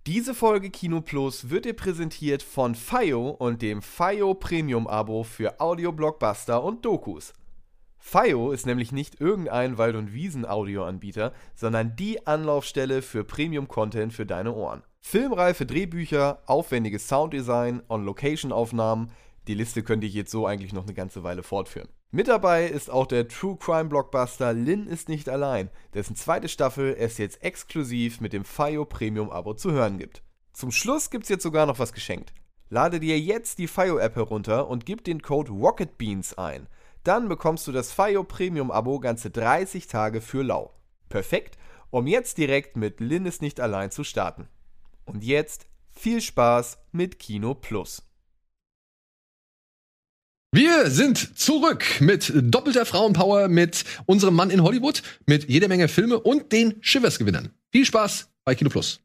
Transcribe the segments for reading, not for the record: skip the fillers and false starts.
Diese Folge Kino Plus wird dir präsentiert von FiYo und dem FiYo Premium-Abo für Audio-Blockbuster und Dokus. FiYo ist nämlich nicht irgendein Wald- und Wiesen-Audioanbieter, sondern die Anlaufstelle für Premium-Content für deine Ohren. Filmreife Drehbücher, aufwendiges Sounddesign, On-Location-Aufnahmen, die Liste könnte ich jetzt so eigentlich noch eine ganze Weile fortführen. Mit dabei ist auch der True-Crime-Blockbuster Lynn ist nicht allein, dessen zweite Staffel es jetzt exklusiv mit dem FiYo Premium-Abo zu hören gibt. Zum Schluss gibt's jetzt sogar noch was geschenkt. Lade dir jetzt die FiYo-App herunter und gib den Code ROCKETBEANS ein. Dann bekommst du das FiYo Premium-Abo ganze 30 Tage für lau. Perfekt, um jetzt direkt mit Lynn ist nicht allein zu starten. Und jetzt viel Spaß mit Kino Plus. Wir sind zurück mit doppelter Frauenpower, mit unserem Mann in Hollywood, mit jeder Menge Filme und den Shivers-Gewinnern. Viel Spaß bei Kino Plus.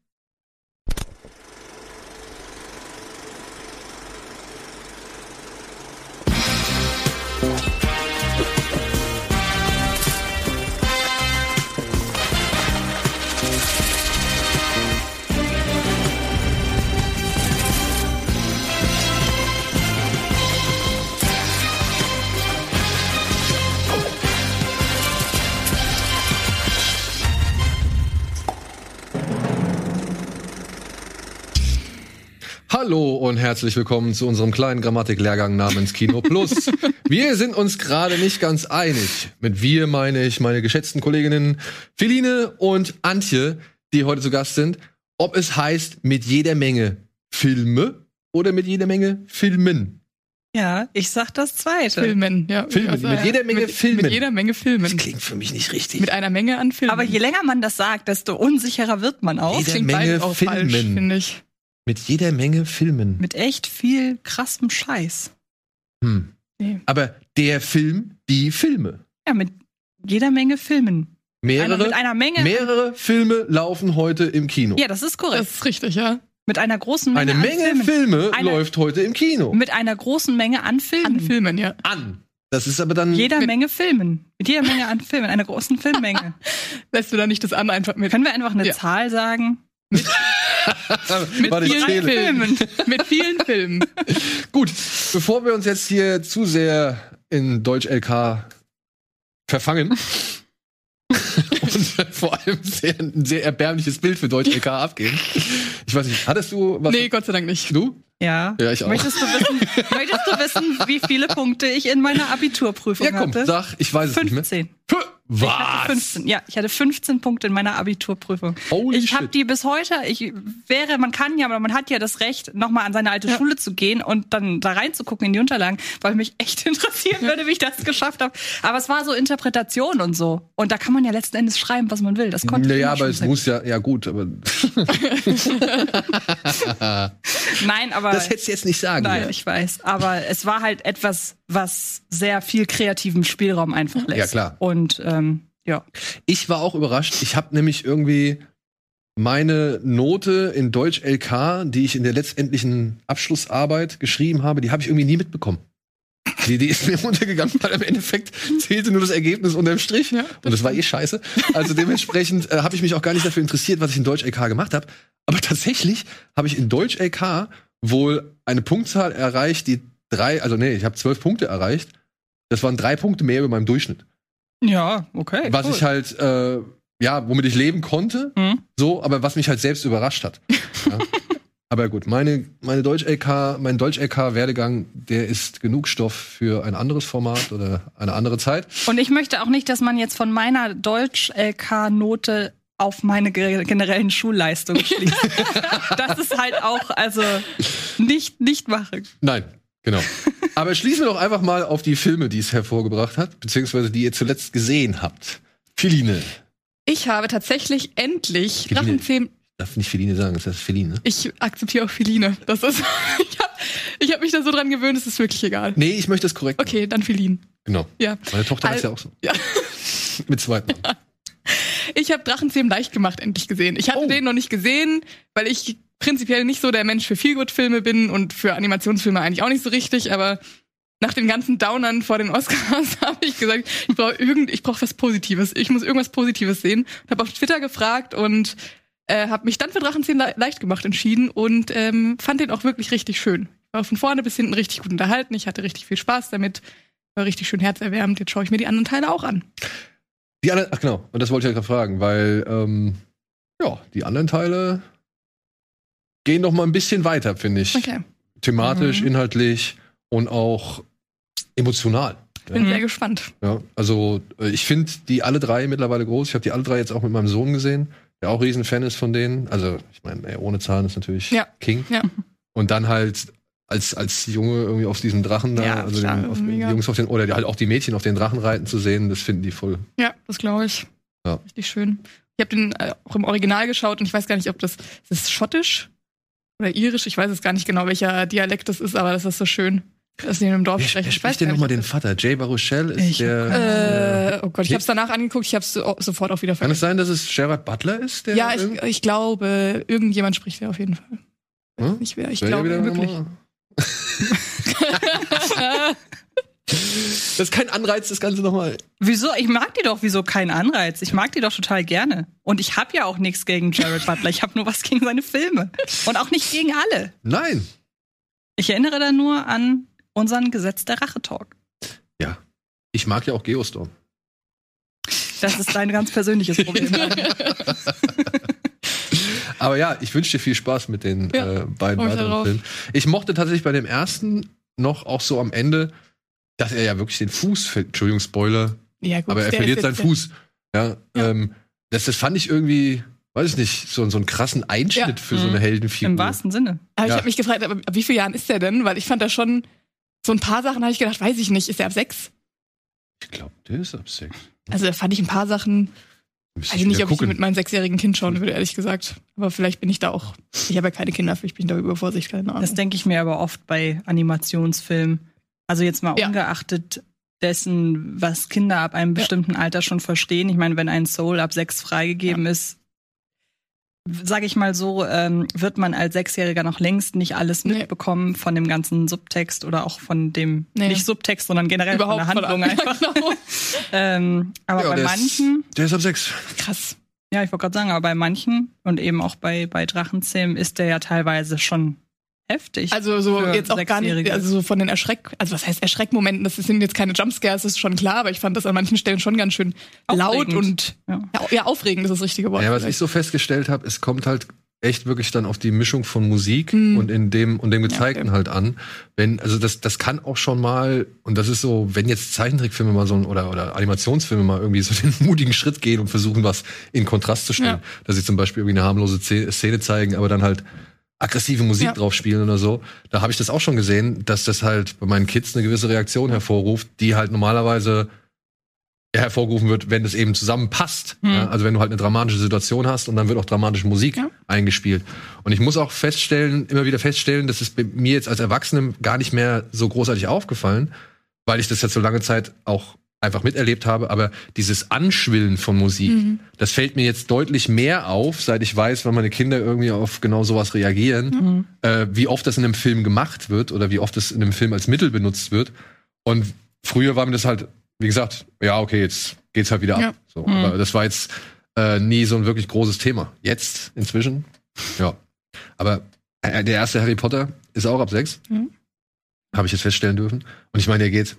Hallo und herzlich willkommen zu unserem kleinen Grammatiklehrgang namens Kino Plus. Wir sind uns gerade nicht ganz einig. Mit wir meine ich meine geschätzten Kolleginnen Feline und Antje, die heute zu Gast sind, ob es heißt mit jeder Menge Filme oder mit jeder Menge Filmen. Ja, ich sag das Zweite. Filmen, ja. Filmen, Also, mit jeder Menge Filmen. Mit jeder Menge Filmen. Das klingt für mich nicht richtig. Mit einer Menge an Filmen. Aber je länger man das sagt, desto unsicherer wird man auch. Jeder klingt Menge beides auch falsch, Filmen. finde ich. Mit jeder Menge Filmen. Mit echt viel krassem Scheiß. Nee. Aber der Film, die Filme. Ja, mit jeder Menge Filmen. Mit einer Menge. Mehrere Filme laufen heute im Kino. Ja, das ist korrekt. Das ist richtig, ja. Mit einer großen Menge Eine Menge an Filmen. Filme läuft heute im Kino. Mit einer großen Menge an Filmen. An Filmen, ja. An. Das ist aber dann... Jeder Mit- Menge Filmen. Mit jeder Menge an Filmen. Einer großen Filmmenge. Lässt du da nicht das an einfach mit? Können wir einfach eine Ja. Zahl sagen? Mit Warte, ich vielen zähle. Filmen. Mit vielen Filmen. Gut, bevor wir uns jetzt hier zu sehr in Deutsch-LK verfangen und vor allem ein sehr erbärmliches Bild für Deutsch-LK abgeben. Ich weiß nicht, hattest du was? Nee, Gott sei Dank nicht. Du? Ja. Ja, ich auch. Möchtest du wissen, wie viele Punkte ich in meiner Abiturprüfung Ja, komm, hatte? sag, ich weiß es nicht mehr. 15. Was? Ich hatte 15. Ja, ich hatte 15 Punkte in meiner Abiturprüfung. Holy Ich habe shit. die bis heute, man hat ja das Recht, nochmal an seine alte Schule zu gehen und dann da reinzugucken in die Unterlagen, weil mich echt interessieren würde, wie ich das geschafft habe. Aber es war so Interpretation und so. Und da kann man ja letzten Endes schreiben, was man will. Das konnte ich Naja, immer aber schon es muss ja gut, aber Nein, aber das hättest du jetzt nicht sagen. nein, Ja. ich weiß. Aber es war halt etwas, was sehr viel kreativen Spielraum einfach lässt. Ja, klar. Und ja. Ich war auch überrascht. Ich habe nämlich irgendwie meine Note in Deutsch LK, die ich in der letztendlichen Abschlussarbeit geschrieben habe, die habe ich irgendwie nie mitbekommen. Die ist mir untergegangen, weil im Endeffekt zählte nur das Ergebnis unterm Strich. Ja, Und das war eh scheiße. Also dementsprechend habe ich mich auch gar nicht dafür interessiert, was ich in Deutsch LK gemacht habe. Aber tatsächlich habe ich in Deutsch LK wohl eine Punktzahl erreicht, ich habe 12 Punkte erreicht. Das waren 3 Punkte mehr über meinem Durchschnitt. Ja, okay. Was cool. ich halt, womit ich leben konnte, so, aber was mich halt selbst überrascht hat. Ja. Aber gut, mein Deutsch-LK-Werdegang, der ist genug Stoff für ein anderes Format oder eine andere Zeit. Und ich möchte auch nicht, dass man jetzt von meiner Deutsch-LK-Note auf meine generellen Schulleistungen schließt. Das ist halt auch, also, nicht machen. Nein, genau. Aber schließen wir doch einfach mal auf die Filme, die es hervorgebracht hat, beziehungsweise die ihr zuletzt gesehen habt. Feline. Ich habe tatsächlich endlich Feline. Drachenzähmen. Darf nicht Feline sagen, das heißt Feline. Ich akzeptiere auch Feline. Das ist. Ich hab mich da so dran gewöhnt, es ist wirklich egal. Nee, ich möchte das korrekt machen. Okay, dann Feline. Genau. Ja. Meine Tochter heißt ja auch so. Ja. Mit zweiten. Ich habe Drachenzähmen leicht gemacht endlich gesehen. Ich hatte den noch nicht gesehen, weil ich prinzipiell nicht so der Mensch für Feelgood-Filme bin und für Animationsfilme eigentlich auch nicht so richtig, aber nach den ganzen Downern vor den Oscars habe ich gesagt, ich brauche was Positives. Ich muss irgendwas Positives sehen. Habe auf Twitter gefragt und Habe mich dann für Drachenzähmen leicht gemacht entschieden und fand den auch wirklich richtig schön. Ich war von vorne bis hinten richtig gut unterhalten. Ich hatte richtig viel Spaß damit. War richtig schön herzerwärmend. Jetzt schaue ich mir die anderen Teile auch an. Die anderen, ach genau, und das wollte ich ja gerade fragen, weil die anderen Teile gehen noch mal ein bisschen weiter, finde ich. Okay. Thematisch, inhaltlich und auch emotional. Ich bin sehr gespannt. Ja, also ich finde die alle drei mittlerweile groß. Ich habe die alle drei jetzt auch mit meinem Sohn gesehen, der auch riesen Fan ist von denen. Also ich meine, ohne Zahn ist natürlich King. Ja. Und dann halt als Junge irgendwie auf diesen Drachen da, also klar, die Jungs auf den, oder halt auch die Mädchen auf den Drachen reiten zu sehen, das finden die voll. Ja, das glaube ich. Ja. Richtig schön. Ich habe den auch im Original geschaut und ich weiß gar nicht, ob das ist schottisch oder irisch. Ich weiß jetzt gar nicht genau, welcher Dialekt das ist, aber das ist so schön, dass sie in einem Dorf sprechen. Wer spricht denn nochmal den Vater? Jay Baruchel ist oh Gott, ich hab's danach angeguckt, ich hab's sofort auch wieder vergessen. Kann es sein, dass es Gerard Butler ist? Der ja, ich glaube, irgendjemand spricht der auf jeden Fall. Hm? Nicht wer, ich glaube wirklich. Das ist kein Anreiz, das Ganze nochmal. Wieso? Ich mag die doch. Wieso kein Anreiz? Ich mag die doch total gerne. Und ich habe ja auch nichts gegen Gerard Butler. Ich habe nur was gegen seine Filme. Und auch nicht gegen alle. Nein. Ich erinnere da nur an unseren Gesetz der Rache-Talk. Ja. Ich mag ja auch Geostorm. Das ist dein ganz persönliches Problem. Aber ja, ich wünsche dir viel Spaß mit den beiden weiteren Filmen. Ich mochte tatsächlich bei dem ersten noch auch so am Ende, dass er ja wirklich den Fuß, Entschuldigung, Spoiler, ja, gut, aber er verliert seinen Fuß. Ja. Das fand ich irgendwie, weiß ich nicht, so einen krassen Einschnitt für so eine Heldenfigur. Im wahrsten Sinne. Aber ich habe mich gefragt, aber ab wie vielen Jahren ist der denn? Weil ich fand da schon, so ein paar Sachen habe ich gedacht, weiß ich nicht, ist der ab 6? Ich glaube, der ist ab 6. Also da fand ich ein paar Sachen, weiß ich nicht, ob ich die mit meinem 6-jährigen Kind schauen würde, ehrlich gesagt. Aber vielleicht bin ich da auch, ich habe ja keine Kinder, vielleicht bin ich da übervorsichtig, keine Ahnung. Das denke ich mir aber oft bei Animationsfilmen. Also jetzt mal ungeachtet dessen, was Kinder ab einem bestimmten Alter schon verstehen. Ich meine, wenn ein Soul ab 6 freigegeben ist, sage ich mal so, wird man als 6-Jähriger noch längst nicht alles mitbekommen von dem ganzen Subtext oder auch von dem, nicht Subtext, sondern generell überhaupt von der Handlung einfach. Aber bei manchen... Der ist ab 6. Krass. Ja, ich wollte gerade sagen, aber bei manchen und eben auch bei Drachenzähmen ist der ja teilweise schon heftig. Also so jetzt auch gar nicht, also so von den also was heißt Erschreckmomenten, das sind jetzt keine Jumpscares, das ist schon klar, aber ich fand das an manchen Stellen schon ganz schön laut und aufregend ist das richtige Wort. Ja, was ich so festgestellt habe, es kommt halt echt wirklich dann auf die Mischung von Musik und dem Gezeigten halt an. Also das kann auch schon mal, und das ist so, wenn jetzt Zeichentrickfilme mal so oder Animationsfilme mal irgendwie so den mutigen Schritt gehen und versuchen, was in Kontrast zu stellen, dass sie zum Beispiel irgendwie eine harmlose Szene zeigen, aber dann halt aggressive Musik drauf spielen oder so. Da habe ich das auch schon gesehen, dass das halt bei meinen Kids eine gewisse Reaktion hervorruft, die halt normalerweise hervorgerufen wird, wenn das eben zusammenpasst. Ja? Also wenn du halt eine dramatische Situation hast und dann wird auch dramatische Musik eingespielt. Und ich muss auch immer wieder feststellen, das ist bei mir jetzt als Erwachsenem gar nicht mehr so großartig aufgefallen, weil ich das jetzt so lange Zeit auch einfach miterlebt habe, aber dieses Anschwillen von Musik, das fällt mir jetzt deutlich mehr auf, seit ich weiß, wenn meine Kinder irgendwie auf genau sowas reagieren, wie oft das in einem Film gemacht wird oder wie oft das in einem Film als Mittel benutzt wird. Und früher war mir das halt, wie gesagt, ja, okay, jetzt geht's halt wieder ab. So, aber das war jetzt nie so ein wirklich großes Thema. Jetzt, inzwischen, ja. Aber der erste Harry Potter ist auch ab 6. Habe ich jetzt feststellen dürfen. Und ich meine, der geht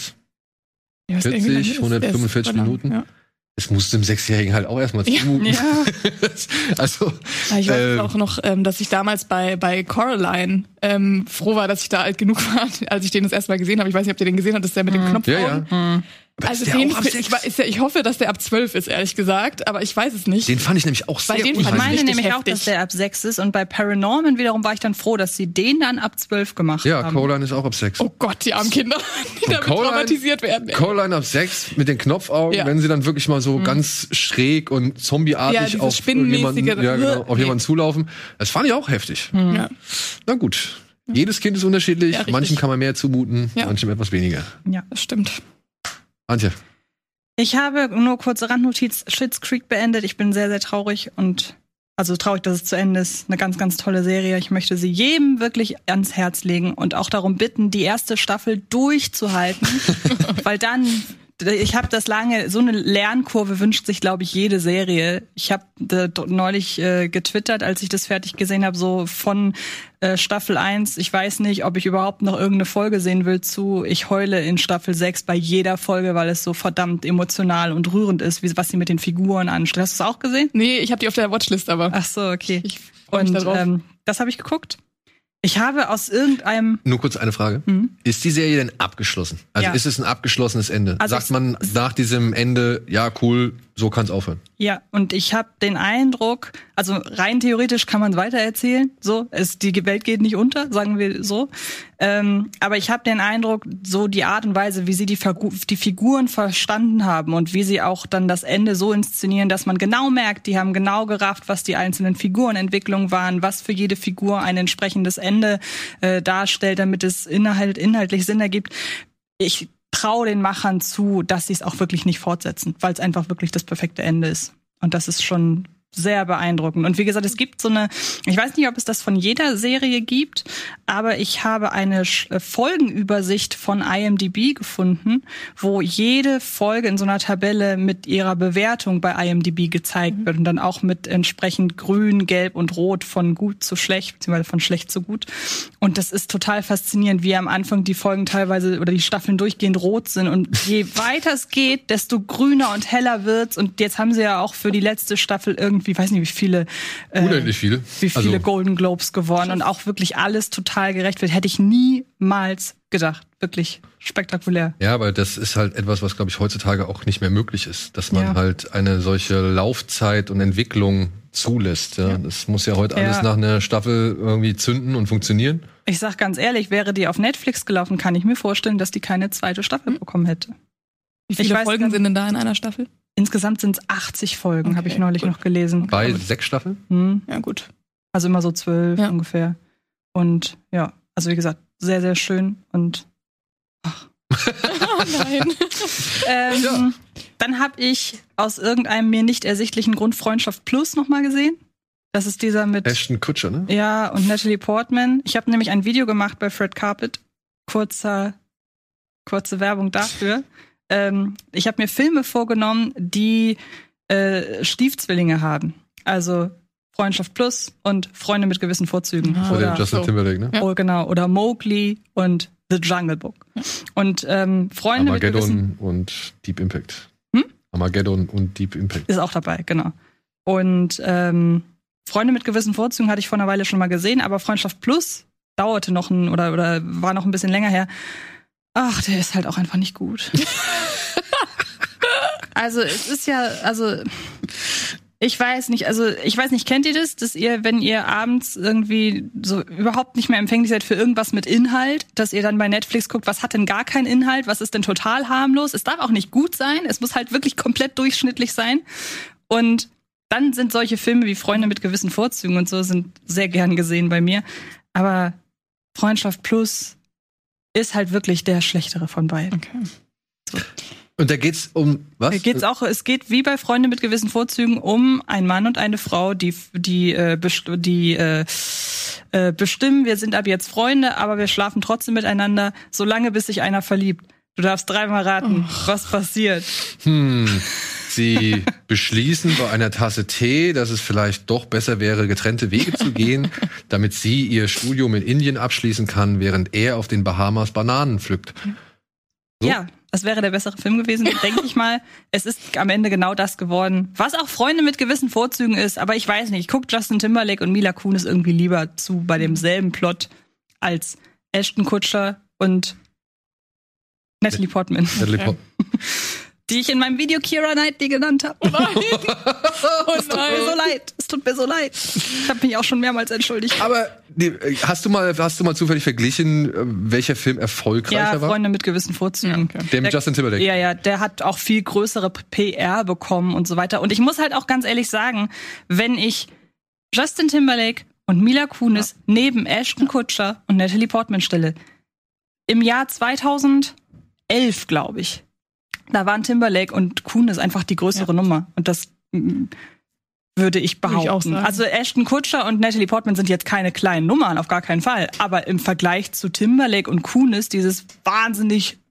145 Minuten. Ja. Es musste dem 6-Jährigen halt auch erstmal zumuten. Ja. Also, ich weiß auch noch, dass ich damals bei Coraline froh war, dass ich da alt genug war, als ich den das erste Mal gesehen habe. Ich weiß nicht, ob ihr den gesehen habt, das ist der mit dem Knopf. Ja. Also ich hoffe, dass der ab 12 ist, ehrlich gesagt, aber ich weiß es nicht. Den fand ich nämlich auch sehr gut. Ich meine nämlich auch, dass der ab 6 ist und bei Paranorman wiederum war ich dann froh, dass sie den dann ab 12 gemacht haben. Ja, Coraline ist auch ab 6. Oh Gott, die armen Kinder, die damit traumatisiert werden. Coraline ab 6 mit den Knopfaugen, wenn sie dann wirklich mal so ganz schräg und zombieartig auf jemanden zulaufen. Das fand ich auch heftig. Ja. Na gut. Jedes Kind ist unterschiedlich, manchen kann man mehr zumuten, manchem etwas weniger. Ja, das stimmt. Antje. Ich habe nur kurze Randnotiz Schitt's Creek beendet. Ich bin sehr, sehr traurig dass es zu Ende ist. Eine ganz, ganz tolle Serie. Ich möchte sie jedem wirklich ans Herz legen und auch darum bitten, die erste Staffel durchzuhalten, weil dann Ich habe das lange, so eine Lernkurve wünscht sich, glaube ich, jede Serie. Ich habe neulich getwittert, als ich das fertig gesehen habe, so von Staffel 1, ich weiß nicht, ob ich überhaupt noch irgendeine Folge sehen will, zu ich heule in Staffel 6 bei jeder Folge, weil es so verdammt emotional und rührend ist, was sie mit den Figuren anstellt. Hast du es auch gesehen? Nee, ich habe die auf der Watchlist, aber. Ach so, okay. Ich freu mich da drauf. Das habe ich geguckt. Ich habe aus irgendeinem... Nur kurz eine Frage. Ist die Serie denn abgeschlossen? Also ist es ein abgeschlossenes Ende? Also sagt man nach diesem Ende, ja cool, so kann's aufhören? Ja, und ich habe den Eindruck, also rein theoretisch kann man weitererzählen, so, die Welt geht nicht unter, sagen wir so. Aber ich habe den Eindruck, so die Art und Weise, wie sie die Figuren verstanden haben und wie sie auch dann das Ende so inszenieren, dass man genau merkt, die haben genau gerafft, was die einzelnen Figurenentwicklungen waren, was für jede Figur ein entsprechendes Ende darstellt, damit es inhaltlich Sinn ergibt. Ich traue den Machern zu, dass sie es auch wirklich nicht fortsetzen, weil es einfach wirklich das perfekte Ende ist. Und das ist schon sehr beeindruckend. Und wie gesagt, es gibt so eine, ich weiß nicht, ob es das von jeder Serie gibt, aber ich habe eine Folgenübersicht von IMDb gefunden, wo jede Folge in so einer Tabelle mit ihrer Bewertung bei IMDb gezeigt wird und dann auch mit entsprechend grün, gelb und rot von gut zu schlecht, beziehungsweise von schlecht zu gut. Und das ist total faszinierend, wie am Anfang die Folgen teilweise oder die Staffeln durchgehend rot sind und je weiter es geht, desto grüner und heller wird's. Und jetzt haben sie ja auch für die letzte Staffel irgendwie, weiß nicht, wie viele unendlich viele. Wie viele also Golden Globes gewonnen und auch wirklich alles total gerecht wird. Hätte ich niemals gedacht. Wirklich spektakulär. Ja, aber das ist halt etwas, was, glaube ich, heutzutage auch nicht mehr möglich ist. Dass man halt eine solche Laufzeit und Entwicklung zulässt. Ja. Das muss ja heute alles nach einer Staffel irgendwie zünden und funktionieren. Ich sag ganz ehrlich, wäre die auf Netflix gelaufen, kann ich mir vorstellen, dass die keine zweite Staffel bekommen hätte. Wie viele Folgen sind denn da in einer Staffel? Insgesamt sind es 80 Folgen, habe ich neulich noch gelesen. Bei 6 Staffeln? Ja, gut. Also immer so 12 ungefähr. Und ja, also wie gesagt, sehr, sehr schön und oh nein. Dann habe ich aus irgendeinem mir nicht ersichtlichen Grund Freundschaft Plus nochmal gesehen. Das ist dieser mit Ashton Kutcher, ne? Ja, und Natalie Portman. Ich habe nämlich ein Video gemacht bei Fred Carpet. Kurze Werbung dafür. Ich habe mir Filme vorgenommen, die Stiefzwillinge haben. Also Freundschaft Plus und Freunde mit gewissen Vorzügen. Oder Justin Timberlake, ne? Oh, genau. Oder Mowgli und The Jungle Book. Und Freunde mit gewissen... und Deep Impact. Armageddon und Deep Impact. Ist auch dabei, genau. Und Freunde mit gewissen Vorzügen hatte ich vor einer Weile schon mal gesehen, aber Freundschaft Plus dauerte noch oder war noch ein bisschen länger her. Ach, der ist halt auch einfach nicht gut. Also es ist ja, ich weiß nicht, kennt ihr das, dass ihr, wenn ihr abends irgendwie so überhaupt nicht mehr empfänglich seid für irgendwas mit Inhalt, dass ihr dann bei Netflix guckt, was hat denn gar keinen Inhalt, was ist denn total harmlos? Es darf auch nicht gut sein, es muss halt wirklich komplett durchschnittlich sein. Und dann sind solche Filme wie Freunde mit gewissen Vorzügen und so sind sehr gern gesehen bei mir. Aber Freundschaft Plus ist halt wirklich der schlechtere von beiden. Okay. So. Und da geht's um was? Es geht wie bei Freunde mit gewissen Vorzügen um einen Mann und eine Frau, die bestimmen, wir sind ab jetzt Freunde, aber wir schlafen trotzdem miteinander, solange bis sich einer verliebt. Du darfst 3-mal raten, was passiert. Sie beschließen bei einer Tasse Tee, dass es vielleicht doch besser wäre, getrennte Wege zu gehen, damit sie ihr Studium in Indien abschließen kann, während er auf den Bahamas Bananen pflückt. So? Ja, das wäre der bessere Film gewesen, denke ich mal. Es ist am Ende genau das geworden, was auch Freunde mit gewissen Vorzügen ist. Aber ich weiß nicht, ich gucke Justin Timberlake und Mila Kunis irgendwie lieber zu bei demselben Plot als Ashton Kutcher und Natalie Portman. Die ich in meinem Video Keira Knightley genannt habe. Oh nein. Es tut mir so leid. Ich habe mich auch schon mehrmals entschuldigt. Aber hast du mal zufällig verglichen, welcher Film erfolgreicher war? Freunde mit gewissen Vorzügen. Ja, okay. Der mit Justin Timberlake. Ja, der hat auch viel größere PR bekommen und so weiter. Und ich muss halt auch ganz ehrlich sagen, wenn ich Justin Timberlake und Mila Kunis neben Ashton Kutcher und Natalie Portman stelle, im Jahr 2011, glaube ich, da waren Timberlake und Kunis einfach die größere Nummer. Und das würde ich behaupten. Würde ich auch sagen. Also Ashton Kutcher und Natalie Portman sind jetzt keine kleinen Nummern, auf gar keinen Fall. Aber im Vergleich zu Timberlake und Kunis, dieses wahnsinnig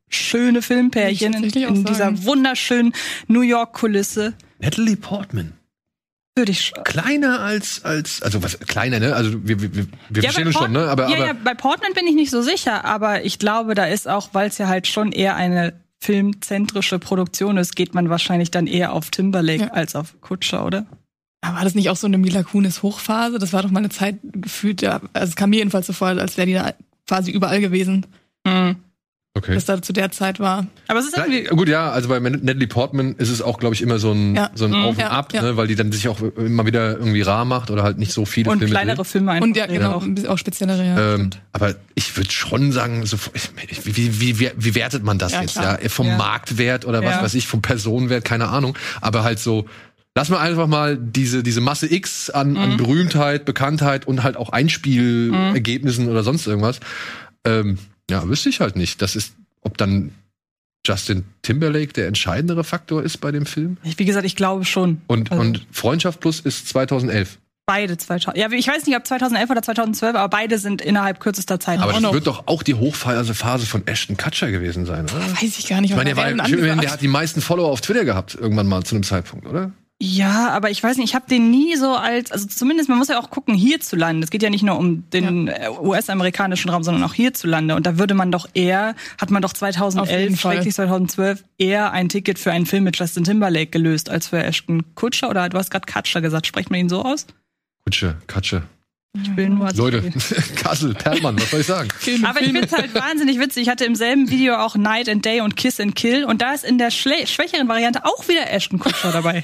schöne Filmpärchen in dieser wunderschönen New York-Kulisse. Natalie Portman. Würde ich kleiner als also was kleiner, ne? Also wir verstehen uns schon, ne? Aber bei Portman bin ich nicht so sicher, aber ich glaube, da ist auch, weil es ja halt schon eher eine filmzentrische Produktion ist, geht man wahrscheinlich dann eher auf Timberlake als auf Kutscher, oder? Aber war das nicht auch so eine Mila Kunis Hochphase? Das war doch mal eine Zeit gefühlt, ja, also es kam mir jedenfalls so vor, als wäre die da quasi überall gewesen. Mhm. Okay. Das da zu der Zeit war. Aber es ist irgendwie gut, ja, also bei Natalie Portman ist es auch, glaube ich, immer so ein Auf und Ab, ne, weil die dann sich auch immer wieder irgendwie rar macht oder halt nicht so viele und Filme. Und kleinere Filme einfach. Und ja, genau, auch speziellere, ja. Aber ich würde schon sagen, so, wie wertet man das jetzt? Klar. Ja? Vom Marktwert oder was weiß ich, vom Personenwert, keine Ahnung. Aber halt so, lass mal einfach mal diese Masse X an Berühmtheit, Bekanntheit und halt auch Einspielergebnissen oder sonst irgendwas. Ja, wüsste ich halt nicht. Das ist, ob dann Justin Timberlake der entscheidendere Faktor ist bei dem Film. Wie gesagt, ich glaube schon. Und Freundschaft Plus ist 2011. Beide 2000. Ja, ich weiß nicht, ob 2011 oder 2012, aber beide sind innerhalb kürzester Zeit. Aber das wird doch auch die Hochphase von Ashton Kutcher gewesen sein, oder? Weiß ich gar nicht. Ich meine, der hat die meisten Follower auf Twitter gehabt, irgendwann mal zu einem Zeitpunkt, oder? Ja, aber ich weiß nicht, ich habe den nie so also zumindest, man muss ja auch gucken, hierzulande. Es geht ja nicht nur um den US-amerikanischen Raum, sondern auch hierzulande. Und da würde man doch hat man doch 2011, 2012 eher ein Ticket für einen Film mit Justin Timberlake gelöst, als für Ashton Kutcher. Oder du hast gerade Kutcher gesagt, spricht man ihn so aus? Kutsche. Ich will nur Leute, Kassel, Perlmann, was soll ich sagen? Aber ich find's halt wahnsinnig witzig. Ich hatte im selben Video auch Night and Day und Kiss and Kill und da ist in der schwächeren Variante auch wieder Ashton Kutcher dabei.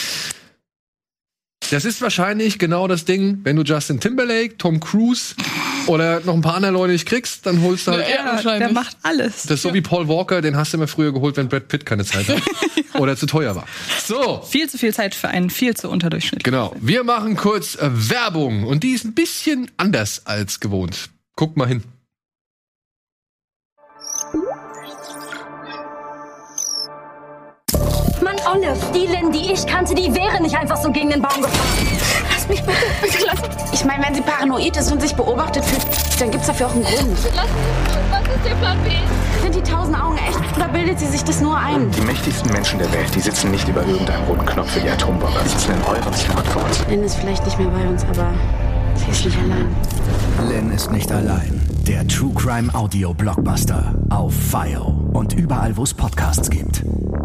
Das ist wahrscheinlich genau das Ding, wenn du Justin Timberlake, Tom Cruise oder noch ein paar andere Leute nicht kriegst, dann holst du halt... Ja, der macht alles. Das ist so wie Paul Walker, den hast du immer früher geholt, wenn Brad Pitt keine Zeit hat. Oder zu teuer war. So. Viel zu viel Zeit für einen viel zu unterdurchschnittlichen. Genau. Wir machen kurz Werbung und die ist ein bisschen anders als gewohnt. Guckt mal hin. Mann, Olive, die Lynn, die ich kannte, die wäre nicht einfach so gegen den Baum gefahren. Lass mich bitte lass mich. Ich meine, wenn sie paranoid ist und sich beobachtet fühlt, dann gibt's dafür auch einen Grund. Was ist der Plan B? Sind die 1000 Augen echt oder bildet sie sich das nur ein? Die mächtigsten Menschen der Welt, die sitzen nicht über irgendeinem roten Knopf für die Atombombe. Sie sitzen in euren Smartphones. Lynn ist vielleicht nicht mehr bei uns, aber sie ist nicht allein. Lynn ist nicht allein. Der True Crime Audio Blockbuster auf FIO und überall, wo es Podcasts gibt.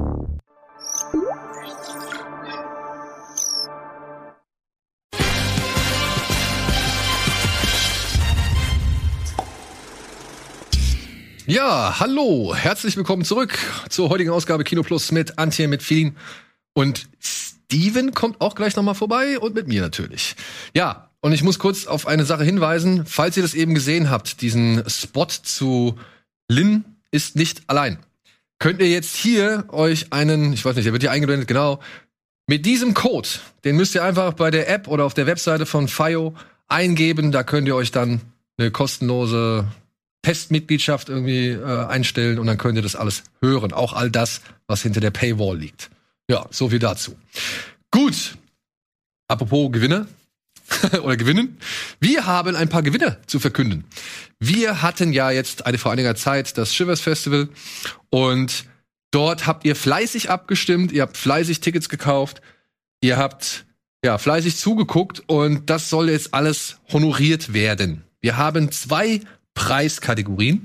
Ja, hallo, herzlich willkommen zurück zur heutigen Ausgabe Kino Plus mit Antje, mit Feeling und Steven kommt auch gleich nochmal vorbei und mit mir natürlich. Ja, und ich muss kurz auf eine Sache hinweisen, falls ihr das eben gesehen habt, diesen Spot zu Lynn ist nicht allein. Könnt ihr jetzt hier euch einen, ich weiß nicht, der wird hier eingeblendet, genau, mit diesem Code, den müsst ihr einfach bei der App oder auf der Webseite von FIO eingeben, da könnt ihr euch dann eine kostenlose Testmitgliedschaft irgendwie einstellen und dann könnt ihr das alles hören. Auch all das, was hinter der Paywall liegt. Ja, so viel dazu. Gut. Apropos Gewinner oder Gewinnen. Wir haben ein paar Gewinner zu verkünden. Wir hatten ja jetzt vor einiger Zeit das Shivers Festival und dort habt ihr fleißig abgestimmt, ihr habt fleißig Tickets gekauft, ihr habt fleißig zugeguckt und das soll jetzt alles honoriert werden. Wir haben 2 Preiskategorien.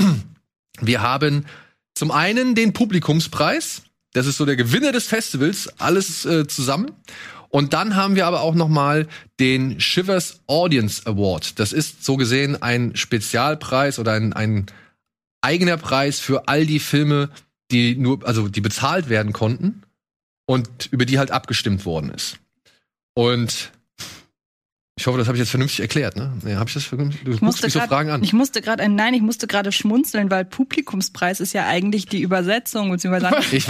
Wir haben zum einen den Publikumspreis. Das ist so der Gewinner des Festivals. Alles zusammen. Und dann haben wir aber auch noch mal den Shivers Audience Award. Das ist so gesehen ein Spezialpreis oder ein eigener Preis für all die Filme, die die bezahlt werden konnten und über die halt abgestimmt worden ist. Und ich hoffe, das habe ich jetzt vernünftig erklärt, ne? Nee, habe ich das vernünftig? Du guckst mich so Fragen an. Ich musste gerade schmunzeln, weil Publikumspreis ist ja eigentlich die Übersetzung, beziehungsweise Ich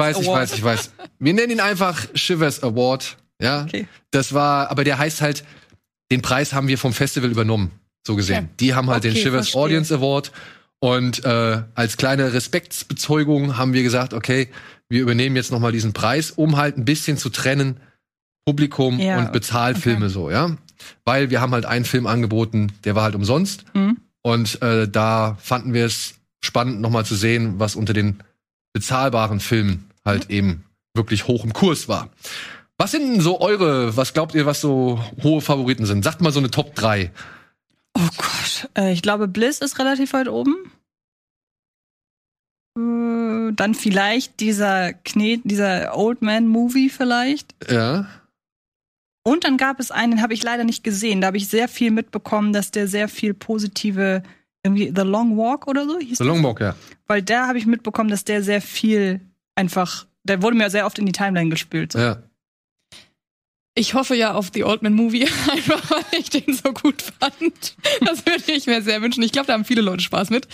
weiß. Wir nennen ihn einfach Shivers Award, ja? Okay. Aber der heißt halt, den Preis haben wir vom Festival übernommen, so gesehen. Okay. Die haben halt den Shivers Audience Award und als kleine Respektsbezeugung haben wir gesagt, okay, wir übernehmen jetzt noch mal diesen Preis, um halt ein bisschen zu trennen, Publikum und Bezahlfilme so, ja? Weil wir haben halt einen Film angeboten, der war halt umsonst. Mhm. Und da fanden wir es spannend nochmal zu sehen, was unter den bezahlbaren Filmen halt eben wirklich hoch im Kurs war. Was sind denn so was glaubt ihr, was so hohe Favoriten sind? Sagt mal so eine Top 3. Oh Gott, ich glaube, Bliss ist relativ weit oben. Dann vielleicht dieser Old Man Movie vielleicht. Ja. Und dann gab es einen, den habe ich leider nicht gesehen. Da habe ich sehr viel mitbekommen, dass der sehr viel positive, irgendwie The Long Walk oder so hieß. The Long Walk, ja. Weil da habe ich mitbekommen, dass der sehr viel einfach, der wurde mir sehr oft in die Timeline gespült. So. Ja. Ich hoffe ja auf The Old Man Movie, einfach weil ich den so gut fand. Das würde ich mir sehr wünschen. Ich glaube, da haben viele Leute Spaß mit.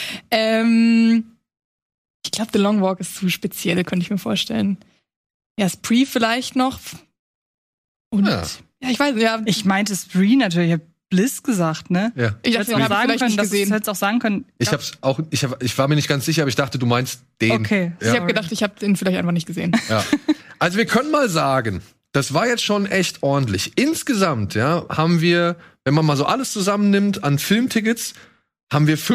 Ich glaube, The Long Walk ist zu speziell, könnte ich mir vorstellen. Ja, Spree vielleicht noch. Und ja, ich weiß, ja. Ich meinte Spree natürlich, ich habe Bliss gesagt, ne? Ja. Ich dachte, den habe ich vielleicht nicht gesehen. Das hättest auch sagen können. Ich war mir nicht ganz sicher, aber ich dachte, du meinst den. Okay. Ja. Ich habe gedacht, ich habe den vielleicht einfach nicht gesehen. Ja. Also wir können mal sagen, das war jetzt schon echt ordentlich. Insgesamt, ja, haben wir, wenn man mal so alles zusammennimmt an Filmtickets, haben wir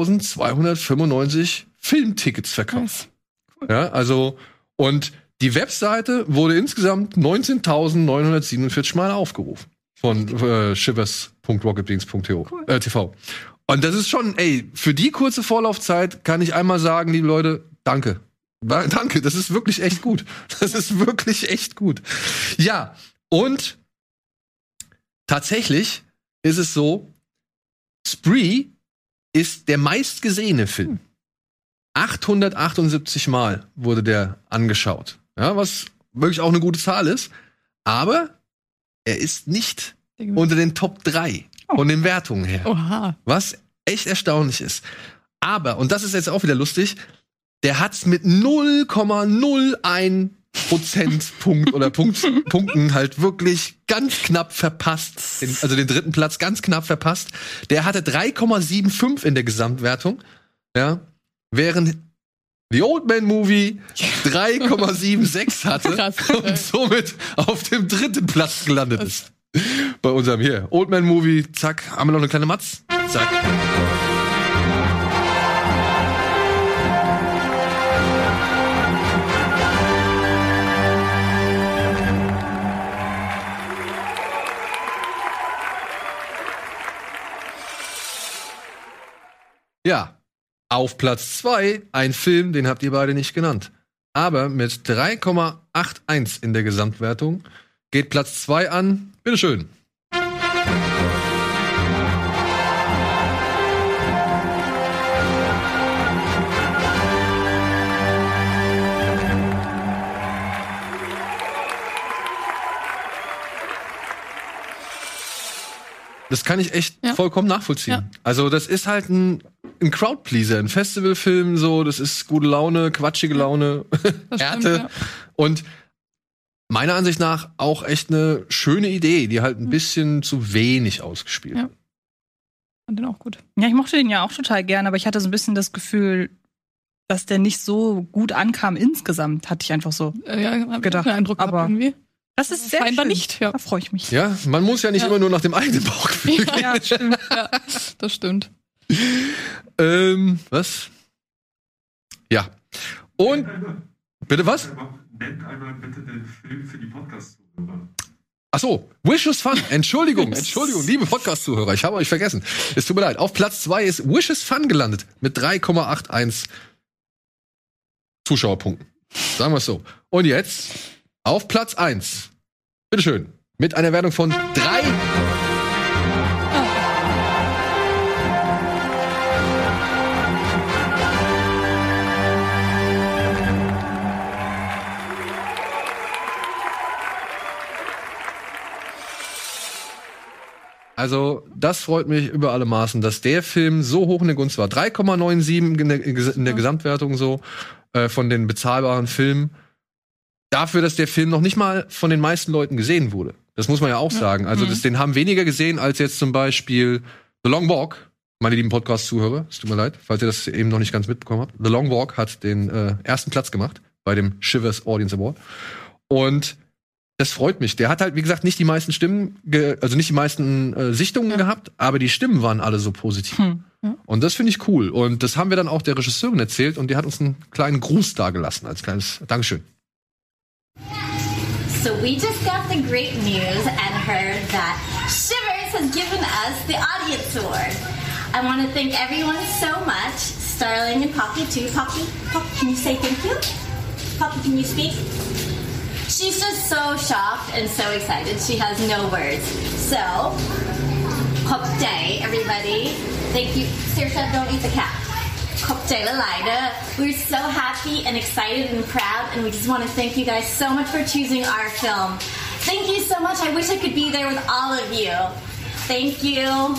5.295 Filmtickets verkauft. Cool. Ja, also, und die Webseite wurde insgesamt 19.947 Mal aufgerufen von shivers.rocketbeans.tv. Und das ist schon, für die kurze Vorlaufzeit kann ich einmal sagen, liebe Leute, danke. Danke, das ist wirklich echt gut. Das ist wirklich echt gut. Ja, und tatsächlich ist es so, Spree ist der meistgesehene Film. 878 Mal wurde der angeschaut. Ja, was wirklich auch eine gute Zahl ist. Aber er ist nicht unter den Top 3 von den Wertungen her. Oha. Was echt erstaunlich ist. Aber, und das ist jetzt auch wieder lustig, der hat's mit 0,01 Prozentpunkt oder Punkten halt wirklich ganz knapp verpasst. Also den dritten Platz ganz knapp verpasst. Der hatte 3,75 in der Gesamtwertung. Ja. Während The Old Man Movie 3,76 hatte. Krass, und somit auf dem dritten Platz gelandet ist. Bei unserem hier. Old Man Movie, zack, haben wir noch eine kleine Matz. Zack. Ja, auf Platz 2 ein Film, den habt ihr beide nicht genannt. Aber mit 3,81 in der Gesamtwertung geht Platz 2 an. Bitteschön. Das kann ich echt vollkommen nachvollziehen. Ja. Also das ist halt ein Crowdpleaser, ein Festivalfilm, so, das ist gute Laune, quatschige Laune, Härte. Ja. Und meiner Ansicht nach auch echt eine schöne Idee, die halt ein bisschen zu wenig ausgespielt wird. Fand den auch gut. Ja, ich mochte den ja auch total gern, aber ich hatte so ein bisschen das Gefühl, dass der nicht so gut ankam insgesamt, hatte ich einfach so gedacht. Den Eindruck aber irgendwie. Das ist sehr scheinbar schön. Nicht. Ja. Da freue ich mich. Ja, man muss ja nicht immer nur nach dem eigenen Bauchgefühl gehen. Ja, stimmt. Ja, das stimmt. Was? Ja. Und bitte was? Nennt einmal bitte den Film für die Podcast-Zuhörer. Ach so, Wish is Fun. Entschuldigung, liebe Podcast-Zuhörer, ich habe euch vergessen. Es tut mir leid. Auf Platz 2 ist Wish is Fun gelandet mit 3,81 Zuschauerpunkten. Sagen wir es so. Und jetzt auf Platz 1. Bitteschön. Mit einer Wertung von 3. Also, das freut mich über alle Maßen, dass der Film so hoch in der Gunst war. 3,97 in der Gesamtwertung so von den bezahlbaren Filmen. Dafür, dass der Film noch nicht mal von den meisten Leuten gesehen wurde. Das muss man ja auch sagen. Also, den haben weniger gesehen als jetzt zum Beispiel The Long Walk. Meine lieben Podcast-Zuhörer, es tut mir leid, falls ihr das eben noch nicht ganz mitbekommen habt. The Long Walk hat den ersten Platz gemacht bei dem Shivers Audience Award. Und das freut mich. Der hat halt, wie gesagt, nicht die meisten Stimmen, also nicht die meisten Sichtungen gehabt, aber die Stimmen waren alle so positiv. Und das finde ich cool. Und das haben wir dann auch der Regisseurin erzählt und die hat uns einen kleinen Gruß dagelassen als kleines Dankeschön. So we just got the great news and heard that Shivers has given us the audience award. I want to thank everyone so much, Starling and Poppy too. Poppy, can you say thank you? Poppy, can you speak? She's just so shocked and so excited. She has no words. So, Hop Day, everybody. Thank you. Saoirse, don't eat the cat. Hop Day Lalaida. We're so happy and excited and proud, and we just want to thank you guys so much for choosing our film. Thank you so much. I wish I could be there with all of you. Thank you.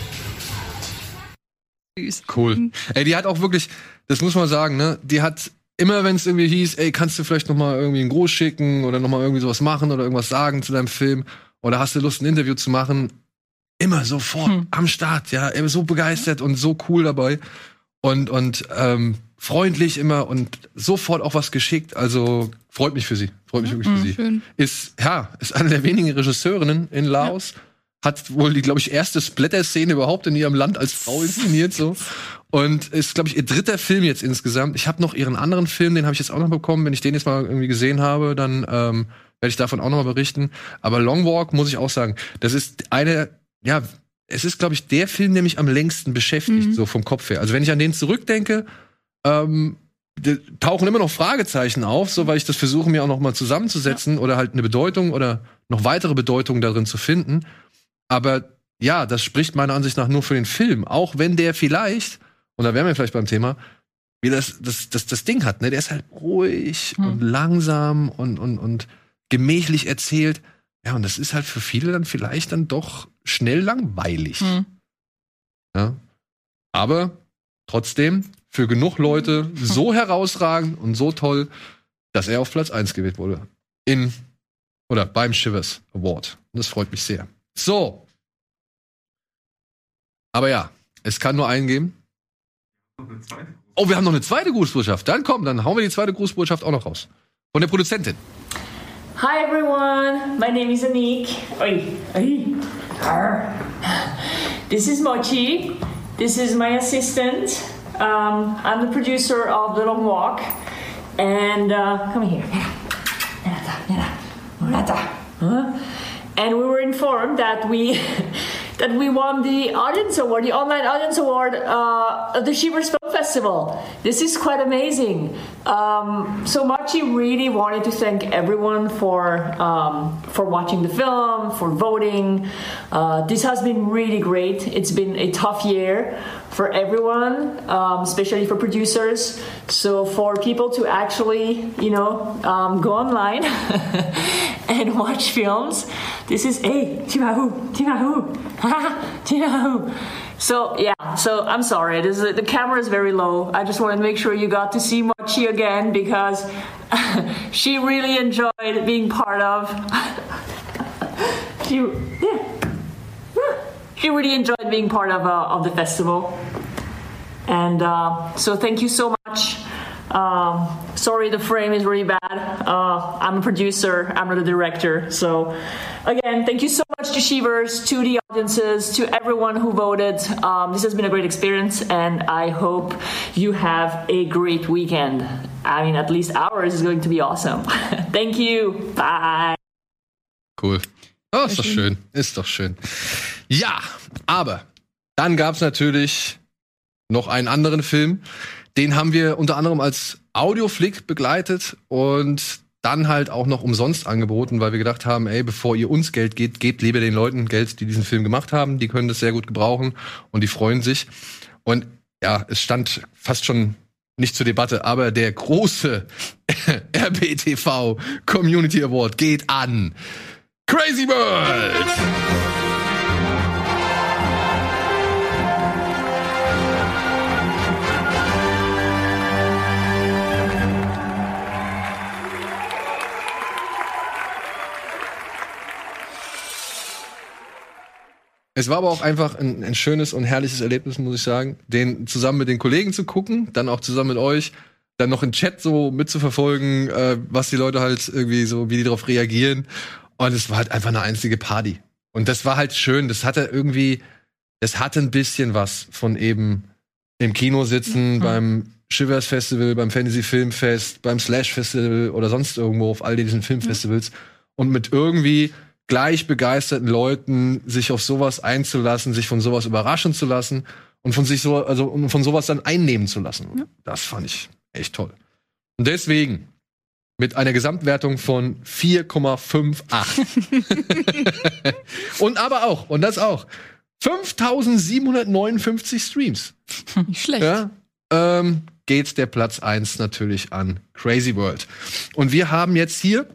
Cool. Ey, die hat auch wirklich, das muss man sagen, ne? Die hat immer, wenn es irgendwie hieß, ey, kannst du vielleicht noch mal irgendwie einen Gruß schicken oder noch mal irgendwie sowas machen oder irgendwas sagen zu deinem Film oder hast du Lust, ein Interview zu machen? Immer sofort am Start, ja, immer so begeistert und so cool dabei und freundlich immer und sofort auch was geschickt. Also freut mich für sie, freut mich wirklich für sie. Schön. Ist eine der wenigen Regisseurinnen in Laos. Ja. Hat wohl die, glaube ich, erste Splatter-Szene überhaupt in ihrem Land als Frau inszeniert so. Und ist, glaube ich, ihr 3. Film jetzt insgesamt. Ich habe noch ihren anderen Film, den habe ich jetzt auch noch bekommen. Wenn ich den jetzt mal irgendwie gesehen habe, dann werde ich davon auch noch mal berichten. Aber Long Walk, muss ich auch sagen, das ist es ist, glaube ich, der Film, der mich am längsten beschäftigt, so vom Kopf her. Also wenn ich an den zurückdenke, tauchen immer noch Fragezeichen auf, so weil ich das versuche, mir auch noch mal zusammenzusetzen oder halt eine Bedeutung oder noch weitere Bedeutungen darin zu finden. Aber ja, das spricht meiner Ansicht nach nur für den Film. Auch wenn der vielleicht, und da wären wir vielleicht beim Thema, wie das Ding hat, ne? Der ist halt ruhig und langsam und gemächlich erzählt. Ja, und das ist halt für viele dann vielleicht dann doch schnell langweilig. Ja. Aber trotzdem für genug Leute so herausragend und so toll, dass er auf Platz 1 gewählt wurde. Beim Shivers Award. Und das freut mich sehr. So. Aber ja, es kann nur einen geben. Oh, wir haben noch eine zweite Grußbotschaft. Dann hauen wir die zweite Grußbotschaft auch noch raus. Von der Produzentin. Hi everyone, my name is Anik. This is Mochi. This is my assistant. I'm the producer of The Long Walk. And come here. And we were informed that we won the audience award, the online audience award of the Shivers Film Festival. This is quite amazing. So Machi really wanted to thank everyone for watching the film, for voting. This has been really great. It's been a tough year for everyone, especially for producers. So for people to actually, go online and watch films, this is Timahu. So I'm sorry. The camera is very low. I just wanted to make sure you got to see Mochi again because she really enjoyed being part of. She really enjoyed being part of the festival, and so thank you so much. Sorry, the frame is really bad. I'm a producer, I'm not a director. So again, thank you so much to Shivers, to the audiences, to everyone who voted. This has been a great experience and I hope you have a great weekend. I mean, at least ours is going to be awesome. Thank you. Bye. Cool. Oh, ist doch schön. Ist doch schön. Ja, aber dann gab's natürlich noch einen anderen Film. Den haben wir unter anderem als Audioflick begleitet und dann halt auch noch umsonst angeboten, weil wir gedacht haben, ey, bevor ihr uns Geld gebt, gebt lieber den Leuten Geld, die diesen Film gemacht haben. Die können das sehr gut gebrauchen und die freuen sich. Und ja, es stand fast schon nicht zur Debatte, aber der große RBTV Community Award geht an Crazy World! Es war aber auch einfach ein schönes und herrliches Erlebnis, muss ich sagen, den zusammen mit den Kollegen zu gucken, dann auch zusammen mit euch, dann noch im Chat so mitzuverfolgen, was die Leute halt irgendwie so, wie die darauf reagieren. Und es war halt einfach eine einzige Party. Und das war halt schön. Das hatte ein bisschen was von eben im Kino sitzen, beim Shivers Festival, beim Fantasy Filmfest, beim Slash Festival oder sonst irgendwo auf all diesen Filmfestivals und mit irgendwie gleich begeisterten Leuten sich auf sowas einzulassen, sich von sowas überraschen zu lassen und von sowas dann einnehmen zu lassen. Ja. Das fand ich echt toll. Und deswegen mit einer Gesamtwertung von 4,58. Und aber auch, und das auch, 5.759 Streams. Nicht schlecht. Ja, geht der Platz 1 natürlich an Crazy World. Und wir haben jetzt hier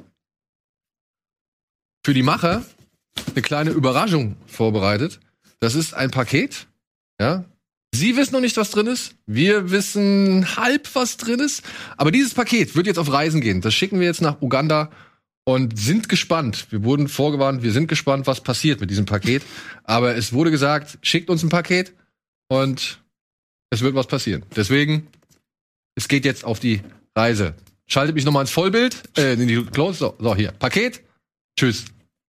für die Macher eine kleine Überraschung vorbereitet. Das ist ein Paket. Ja. Sie wissen noch nicht, was drin ist. Wir wissen halb, was drin ist. Aber dieses Paket wird jetzt auf Reisen gehen. Das schicken wir jetzt nach Uganda und sind gespannt. Wir wurden vorgewarnt, wir sind gespannt, was passiert mit diesem Paket. Aber es wurde gesagt, schickt uns ein Paket und es wird was passieren. Deswegen, es geht jetzt auf die Reise. Schaltet mich nochmal ins Vollbild. In die Close. So, hier. Paket. Tschüss.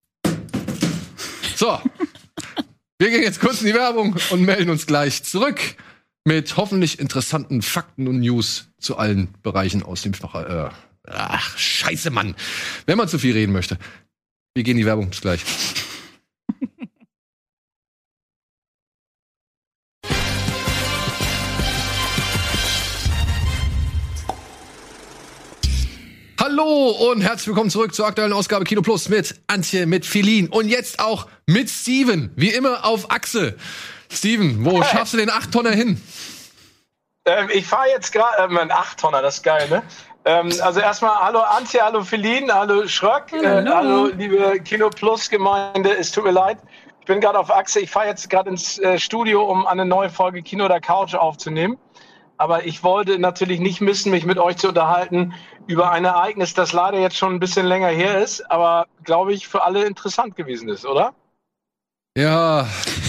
So. Wir gehen jetzt kurz in die Werbung und melden uns gleich zurück mit hoffentlich interessanten Fakten und News zu allen Bereichen aus dem Fach. Ach, scheiße, Mann. Wenn man zu viel reden möchte. Wir gehen in die Werbung. Bis gleich. Hallo und herzlich willkommen zurück zur aktuellen Ausgabe Kino Plus mit Antje, mit Feline und jetzt auch mit Steven. Wie immer auf Achse. Steven, wo schaffst du den 8-Tonner hin? Ich fahre jetzt gerade, ein 8-Tonner, das ist geil, ne? Also erstmal hallo Antje, hallo Feline, hallo Schröck, hallo liebe Kino Plus Gemeinde, es tut mir leid. Ich bin gerade auf Achse, ich fahre jetzt gerade ins Studio, um eine neue Folge Kino oder Couch aufzunehmen. Aber ich wollte natürlich nicht missen, mich mit euch zu unterhalten über ein Ereignis, das leider jetzt schon ein bisschen länger her ist, aber, glaube ich, für alle interessant gewesen ist, oder? Ja.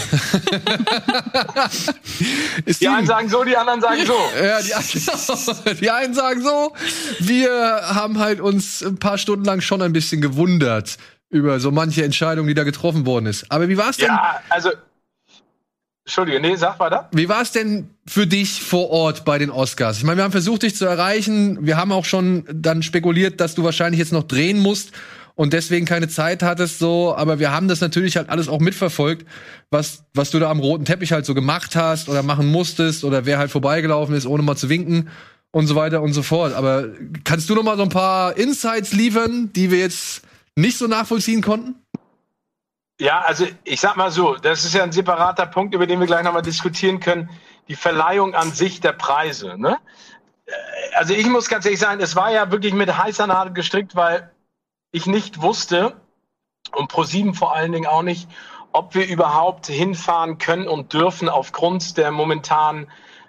Die einen sagen so, die anderen sagen so. Ja, die einen sagen so. Wir haben halt uns ein paar Stunden lang schon ein bisschen gewundert über so manche Entscheidung, die da getroffen worden ist. Aber wie war es denn? Ja, also Entschuldige, nee, sag weiter. Wie war es denn für dich vor Ort bei den Oscars? Ich meine, wir haben versucht, dich zu erreichen. Wir haben auch schon dann spekuliert, dass du wahrscheinlich jetzt noch drehen musst und deswegen keine Zeit hattest, so. Aber wir haben das natürlich halt alles auch mitverfolgt, was du da am roten Teppich halt so gemacht hast oder machen musstest oder wer halt vorbeigelaufen ist, ohne mal zu winken und so weiter und so fort. Aber kannst du noch mal so ein paar Insights liefern, die wir jetzt nicht so nachvollziehen konnten? Ja, also ich sag mal so, das ist ja ein separater Punkt, über den wir gleich nochmal diskutieren können, die Verleihung an sich der Preise. Ne? Also ich muss ganz ehrlich sagen, es war ja wirklich mit heißer Nadel gestrickt, weil ich nicht wusste und ProSieben vor allen Dingen auch nicht, ob wir überhaupt hinfahren können und dürfen aufgrund der momentanen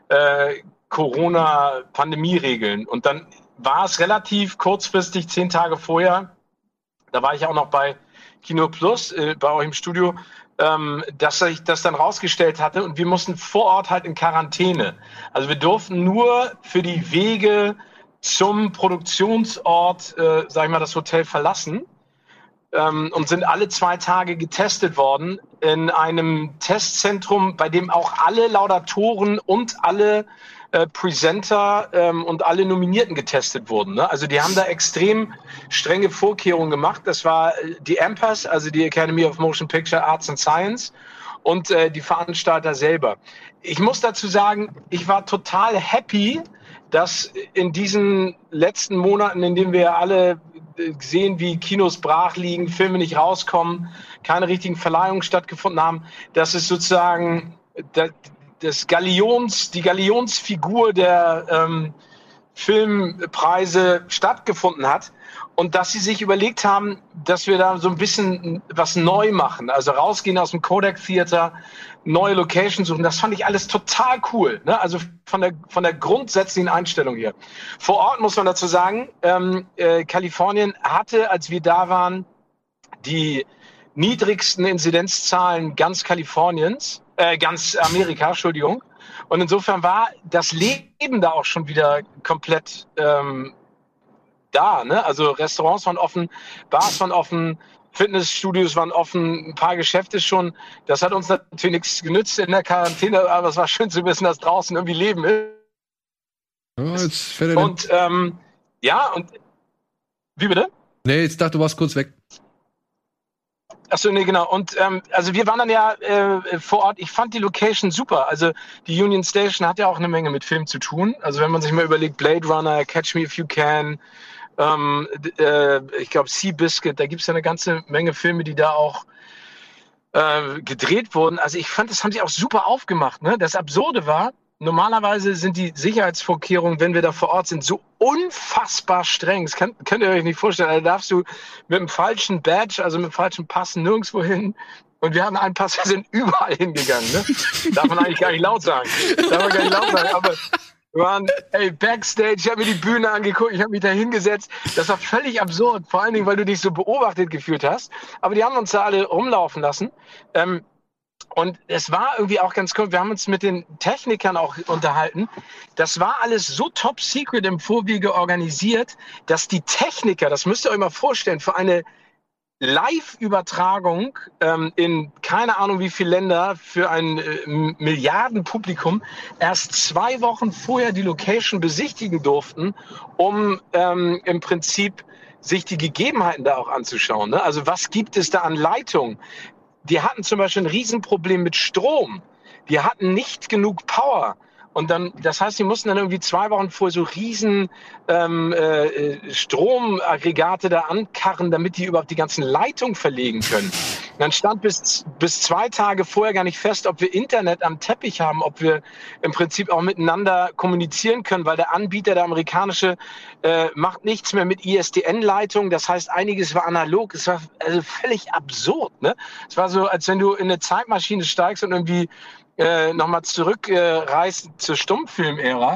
Corona-Pandemie-Regeln. Und dann war es relativ kurzfristig, 10 Tage vorher, da war ich auch noch bei Kino Plus, bei euch im Studio, dass sich das dann rausgestellt hatte und wir mussten vor Ort halt in Quarantäne. Also wir durften nur für die Wege zum Produktionsort, sag ich mal, das Hotel verlassen und sind alle 2 Tage getestet worden in einem Testzentrum, bei dem auch alle Laudatoren und alle Presenter und alle Nominierten getestet wurden. Ne? Also die haben da extrem strenge Vorkehrungen gemacht. Das war die AMPAS, also die Academy of Motion Picture Arts and Science und die Veranstalter selber. Ich muss dazu sagen, ich war total happy, dass in diesen letzten Monaten, in denen wir alle sehen, wie Kinos brach liegen, Filme nicht rauskommen, keine richtigen Verleihungen stattgefunden haben, dass es sozusagen die Galionsfigur der Filmpreise stattgefunden hat und dass sie sich überlegt haben, dass wir da so ein bisschen was neu machen, also rausgehen aus dem Kodak Theater, neue Locations suchen. Das fand ich alles total cool, ne? Also von der grundsätzlichen Einstellung hier. Vor Ort muss man dazu sagen, Kalifornien hatte, als wir da waren, die niedrigsten Inzidenzzahlen ganz Amerika, Entschuldigung. Und insofern war das Leben da auch schon wieder komplett da. Ne? Also Restaurants waren offen, Bars waren offen, Fitnessstudios waren offen, ein paar Geschäfte schon. Das hat uns natürlich nichts genützt in der Quarantäne, aber es war schön zu wissen, dass draußen irgendwie Leben ist. Ja, jetzt fährt er und und wie bitte? Nee, jetzt dachte du warst kurz weg. Achso, nee, genau. Und also wir waren dann ja vor Ort. Ich fand die Location super. Also die Union Station hat ja auch eine Menge mit Film zu tun. Also wenn man sich mal überlegt, Blade Runner, Catch Me If You Can, ich glaube Seabiscuit, da gibt es ja eine ganze Menge Filme, die da auch gedreht wurden. Also ich fand, das haben sie auch super aufgemacht. Ne? Das Absurde war, normalerweise sind die Sicherheitsvorkehrungen, wenn wir da vor Ort sind, so unfassbar streng. Das könnt ihr euch nicht vorstellen. Da darfst du mit dem falschen Badge, also mit dem falschen Pass nirgendwo hin. Und wir hatten einen Pass, wir sind überall hingegangen. Ne? Darf man eigentlich gar nicht laut sagen. Aber wir waren Backstage, ich habe mir die Bühne angeguckt, ich habe mich da hingesetzt. Das war völlig absurd, vor allen Dingen, weil du dich so beobachtet gefühlt hast. Aber die haben uns da alle rumlaufen lassen. Und es war irgendwie auch ganz cool, wir haben uns mit den Technikern auch unterhalten. Das war alles so top secret im Vorwege organisiert, dass die Techniker, das müsst ihr euch mal vorstellen, für eine Live-Übertragung in keine Ahnung wie viele Länder für ein Milliardenpublikum erst 2 Wochen vorher die Location besichtigen durften, um im Prinzip sich die Gegebenheiten da auch anzuschauen. Ne? Also was gibt es da an Leitung? Die hatten zum Beispiel ein Riesenproblem mit Strom. Die hatten nicht genug Power. Und dann, das heißt, die mussten dann irgendwie 2 Wochen vorher so riesen Stromaggregate da ankarren, damit die überhaupt die ganzen Leitungen verlegen können. Und dann stand bis 2 Tage vorher gar nicht fest, ob wir Internet am Teppich haben, ob wir im Prinzip auch miteinander kommunizieren können, weil der Anbieter, der amerikanische, macht nichts mehr mit ISDN-Leitungen. Das heißt, einiges war analog. Es war also völlig absurd. Ne? Es war so, als wenn du in eine Zeitmaschine steigst und irgendwie nochmal zurückreist zur Stummfilm-Ära.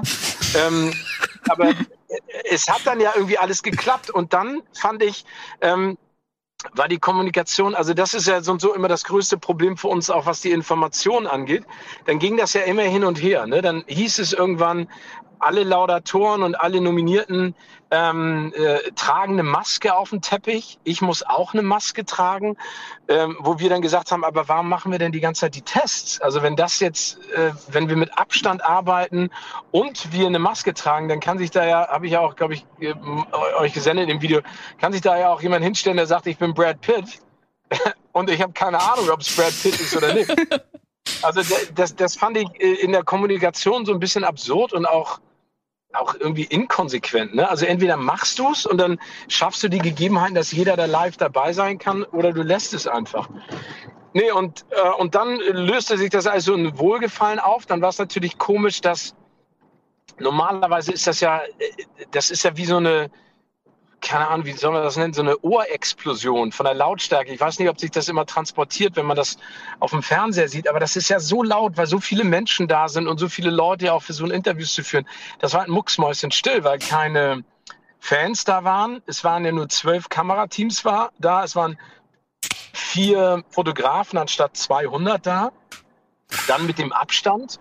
Aber es hat dann ja irgendwie alles geklappt. Und dann fand ich, war die Kommunikation, also das ist ja so und so immer das größte Problem für uns, auch was die Information angeht. Dann ging das ja immer hin und her. Ne? Dann hieß es irgendwann, alle Laudatoren und alle Nominierten tragen eine Maske auf dem Teppich. Ich muss auch eine Maske tragen, wo wir dann gesagt haben, aber warum machen wir denn die ganze Zeit die Tests? Also wenn das jetzt, wenn wir mit Abstand arbeiten und wir eine Maske tragen, dann kann sich da ja, habe ich ja auch, glaube ich, euch gesendet im Video, kann sich da ja auch jemand hinstellen, der sagt, ich bin Brad Pitt und ich habe keine Ahnung, ob es Brad Pitt ist oder nicht. Also das fand ich in der Kommunikation so ein bisschen absurd und auch irgendwie inkonsequent. Ne? Also entweder machst du es und dann schaffst du die Gegebenheiten, dass jeder da live dabei sein kann, oder du lässt es einfach. Nee, und dann löste sich das also ein Wohlgefallen auf. Dann war es natürlich komisch, dass normalerweise ist das ja wie so eine, keine Ahnung, wie soll man das nennen, so eine Ohrexplosion von der Lautstärke. Ich weiß nicht, ob sich das immer transportiert, wenn man das auf dem Fernseher sieht, aber das ist ja so laut, weil so viele Menschen da sind und so viele Leute auch für so ein Interview zu führen. Das war ein Mucksmäuschen-still, weil keine Fans da waren. Es waren ja nur 12 Kamerateams da. Es waren 4 Fotografen anstatt 200 da. Dann mit dem Abstand.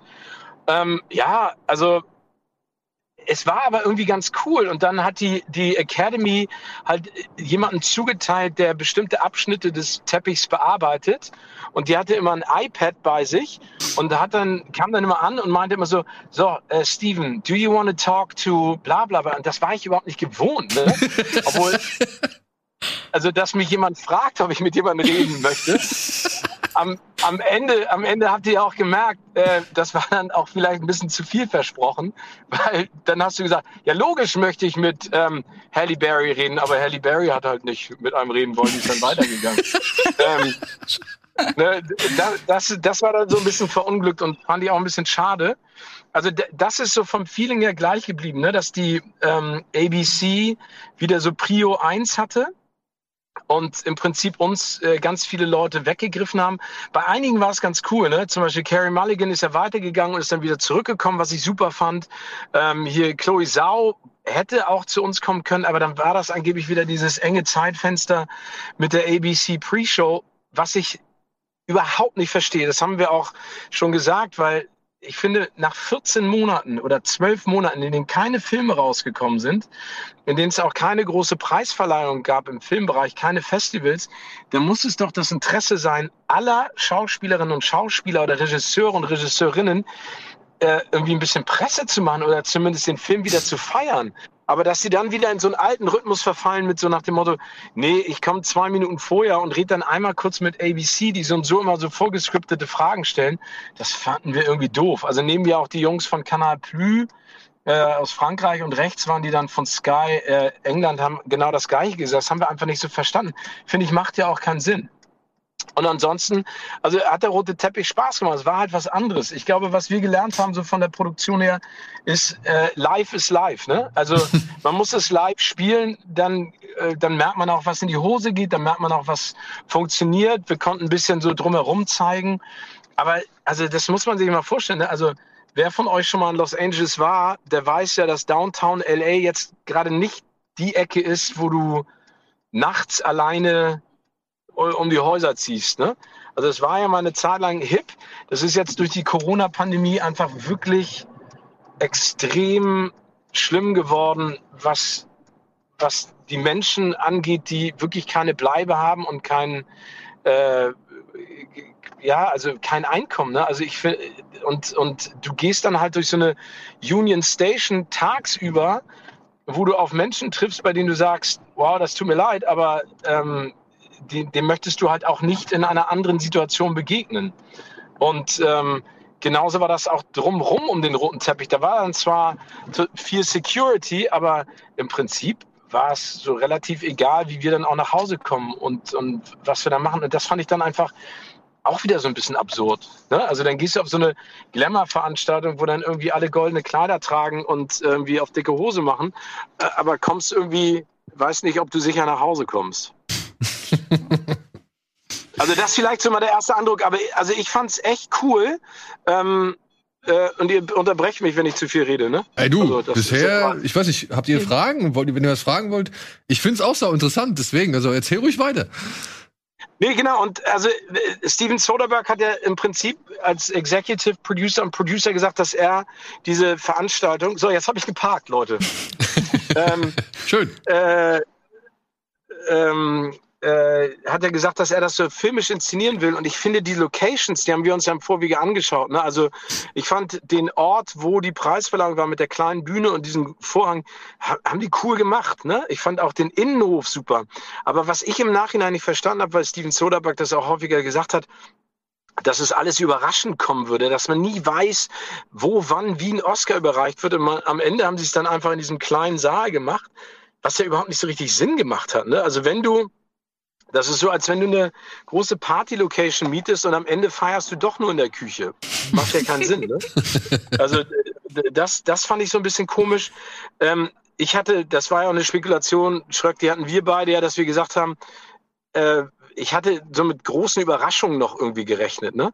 Also es war aber irgendwie ganz cool, und dann hat die Academy halt jemanden zugeteilt, der bestimmte Abschnitte des Teppichs bearbeitet, und die hatte immer ein iPad bei sich und kam dann immer an und meinte immer so, Steven, do you want to talk to bla bla bla, und das war ich überhaupt nicht gewohnt, ne? Obwohl, also dass mich jemand fragt, ob ich mit jemandem reden möchte. Am Ende habt ihr ja auch gemerkt, das war dann auch vielleicht ein bisschen zu viel versprochen, weil dann hast du gesagt, ja logisch möchte ich mit Halle Berry reden, aber Halle Berry hat halt nicht mit einem reden wollen, die ist dann weitergegangen. Das war dann so ein bisschen verunglückt und fand ich auch ein bisschen schade. Also das ist so vom Feeling her gleich geblieben, ne? Dass die ABC wieder so Prio 1 hatte und im Prinzip uns ganz viele Leute weggegriffen haben. Bei einigen war es ganz cool, ne? Zum Beispiel Carey Mulligan ist ja weitergegangen und ist dann wieder zurückgekommen, was ich super fand. Hier Chloe Zhao hätte auch zu uns kommen können, aber dann war das angeblich wieder dieses enge Zeitfenster mit der ABC Pre-Show, was ich überhaupt nicht verstehe. Das haben wir auch schon gesagt, weil ich finde, nach 14 Monaten oder 12 Monaten, in denen keine Filme rausgekommen sind, in denen es auch keine große Preisverleihung gab im Filmbereich, keine Festivals, dann muss es doch das Interesse sein, aller Schauspielerinnen und Schauspieler oder Regisseure und Regisseurinnen irgendwie ein bisschen Presse zu machen oder zumindest den Film wieder zu feiern. Aber dass sie dann wieder in so einen alten Rhythmus verfallen mit so nach dem Motto, nee, ich komme 2 Minuten vorher und rede dann einmal kurz mit ABC, die so und so immer so vorgeskriptete Fragen stellen, das fanden wir irgendwie doof. Also nehmen wir auch die Jungs von Canal Plus aus Frankreich und rechts waren die dann von Sky England, haben genau das Gleiche gesagt. Das haben wir einfach nicht so verstanden. Finde ich, macht ja auch keinen Sinn. Und ansonsten, also hat der rote Teppich Spaß gemacht. Es war halt was anderes. Ich glaube, was wir gelernt haben, so von der Produktion her, ist live ist live. Ne? Also man muss es live spielen, dann merkt man auch, was in die Hose geht, dann merkt man auch, was funktioniert. Wir konnten ein bisschen so drumherum zeigen. Aber also das muss man sich mal vorstellen. Ne? Also wer von euch schon mal in Los Angeles war, der weiß ja, dass Downtown LA jetzt gerade nicht die Ecke ist, wo du nachts alleine um die Häuser ziehst, ne? Also es war ja mal eine Zeit lang hip. Das ist jetzt durch die Corona-Pandemie einfach wirklich extrem schlimm geworden, was die Menschen angeht, die wirklich keine Bleibe haben und kein Einkommen, ne? Also ich finde, und du gehst dann halt durch so eine Union Station tagsüber, wo du auf Menschen triffst, bei denen du sagst, wow, das tut mir leid, aber dem möchtest du halt auch nicht in einer anderen Situation begegnen. Und genauso war das auch drumherum um den roten Teppich. Da war dann zwar viel Security, aber im Prinzip war es so relativ egal, wie wir dann auch nach Hause kommen und was wir da machen. Und das fand ich dann einfach auch wieder so ein bisschen absurd. Ne? Also dann gehst du auf so eine Glamour-Veranstaltung, wo dann irgendwie alle goldene Kleider tragen und irgendwie auf dicke Hose machen, aber kommst irgendwie, weiß nicht, ob du sicher nach Hause kommst. Also das vielleicht so mal der erste Eindruck, aber also ich fand's echt cool. Und ihr unterbrecht mich, wenn ich zu viel rede, ne? Ey du, also, bisher, ich weiß nicht, habt ihr Fragen? Wenn ihr was fragen wollt? Ich find's auch so interessant, deswegen, also erzähl ruhig weiter. Nee, genau, und also Steven Soderbergh hat ja im Prinzip als Executive Producer und Producer gesagt, dass er diese Veranstaltung, so jetzt habe ich geparkt, Leute. Schön. Hat er gesagt, dass er das so filmisch inszenieren will. Und ich finde, die Locations, die haben wir uns ja im Vorwege angeschaut. Ne? Also ich fand den Ort, wo die Preisverleihung war mit der kleinen Bühne und diesem Vorhang, haben die cool gemacht. Ne? Ich fand auch den Innenhof super. Aber was ich im Nachhinein nicht verstanden habe, weil Steven Soderbergh das auch häufiger gesagt hat, dass es alles überraschend kommen würde, dass man nie weiß, wo, wann, wie ein Oscar überreicht wird. Und am Ende haben sie es dann einfach in diesem kleinen Saal gemacht, was ja überhaupt nicht so richtig Sinn gemacht hat. Ne? Also das ist so, als wenn du eine große Party-Location mietest und am Ende feierst du doch nur in der Küche. Macht ja keinen Sinn, ne? Also das fand ich so ein bisschen komisch. Das war ja auch eine Spekulation, Schröck, die hatten wir beide ja, dass wir gesagt haben, ich hatte so mit großen Überraschungen noch irgendwie gerechnet, ne?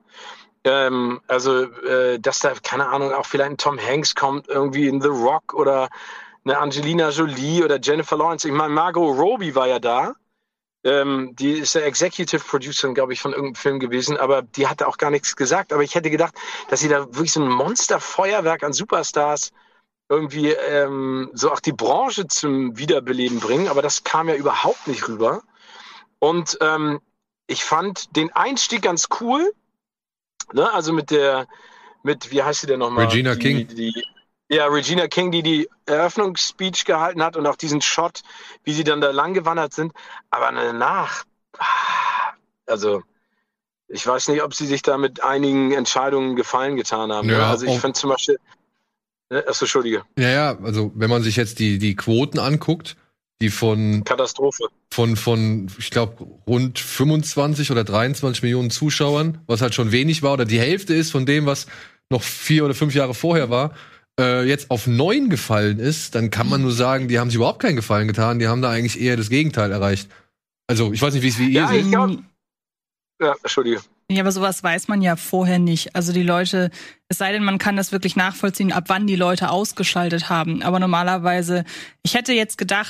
Dass da, keine Ahnung, auch vielleicht ein Tom Hanks kommt, irgendwie in The Rock oder eine Angelina Jolie oder Jennifer Lawrence. Ich meine, Margot Robbie war ja da. Die ist der Executive Producer, glaube ich, von irgendeinem Film gewesen, aber die hatte auch gar nichts gesagt. Aber ich hätte gedacht, dass sie da wirklich so ein Monsterfeuerwerk an Superstars irgendwie so auch die Branche zum Wiederbeleben bringen. Aber das kam ja überhaupt nicht rüber. Und ich fand den Einstieg ganz cool. Ne? Also wie heißt sie denn nochmal? Regina King. Regina King, die Eröffnungsspeech gehalten hat und auch diesen Shot, wie sie dann da lang gewandert sind. Aber danach, also ich weiß nicht, ob sie sich da mit einigen Entscheidungen Gefallen getan haben. Ja, also ich finde zum Beispiel, achso, Entschuldige. Ja, also wenn man sich jetzt die Quoten anguckt, die von Katastrophe. Von ich glaube, rund 25 oder 23 Millionen Zuschauern, was halt schon wenig war, oder die Hälfte ist von dem, was noch 4 oder 5 Jahre vorher war, jetzt auf 9 gefallen ist, dann kann man nur sagen, die haben sich überhaupt keinen Gefallen getan, die haben da eigentlich eher das Gegenteil erreicht. Also, ich weiß nicht, wie ihr seht. Ja, Entschuldige. Ja, aber sowas weiß man ja vorher nicht. Also die Leute, es sei denn, man kann das wirklich nachvollziehen, ab wann die Leute ausgeschaltet haben. Aber normalerweise, ich hätte jetzt gedacht,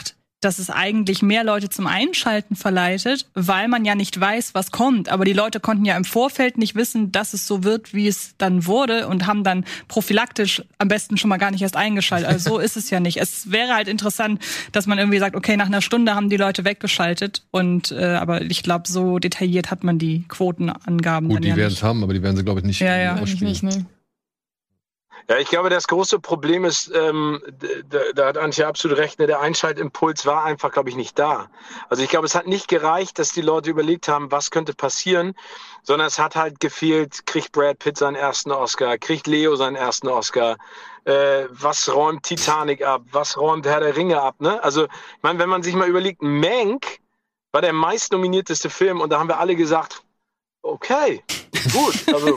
dass es eigentlich mehr Leute zum Einschalten verleitet, weil man ja nicht weiß, was kommt. Aber die Leute konnten ja im Vorfeld nicht wissen, dass es so wird, wie es dann wurde und haben dann prophylaktisch am besten schon mal gar nicht erst eingeschaltet. Also so ist es ja nicht. Es wäre halt interessant, dass man irgendwie sagt, okay, nach einer Stunde haben die Leute weggeschaltet. Und aber ich glaube, so detailliert hat man die Quotenangaben Gut, dann die ja werden es haben, aber die werden sie, glaube ich, nicht ausspielen. Nicht, nee. Ja, ich glaube, das große Problem ist, da hat Antje absolut recht, der Einschaltimpuls war einfach, glaube ich, nicht da. Also ich glaube, es hat nicht gereicht, dass die Leute überlegt haben, was könnte passieren, sondern es hat halt gefehlt, kriegt Brad Pitt seinen ersten Oscar, kriegt Leo seinen ersten Oscar, was räumt Titanic ab, was räumt Herr der Ringe ab, ne? Also, ich meine, wenn man sich mal überlegt, Mank war der meistnominierteste Film und da haben wir alle gesagt, okay, gut, also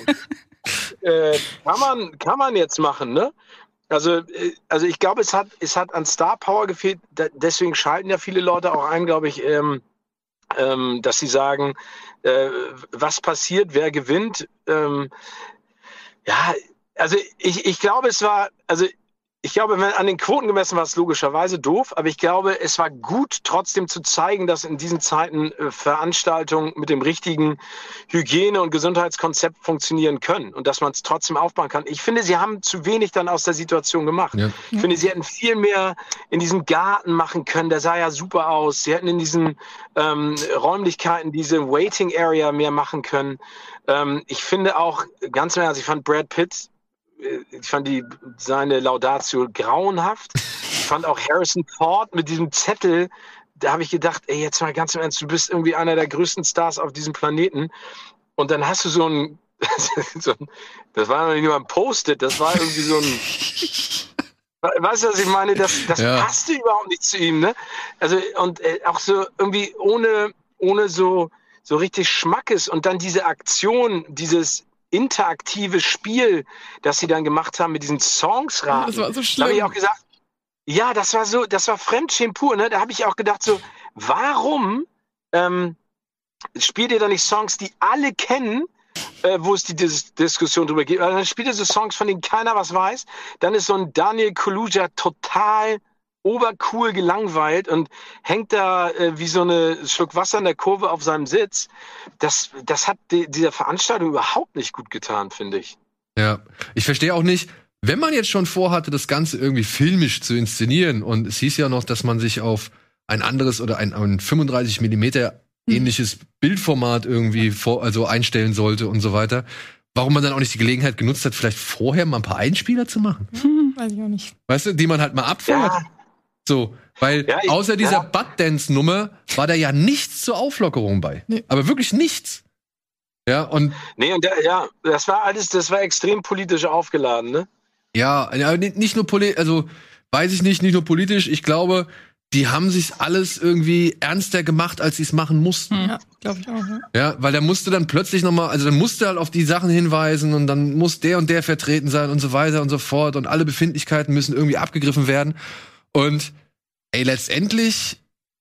kann man jetzt machen, ne? Also ich glaube, es hat an Star Power gefehlt. Deswegen schalten ja viele Leute auch ein, glaube ich, dass sie sagen, was passiert, wer gewinnt. Ja, also ich glaube, ich glaube, wenn an den Quoten gemessen war es logischerweise doof, aber ich glaube, es war gut, trotzdem zu zeigen, dass in diesen Zeiten Veranstaltungen mit dem richtigen Hygiene- und Gesundheitskonzept funktionieren können und dass man es trotzdem aufbauen kann. Ich finde, sie haben zu wenig dann aus der Situation gemacht. Ja. Ich finde, sie hätten viel mehr in diesem Garten machen können, der sah ja super aus. Sie hätten in diesen Räumlichkeiten diese Waiting Area mehr machen können. Ich finde auch, ganz im Ernst, ich fand Brad Pitt, ich fand seine Laudatio grauenhaft. Ich fand auch Harrison Ford mit diesem Zettel, da habe ich gedacht, ey, jetzt mal ganz im Ernst, du bist irgendwie einer der größten Stars auf diesem Planeten. Und dann hast du so ein das war noch nicht nur ein Post-it, das war irgendwie so ein, weißt du, was ich meine? Das passte überhaupt nicht zu ihm, ne? Also, und auch so irgendwie ohne so richtig Schmackes und dann diese Aktion, dieses interaktive Spiel, das sie dann gemacht haben mit diesen Songs raten. Das war so schlimm. Da habe ich auch gesagt, ja, das war Fremdschämen pur, ne? Da habe ich auch gedacht so, warum spielt ihr da nicht Songs, die alle kennen, wo es die Diskussion drüber geht? Dann spielt ihr so Songs, von denen keiner was weiß. Dann ist so ein Daniel Kaluuya total obercool gelangweilt und hängt da wie so eine Schluck Wasser in der Kurve auf seinem Sitz. Das hat dieser Veranstaltung überhaupt nicht gut getan, finde ich. Ja, ich verstehe auch nicht, wenn man jetzt schon vorhatte, das Ganze irgendwie filmisch zu inszenieren und es hieß ja noch, dass man sich auf ein anderes oder ein 35 mm ähnliches Bildformat irgendwie einstellen sollte und so weiter, warum man dann auch nicht die Gelegenheit genutzt hat, vielleicht vorher mal ein paar Einspieler zu machen. Weiß ich auch nicht. Weißt du, die man halt mal abfeuert. Ja. So, weil außer dieser Butt-Dance-Nummer war da ja nichts zur Auflockerung bei. Nee. Aber wirklich nichts. Ja, und. Nee, und das war extrem politisch aufgeladen, ne? Ja, nicht nur nicht nur politisch, ich glaube, die haben sich alles irgendwie ernster gemacht, als sie es machen mussten. Ja, glaube ich auch, ja. Ja, weil der musste dann plötzlich dann musste halt auf die Sachen hinweisen und dann muss der und der vertreten sein und so weiter und so fort und alle Befindlichkeiten müssen irgendwie abgegriffen werden. Und letztendlich,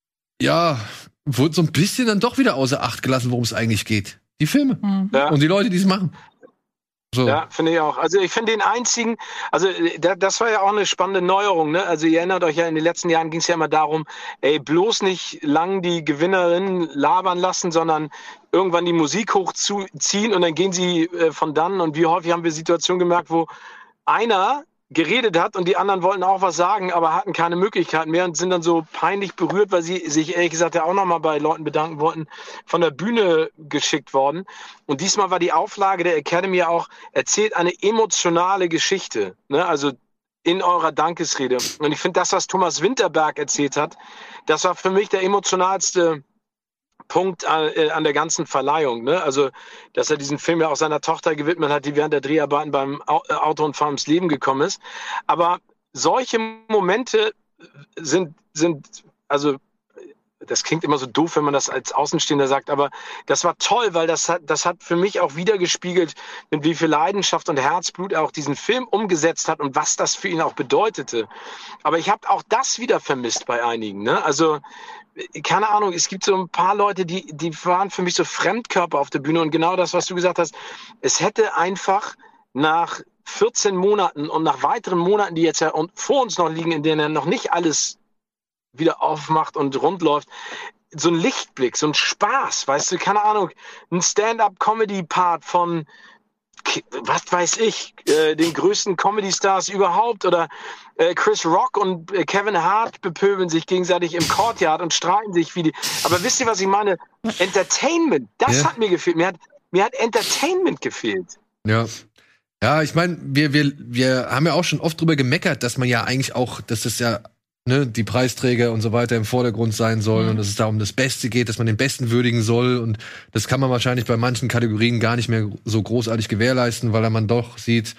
wurde so ein bisschen dann doch wieder außer Acht gelassen, worum es eigentlich geht. Die Filme. Ja. Und die Leute, die es machen. So. Ja, finde ich auch. Also ich finde den einzigen, das war ja auch eine spannende Neuerung, ne? Also ihr erinnert euch ja, in den letzten Jahren ging es ja immer darum, bloß nicht lang die Gewinnerinnen labern lassen, sondern irgendwann die Musik hochziehen und dann gehen sie von dann. Und wie häufig haben wir Situationen gemerkt, wo einer geredet hat und die anderen wollten auch was sagen, aber hatten keine Möglichkeit mehr und sind dann so peinlich berührt, weil sie sich ehrlich gesagt ja auch nochmal bei Leuten bedanken wollten, von der Bühne geschickt worden. Und diesmal war die Auflage der Academy auch, erzählt eine emotionale Geschichte, ne? Also in eurer Dankesrede. Und ich finde das, was Thomas Winterberg erzählt hat, das war für mich der emotionalste Punkt an der ganzen Verleihung, ne? Also, dass er diesen Film ja auch seiner Tochter gewidmet hat, die während der Dreharbeiten beim Autounfall ums Leben gekommen ist. Aber solche Momente sind, also, das klingt immer so doof, wenn man das als Außenstehender sagt, aber das war toll, weil das hat für mich auch wiedergespiegelt, mit wie viel Leidenschaft und Herzblut er auch diesen Film umgesetzt hat und was das für ihn auch bedeutete. Aber ich habe auch das wieder vermisst bei einigen, ne? Also, keine Ahnung, es gibt so ein paar Leute, die waren für mich so Fremdkörper auf der Bühne und genau das, was du gesagt hast, es hätte einfach nach 14 Monaten und nach weiteren Monaten, die jetzt ja vor uns noch liegen, in denen er noch nicht alles wieder aufmacht und rund läuft. So ein Lichtblick, so ein Spaß, weißt du, keine Ahnung, ein Stand-up-Comedy-Part von, was weiß ich, den größten Comedy-Stars überhaupt oder Chris Rock und Kevin Hart bepöbeln sich gegenseitig im Courtyard und streiten sich wie die. Aber wisst ihr, was ich meine? Entertainment, das hat mir gefehlt. Mir hat Entertainment gefehlt. Ja. Ja, ich meine, wir haben ja auch schon oft drüber gemeckert, dass man ja eigentlich auch, dass das ja die Preisträger und so weiter im Vordergrund sein sollen und dass es da um das Beste geht, dass man den Besten würdigen soll und das kann man wahrscheinlich bei manchen Kategorien gar nicht mehr so großartig gewährleisten, weil man doch sieht,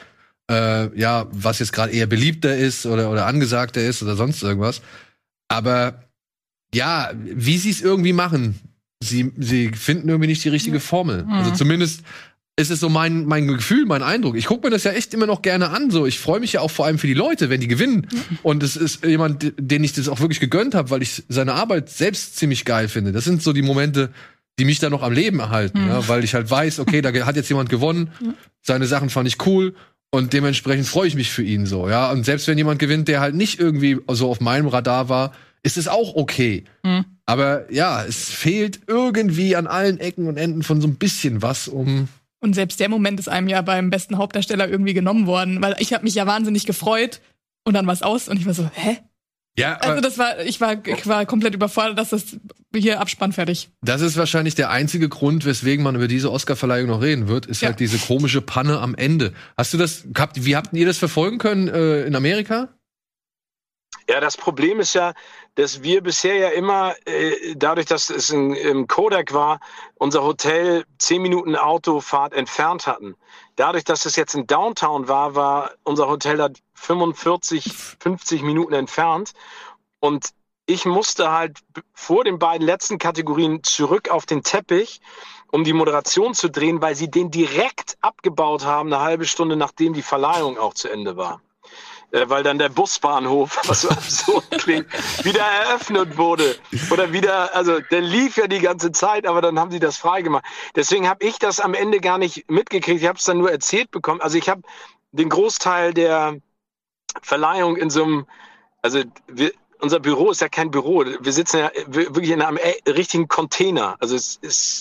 was jetzt gerade eher beliebter ist oder angesagter ist oder sonst irgendwas. Aber ja, wie sie es irgendwie machen, sie finden irgendwie nicht die richtige Formel. Also zumindest ist es so mein Gefühl, mein Eindruck. Ich gucke mir das ja echt immer noch gerne an. So, ich freue mich ja auch vor allem für die Leute, wenn die gewinnen. Und es ist jemand, den ich das auch wirklich gegönnt habe, weil ich seine Arbeit selbst ziemlich geil finde. Das sind so die Momente, die mich dann noch am Leben erhalten, weil ich halt weiß, okay, da hat jetzt jemand gewonnen. Seine Sachen fand ich cool. Und dementsprechend freue ich mich für ihn so, ja. Und selbst wenn jemand gewinnt, der halt nicht irgendwie so auf meinem Radar war, ist es auch okay. Aber ja, es fehlt irgendwie an allen Ecken und Enden von so ein bisschen was, Und selbst der Moment ist einem ja beim besten Hauptdarsteller irgendwie genommen worden, weil ich habe mich ja wahnsinnig gefreut und dann war es aus und ich war so, hä? Ja, also ich war komplett überfordert, dass das hier Abspann fertig. Das ist wahrscheinlich der einzige Grund, weswegen man über diese Oscarverleihung noch reden wird, ist halt diese komische Panne am Ende. Wie habt ihr das verfolgen können in Amerika? Ja, das Problem ist ja, dass wir bisher ja immer, dadurch, dass es im Kodak war, unser Hotel 10 Minuten Autofahrt entfernt hatten. Dadurch, dass es jetzt in Downtown war unser Hotel da 45, 50 Minuten entfernt. Und ich musste halt vor den beiden letzten Kategorien zurück auf den Teppich, um die Moderation zu drehen, weil sie den direkt abgebaut haben, eine halbe Stunde nachdem die Verleihung auch zu Ende war. Weil dann der Busbahnhof, was so absurd klingt, wieder eröffnet wurde. Oder wieder, also der lief ja die ganze Zeit, aber dann haben sie das freigemacht. Deswegen habe ich das am Ende gar nicht mitgekriegt. Ich habe es dann nur erzählt bekommen. Also ich habe den Großteil der Verleihung in so einem, unser Büro ist ja kein Büro. Wir sitzen ja wirklich in einem richtigen Container. Also das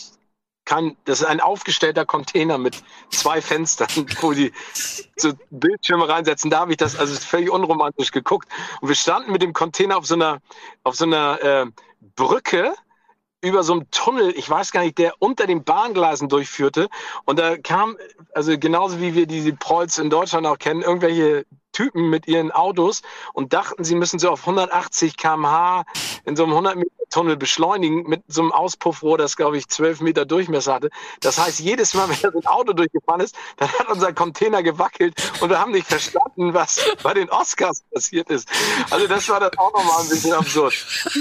ist ein aufgestellter Container mit 2 Fenstern, wo die so Bildschirme reinsetzen. Da habe ich das, also ist völlig unromantisch geguckt. Und wir standen mit dem Container auf so einer Brücke über so einem Tunnel, ich weiß gar nicht, der unter den Bahngleisen durchführte. Und da kam, also genauso wie wir diese Prolls in Deutschland auch kennen, irgendwelche Typen mit ihren Autos und dachten, sie müssen so auf 180 km/h in so einem 100-Meter-Tunnel beschleunigen mit so einem Auspuffrohr, das, glaube ich, 12 Meter Durchmesser hatte. Das heißt, jedes Mal, wenn so ein Auto durchgefahren ist, dann hat unser Container gewackelt und wir haben nicht verstanden, was bei den Oscars passiert ist. Also das war dann auch nochmal ein bisschen absurd.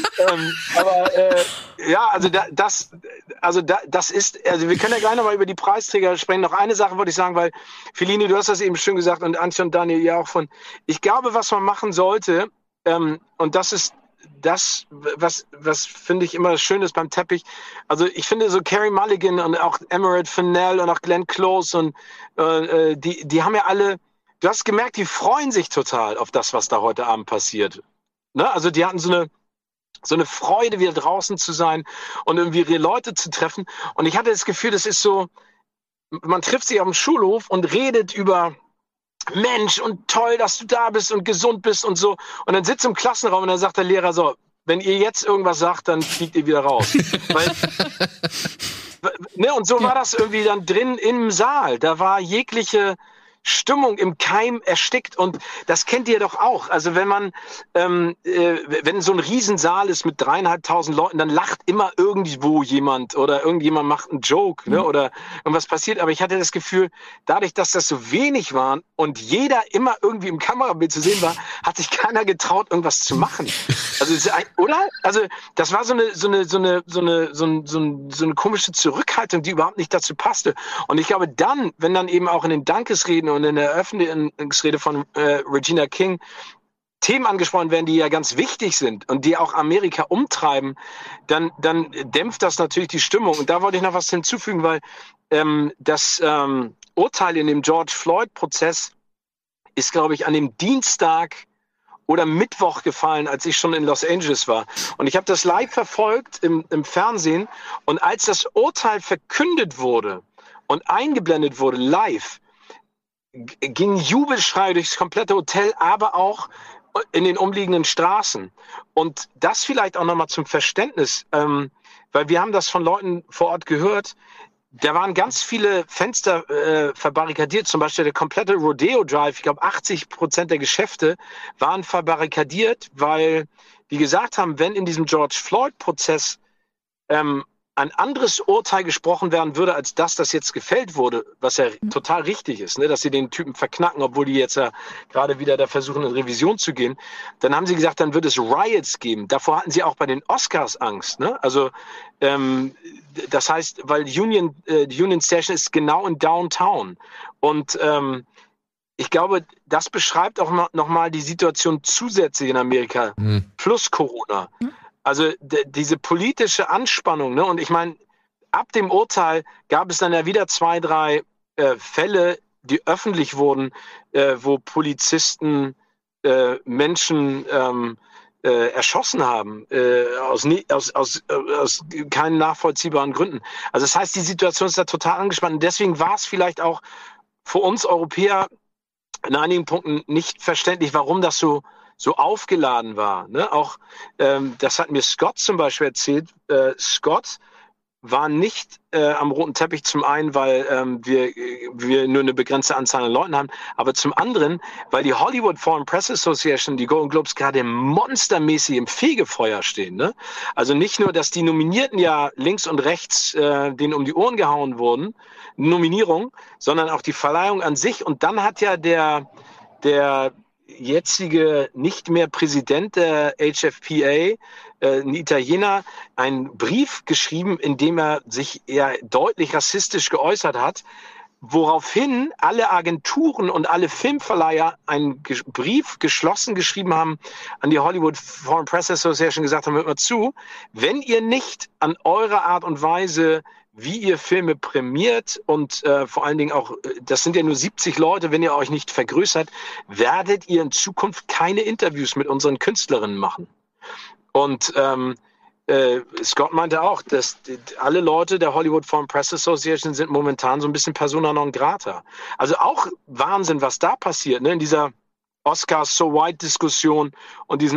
Das ist, also wir können ja gleich nochmal über die Preisträger sprechen. Noch eine Sache wollte ich sagen, weil Feline, du hast das eben schön gesagt und Antje und Daniel ja auch von, ich glaube, was man machen sollte, und das ist das, was finde ich immer schön ist beim Teppich. Also ich finde so Carey Mulligan und auch Emerald Fennell und auch Glenn Close und die haben ja alle, du hast gemerkt, die freuen sich total auf das, was da heute Abend passiert. Ne? Also die hatten so eine Freude, wieder draußen zu sein und irgendwie ihre Leute zu treffen. Und ich hatte das Gefühl, das ist so, man trifft sich auf dem Schulhof und redet über Mensch und toll, dass du da bist und gesund bist und so. Und dann sitzt du im Klassenraum und dann sagt der Lehrer so, wenn ihr jetzt irgendwas sagt, dann fliegt ihr wieder raus. Und so war das irgendwie dann drin im Saal. Da war jegliche Stimmung im Keim erstickt und das kennt ihr doch auch. Also wenn man, wenn so ein Riesensaal ist mit 3.500 Leuten, dann lacht immer irgendwo jemand oder irgendjemand macht einen Joke, ne, oder irgendwas passiert. Aber ich hatte das Gefühl, dadurch, dass das so wenig waren und jeder immer irgendwie im Kamerabild zu sehen war, hat sich keiner getraut, irgendwas zu machen. Also oder? Also das war so eine komische Zurückhaltung, die überhaupt nicht dazu passte. Und ich glaube dann, wenn dann eben auch in den Dankesreden und in der Eröffnungsrede von Regina King Themen angesprochen werden, die ja ganz wichtig sind und die auch Amerika umtreiben, dann dämpft das natürlich die Stimmung. Und da wollte ich noch was hinzufügen, weil das Urteil in dem George Floyd-Prozess ist, glaube ich, an dem Dienstag oder Mittwoch gefallen, als ich schon in Los Angeles war. Und ich habe das live verfolgt im Fernsehen. Und als das Urteil verkündet wurde und eingeblendet wurde live, ging Jubelschrei durchs komplette Hotel, aber auch in den umliegenden Straßen. Und das vielleicht auch nochmal zum Verständnis, weil wir haben das von Leuten vor Ort gehört, da waren ganz viele Fenster verbarrikadiert, zum Beispiel der komplette Rodeo Drive, ich glaube 80% der Geschäfte waren verbarrikadiert, weil die gesagt haben, wenn in diesem George Floyd-Prozess ein anderes Urteil gesprochen werden würde, als das jetzt gefällt wurde, was ja total richtig ist, ne, dass sie den Typen verknacken, obwohl die jetzt ja gerade wieder da versuchen, in Revision zu gehen, dann haben sie gesagt, dann wird es Riots geben. Davor hatten sie auch bei den Oscars Angst. Ne? Also das heißt, weil die Union Station ist genau in Downtown. Und ich glaube, das beschreibt auch nochmal die Situation zusätzlich in Amerika, plus Corona. Also diese politische Anspannung, ne? Und ich meine, ab dem Urteil gab es dann ja wieder 2, 3 Fälle, die öffentlich wurden, wo Polizisten Menschen erschossen haben, aus keinen nachvollziehbaren Gründen. Also das heißt, die Situation ist da total angespannt. Und deswegen war es vielleicht auch für uns Europäer in einigen Punkten nicht verständlich, warum das so aufgeladen war. Ne? Auch das hat mir Scott zum Beispiel erzählt. Scott war nicht am roten Teppich, zum einen, weil wir nur eine begrenzte Anzahl an Leuten haben, aber zum anderen, weil die Hollywood Foreign Press Association, die Golden Globes, gerade monstermäßig im Fegefeuer stehen. Ne? Also nicht nur, dass die Nominierten ja links und rechts denen um die Ohren gehauen wurden, Nominierung, sondern auch die Verleihung an sich. Und dann hat ja der jetzige nicht mehr Präsident der HFPA, ein Italiener, einen Brief geschrieben, in dem er sich eher deutlich rassistisch geäußert hat, woraufhin alle Agenturen und alle Filmverleiher einen Brief geschlossen geschrieben haben an die Hollywood Foreign Press Association, gesagt haben, hört mal zu, wenn ihr nicht an eurer Art und Weise, wie ihr Filme prämiert und vor allen Dingen auch, das sind ja nur 70 Leute, wenn ihr euch nicht vergrößert, werdet ihr in Zukunft keine Interviews mit unseren Künstlerinnen machen. Und Scott meinte auch, dass alle Leute der Hollywood Foreign Press Association sind momentan so ein bisschen persona non grata. Also auch Wahnsinn, was da passiert, ne, in dieser Oscars so white Diskussion und diesen...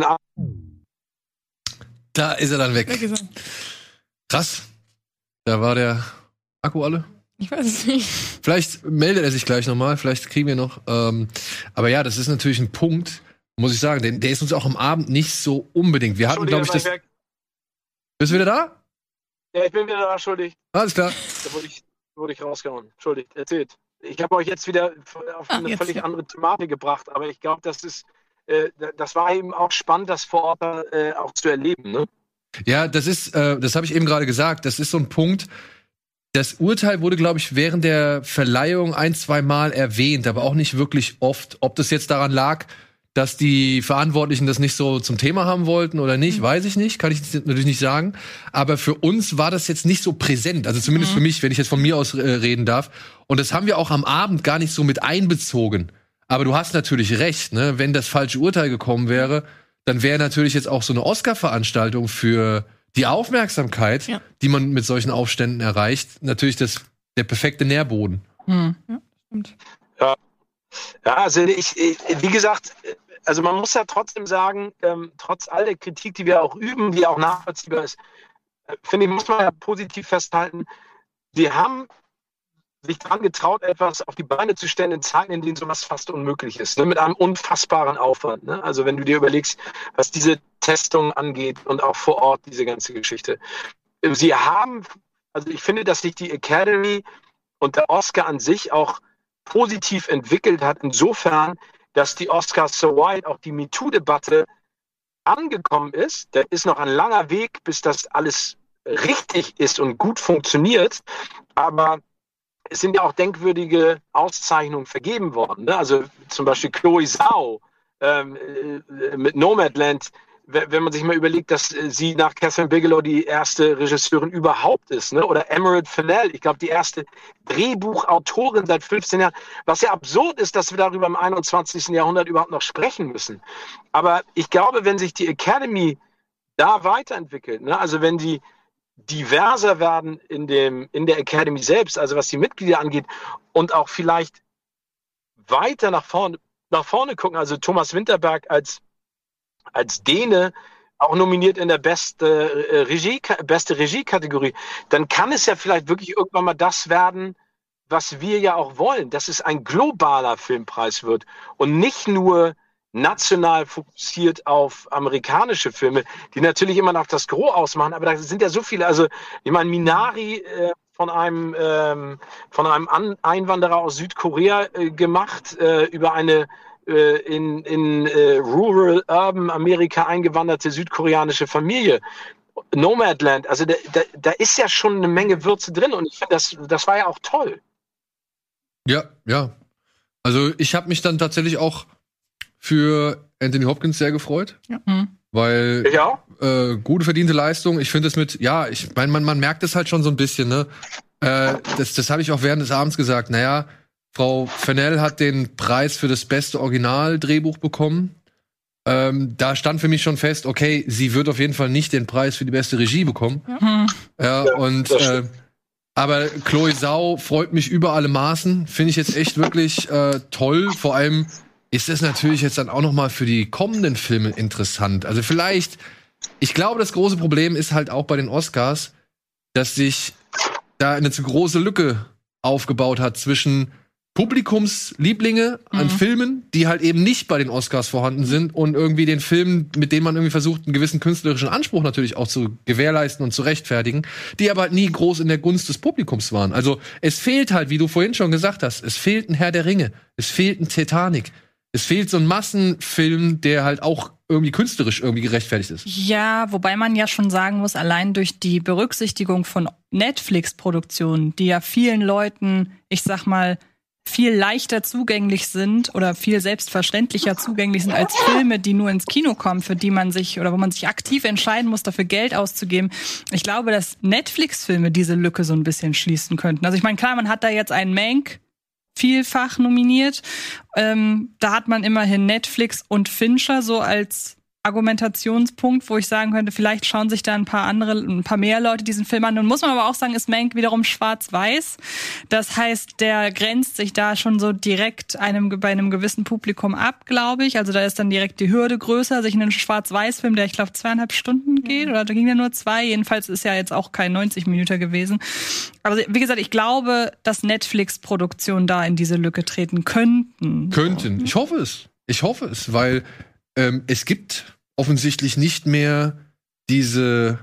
Da ist er dann weg. Krass. Da war der Akku alle? Ich weiß es nicht. Vielleicht meldet er sich gleich nochmal, vielleicht kriegen wir noch. Aber ja, das ist natürlich ein Punkt, muss ich sagen, der ist uns auch am Abend nicht so unbedingt. Wir hatten, glaube ich, das... Bist du wieder da? Ja, ich bin wieder da, schuldig. Alles klar. Da wurde ich rausgehauen. Entschuldigt, erzählt. Ich habe euch jetzt wieder auf eine völlig andere Thematik gebracht, aber ich glaube, das war eben auch spannend, das vor Ort auch zu erleben, ne? Ja, das habe ich eben gerade gesagt, das ist so ein Punkt. Das Urteil wurde, glaube ich, während der Verleihung 1-2 Mal erwähnt, aber auch nicht wirklich oft. Ob das jetzt daran lag, dass die Verantwortlichen das nicht so zum Thema haben wollten oder nicht, weiß ich nicht, kann ich natürlich nicht sagen. Aber für uns war das jetzt nicht so präsent, also zumindest für mich, wenn ich jetzt von mir aus reden darf. Und das haben wir auch am Abend gar nicht so mit einbezogen. Aber du hast natürlich recht, ne? Wenn das falsche Urteil gekommen wäre, dann wäre natürlich jetzt auch so eine Oscar-Veranstaltung für die Aufmerksamkeit, die man mit solchen Aufständen erreicht, natürlich der perfekte Nährboden. Ja, stimmt. Ja, also wie gesagt, also man muss ja trotzdem sagen, trotz all der Kritik, die wir auch üben, die auch nachvollziehbar ist, finde ich, muss man ja positiv festhalten, sie haben sich daran getraut, etwas auf die Beine zu stellen in Zeiten, in denen sowas fast unmöglich ist, ne? Mit einem unfassbaren Aufwand. Ne? Also wenn du dir überlegst, was diese Testung angeht und auch vor Ort diese ganze Geschichte. Sie haben, also ich finde, dass sich die Academy und der Oscar an sich auch positiv entwickelt hat, insofern, dass die Oscars so white, auch die MeToo-Debatte angekommen ist. Da ist noch ein langer Weg, bis das alles richtig ist und gut funktioniert, aber es sind ja auch denkwürdige Auszeichnungen vergeben worden. Ne? Also zum Beispiel Chloe Zhao mit Nomadland, wenn man sich mal überlegt, dass sie nach Catherine Bigelow die erste Regisseurin überhaupt ist, ne? Oder Emerald Fennell, ich glaube, die erste Drehbuchautorin seit 15 Jahren. Was ja absurd ist, dass wir darüber im 21. Jahrhundert überhaupt noch sprechen müssen. Aber ich glaube, wenn sich die Academy da weiterentwickelt, ne? Also wenn die diverser werden in der Academy selbst, also was die Mitglieder angeht, und auch vielleicht weiter nach vorne gucken, also Thomas Winterberg als Däne auch nominiert in der beste Regie-Kategorie, dann kann es ja vielleicht wirklich irgendwann mal das werden, was wir ja auch wollen, dass es ein globaler Filmpreis wird und nicht nur national fokussiert auf amerikanische Filme, die natürlich immer noch das Gros ausmachen, aber da sind ja so viele, also ich meine Minari von einem Einwanderer aus Südkorea gemacht, über eine in Rural Urban Amerika eingewanderte südkoreanische Familie. Nomadland, also da ist ja schon eine Menge Würze drin und ich finde, das war ja auch toll. Ja. Also ich habe mich dann tatsächlich auch für Anthony Hopkins sehr gefreut. Ja. Weil gute verdiente Leistung. Ich finde es ich meine, man merkt es halt schon so ein bisschen, ne? Das habe ich auch während des Abends gesagt. Naja, Frau Fennell hat den Preis für das beste Originaldrehbuch bekommen. Da stand für mich schon fest, okay, sie wird auf jeden Fall nicht den Preis für die beste Regie bekommen. Aber Chloe Zhao freut mich über alle Maßen. Finde ich jetzt echt wirklich toll. Vor allem ist es natürlich jetzt dann auch noch mal für die kommenden Filme interessant. Also ich glaube, das große Problem ist halt auch bei den Oscars, dass sich da eine zu große Lücke aufgebaut hat zwischen Publikumslieblinge an Filmen, die halt eben nicht bei den Oscars vorhanden sind und irgendwie den Filmen, mit denen man irgendwie versucht, einen gewissen künstlerischen Anspruch natürlich auch zu gewährleisten und zu rechtfertigen, die aber halt nie groß in der Gunst des Publikums waren. Also es fehlt halt, wie du vorhin schon gesagt hast, es fehlt ein Herr der Ringe, es fehlt ein Titanic, es fehlt so ein Massenfilm, der halt auch irgendwie künstlerisch irgendwie gerechtfertigt ist. Ja, wobei man ja schon sagen muss, allein durch die Berücksichtigung von Netflix-Produktionen, die ja vielen Leuten, ich sag mal, viel leichter zugänglich sind oder viel selbstverständlicher zugänglich sind als Filme, die nur ins Kino kommen, für die man sich oder wo man sich aktiv entscheiden muss, dafür Geld auszugeben. Ich glaube, dass Netflix-Filme diese Lücke so ein bisschen schließen könnten. Also ich meine, klar, man hat da jetzt einen Mank vielfach nominiert. Da hat man immerhin Netflix und Fincher so als Argumentationspunkt, wo ich sagen könnte, vielleicht schauen sich da ein paar mehr Leute diesen Film an. Nun muss man aber auch sagen, ist Mank wiederum schwarz-weiß. Das heißt, der grenzt sich da schon so direkt bei einem gewissen Publikum ab, glaube ich. Also da ist dann direkt die Hürde größer, sich in einen Schwarz-Weiß-Film, der ich glaube 2,5 Stunden geht, oder da ging ja nur 2. Jedenfalls ist ja jetzt auch kein 90 Minuten gewesen. Aber wie gesagt, ich glaube, dass Netflix-Produktionen da in diese Lücke treten könnten. Ich hoffe es, weil es gibt offensichtlich nicht mehr diese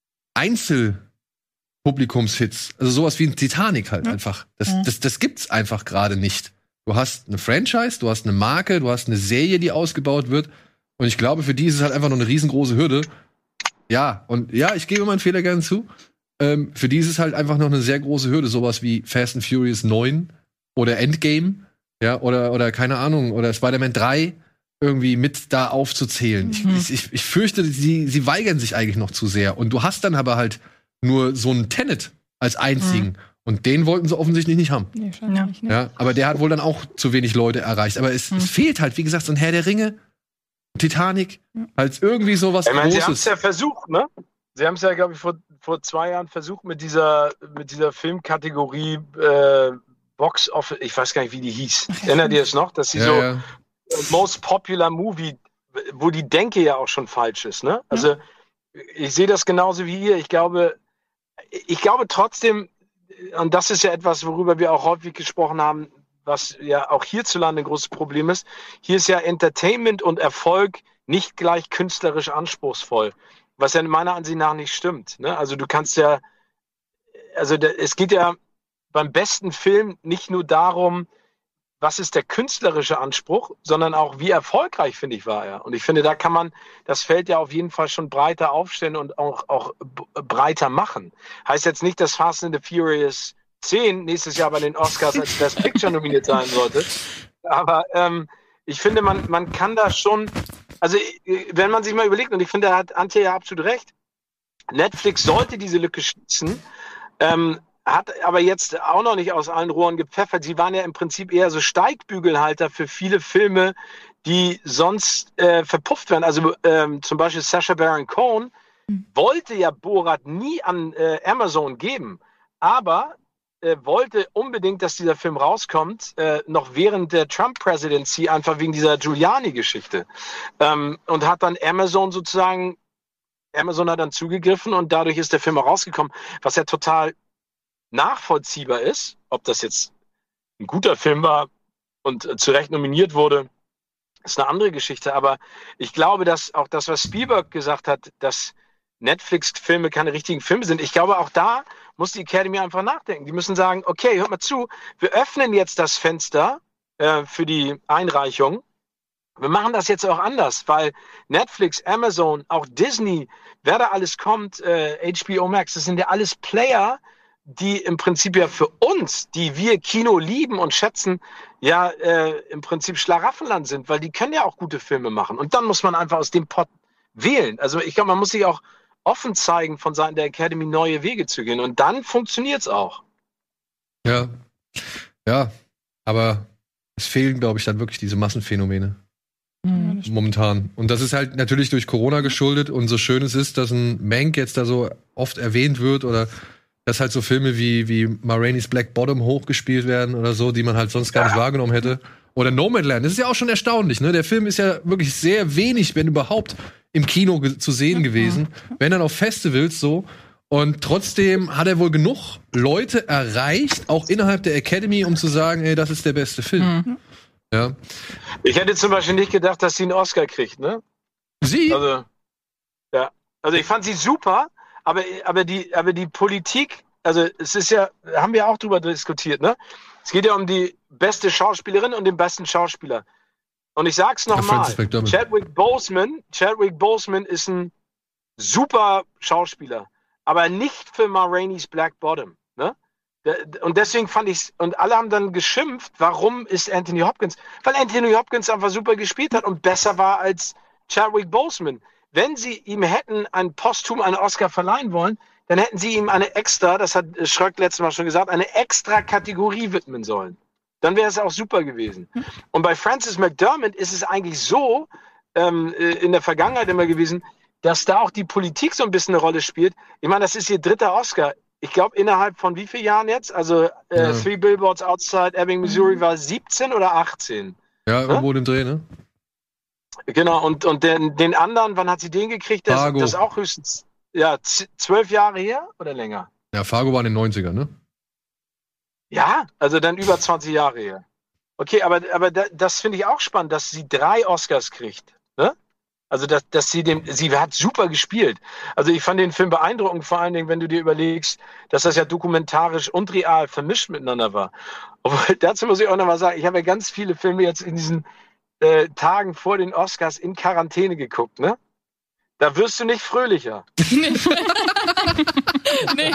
Einzelpublikumshits. Also sowas wie ein Titanic halt einfach. Das gibt's einfach gerade nicht. Du hast eine Franchise, du hast eine Marke, du hast eine Serie, die ausgebaut wird. Und ich glaube, für die ist es halt einfach noch eine riesengroße Hürde. Ich gebe meinen Fehler gerne zu. Für die ist es halt einfach noch eine sehr große Hürde. Sowas wie Fast and Furious 9 oder Endgame, oder keine Ahnung, oder Spider-Man 3 irgendwie mit da aufzuzählen. Ich fürchte, sie weigern sich eigentlich noch zu sehr. Und du hast dann aber halt nur so einen Tenet als einzigen. Und den wollten sie offensichtlich nicht haben. Nee, nicht, ne? Ja, aber der hat wohl dann auch zu wenig Leute erreicht. Aber es fehlt halt, wie gesagt, so ein Herr der Ringe, Titanic, als irgendwie sowas Großes. Sie haben es ja versucht, ne? Sie haben es ja, glaube ich, vor 2 Jahren versucht mit dieser Filmkategorie Box Office, ich weiß gar nicht, wie die hieß. Erinnert ihr es noch? Dass sie Most Popular Movie, wo die Denke ja auch schon falsch ist, ne? Also ich sehe das genauso wie ihr. Ich glaube trotzdem, und das ist ja etwas, worüber wir auch häufig gesprochen haben, was ja auch hierzulande ein großes Problem ist. Hier ist ja Entertainment und Erfolg nicht gleich künstlerisch anspruchsvoll, was ja in meiner Ansicht nach nicht stimmt, ne? Also du kannst es geht ja beim besten Film nicht nur darum, was ist der künstlerische Anspruch, sondern auch, wie erfolgreich, finde ich, war er. Und ich finde, da kann man das Feld ja auf jeden Fall schon breiter aufstellen und auch breiter machen. Heißt jetzt nicht, dass Fast and the Furious 10 nächstes Jahr bei den Oscars als Best Picture nominiert sein sollte. Aber ich finde, man kann da schon, Also, wenn man sich mal überlegt, und ich finde, da hat Antje ja absolut recht, Netflix sollte diese Lücke schließen, hat aber jetzt auch noch nicht aus allen Rohren gepfeffert. Sie waren ja im Prinzip eher so Steigbügelhalter für viele Filme, die sonst verpufft werden. Also zum Beispiel Sacha Baron Cohen wollte ja Borat nie an Amazon geben, aber wollte unbedingt, dass dieser Film rauskommt, noch während der Trump-Presidency, einfach wegen dieser Giuliani-Geschichte. Und hat dann Amazon hat dann zugegriffen und dadurch ist der Film auch rausgekommen, was ja total nachvollziehbar ist. Ob das jetzt ein guter Film war und zu Recht nominiert wurde, ist eine andere Geschichte. Aber ich glaube, dass auch das, was Spielberg gesagt hat, dass Netflix-Filme keine richtigen Filme sind, ich glaube, auch da muss die Academy einfach nachdenken. Die müssen sagen, okay, hört mal zu, wir öffnen jetzt das Fenster für die Einreichung. Wir machen das jetzt auch anders, weil Netflix, Amazon, auch Disney, wer da alles kommt, HBO Max, das sind ja alles Player, die im Prinzip ja für uns, die wir Kino lieben und schätzen, ja im Prinzip Schlaraffenland sind, weil die können ja auch gute Filme machen. Und dann muss man einfach aus dem Pot wählen. Also ich glaube, man muss sich auch offen zeigen, von Seiten der Academy neue Wege zu gehen. Und dann funktioniert's auch. Ja, aber es fehlen, glaube ich, dann wirklich diese Massenphänomene. Momentan. Und das ist halt natürlich durch Corona geschuldet. Und so schön es ist, dass ein Mank jetzt da so oft erwähnt wird oder dass halt so Filme wie Ma Rainey's Black Bottom hochgespielt werden oder so, die man halt sonst gar nicht wahrgenommen hätte. Oder Nomadland. Das ist ja auch schon erstaunlich, ne? Der Film ist ja wirklich sehr wenig, wenn überhaupt, im Kino zu sehen gewesen. Wenn dann auf Festivals so. Und trotzdem hat er wohl genug Leute erreicht, auch innerhalb der Academy, um zu sagen, ey, das ist der beste Film. Ja. Ich hätte zum Beispiel nicht gedacht, dass sie einen Oscar kriegt, ne? Sie? Also, ja. Also ich fand sie super, aber die Politik, also es ist ja, haben wir auch drüber diskutiert, ne? Es geht ja um die beste Schauspielerin und den besten Schauspieler. Und ich sag's nochmal, Chadwick Boseman ist ein super Schauspieler, aber nicht für Ma Rainey's Black Bottom, ne? Und deswegen fand ich's, und alle haben dann geschimpft, warum ist Anthony Hopkins? Weil Anthony Hopkins einfach super gespielt hat und besser war als Chadwick Boseman. Wenn sie ihm hätten posthum einen Oscar verleihen wollen, dann hätten sie ihm eine extra, das hat Schröck letztes Mal schon gesagt, eine extra Kategorie widmen sollen. Dann wäre es auch super gewesen. Und bei Frances McDormand ist es eigentlich so, in der Vergangenheit immer gewesen, dass da auch die Politik so ein bisschen eine Rolle spielt. Ich meine, das ist ihr 3. Oscar. Ich glaube, innerhalb von wie vielen Jahren jetzt? Also, Three Billboards Outside Ebbing, Missouri war 17 oder 18. Ja, irgendwo im Dreh, ne? Genau, und den anderen, wann hat sie den gekriegt? Das ist auch höchstens 12 Jahre her oder länger? Ja, Fargo war in den 90ern, ne? Ja, also dann über 20 Jahre her. Okay, aber das finde ich auch spannend, dass sie 3 Oscars kriegt, ne? Also, dass sie hat super gespielt. Also, ich fand den Film beeindruckend, vor allen Dingen, wenn du dir überlegst, dass das ja dokumentarisch und real vermischt miteinander war. Obwohl, dazu muss ich auch noch mal sagen, ich habe ja ganz viele Filme jetzt in diesen Tagen vor den Oscars in Quarantäne geguckt, ne? Da wirst du nicht fröhlicher. Nee.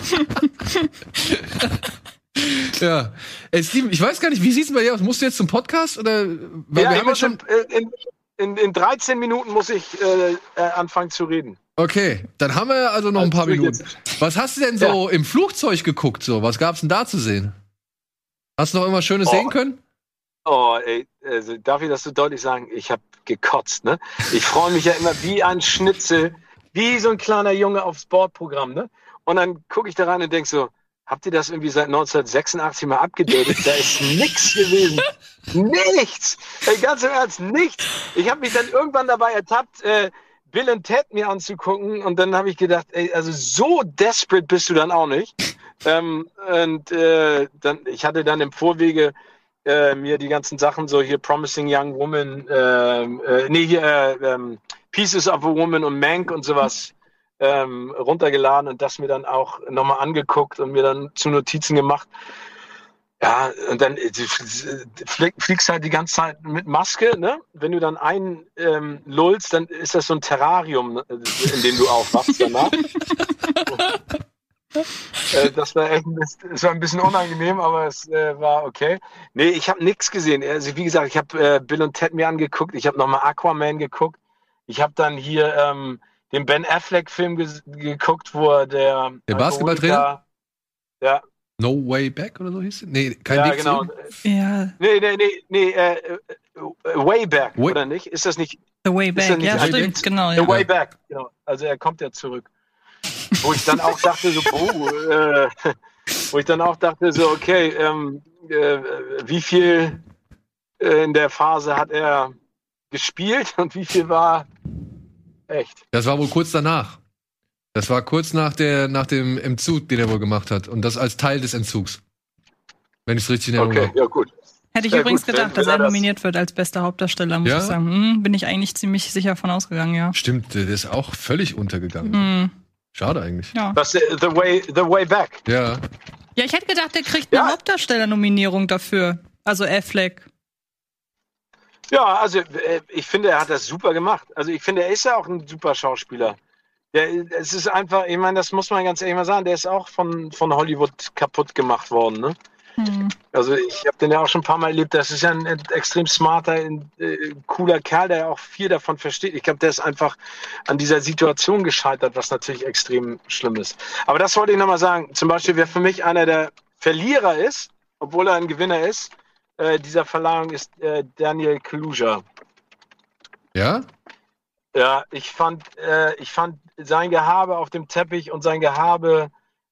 Ja. Steven, ich weiß gar nicht, wie sieht's bei dir aus? Musst du jetzt zum Podcast? Oder? Weil ja, wir haben jetzt schon in 13 Minuten muss ich anfangen zu reden. Okay, dann haben wir also noch ein paar Minuten. Was hast du denn so im Flugzeug geguckt? So? Was gab's denn da zu sehen? Hast du noch irgendwas Schönes sehen können? Oh, ey, also darf ich das so deutlich sagen? Ich habe gekotzt, ne? Ich freue mich ja immer wie ein Schnitzel, wie so ein kleiner Junge aufs Bordprogramm, ne? Und dann gucke ich da rein und denk so, habt ihr das irgendwie seit 1986 mal abgedatet? Da ist nichts gewesen. Nichts! Ey, ganz im Ernst, nichts! Ich habe mich dann irgendwann dabei ertappt, Bill und Ted mir anzugucken und dann habe ich gedacht, ey, also so desperate bist du dann auch nicht. Ich hatte dann im Vorwege mir die ganzen Sachen, so hier Promising Young Woman, Pieces of a Woman und Mank und sowas runtergeladen und das mir dann auch nochmal angeguckt und mir dann zu Notizen gemacht. Ja, und dann fliegst halt die ganze Zeit mit Maske, ne? Wenn du dann lullst, dann ist das so ein Terrarium, in dem du aufwachst danach. Das war ein bisschen unangenehm, aber es war okay. Nee, ich habe nichts gesehen. Also wie gesagt, ich habe Bill und Ted mir angeguckt. Ich habe nochmal Aquaman geguckt. Ich habe dann hier den Ben Affleck-Film geguckt, wo er der Basketballtrainer? Ja. No Way Back oder so hieß es? Nee, kein Ja, Weg genau. zurück. Ja. Nee, Way Back, oder nicht? Ist das nicht? The Way Back, ja, ein stimmt, Witz? genau. The Ja. Way Back, genau. Also er kommt ja zurück. Wo ich dann auch dachte, so, okay, wie viel in der Phase hat er gespielt und wie viel war echt? Das war wohl kurz danach. Das war kurz nach dem Entzug, den er wohl gemacht hat. Und das als Teil des Entzugs. Wenn ich es richtig in Erinnerung habe. Okay, ja gut. Hätte ich übrigens gedacht, dass er nominiert wird als bester Hauptdarsteller, muss ich sagen. Bin ich eigentlich ziemlich sicher von ausgegangen, ja. Stimmt, der ist auch völlig untergegangen. Schade eigentlich. Ja. Was, the way Back? Ja. Ja, ich hätte gedacht, der kriegt eine Hauptdarsteller-Nominierung dafür. Also Affleck. Ja, also ich finde, er hat das super gemacht. Also ich finde, er ist ja auch ein super Schauspieler. Es ist einfach, ich meine, das muss man ganz ehrlich mal sagen, der ist auch von Hollywood kaputt gemacht worden, ne? Also ich habe den ja auch schon ein paar Mal erlebt, das ist ja ein extrem smarter, cooler Kerl, der ja auch viel davon versteht. Ich glaube, der ist einfach an dieser Situation gescheitert, was natürlich extrem schlimm ist. Aber das wollte ich nochmal sagen. Zum Beispiel, wer für mich einer der Verlierer ist, obwohl er ein Gewinner ist, dieser Verleihung ist Daniel Kaluuya. Ja? Ja, ich fand sein Gehabe auf dem Teppich und sein Gehabe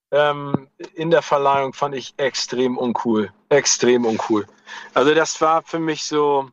in der Verleihung fand ich extrem uncool. Extrem uncool. Also das war für mich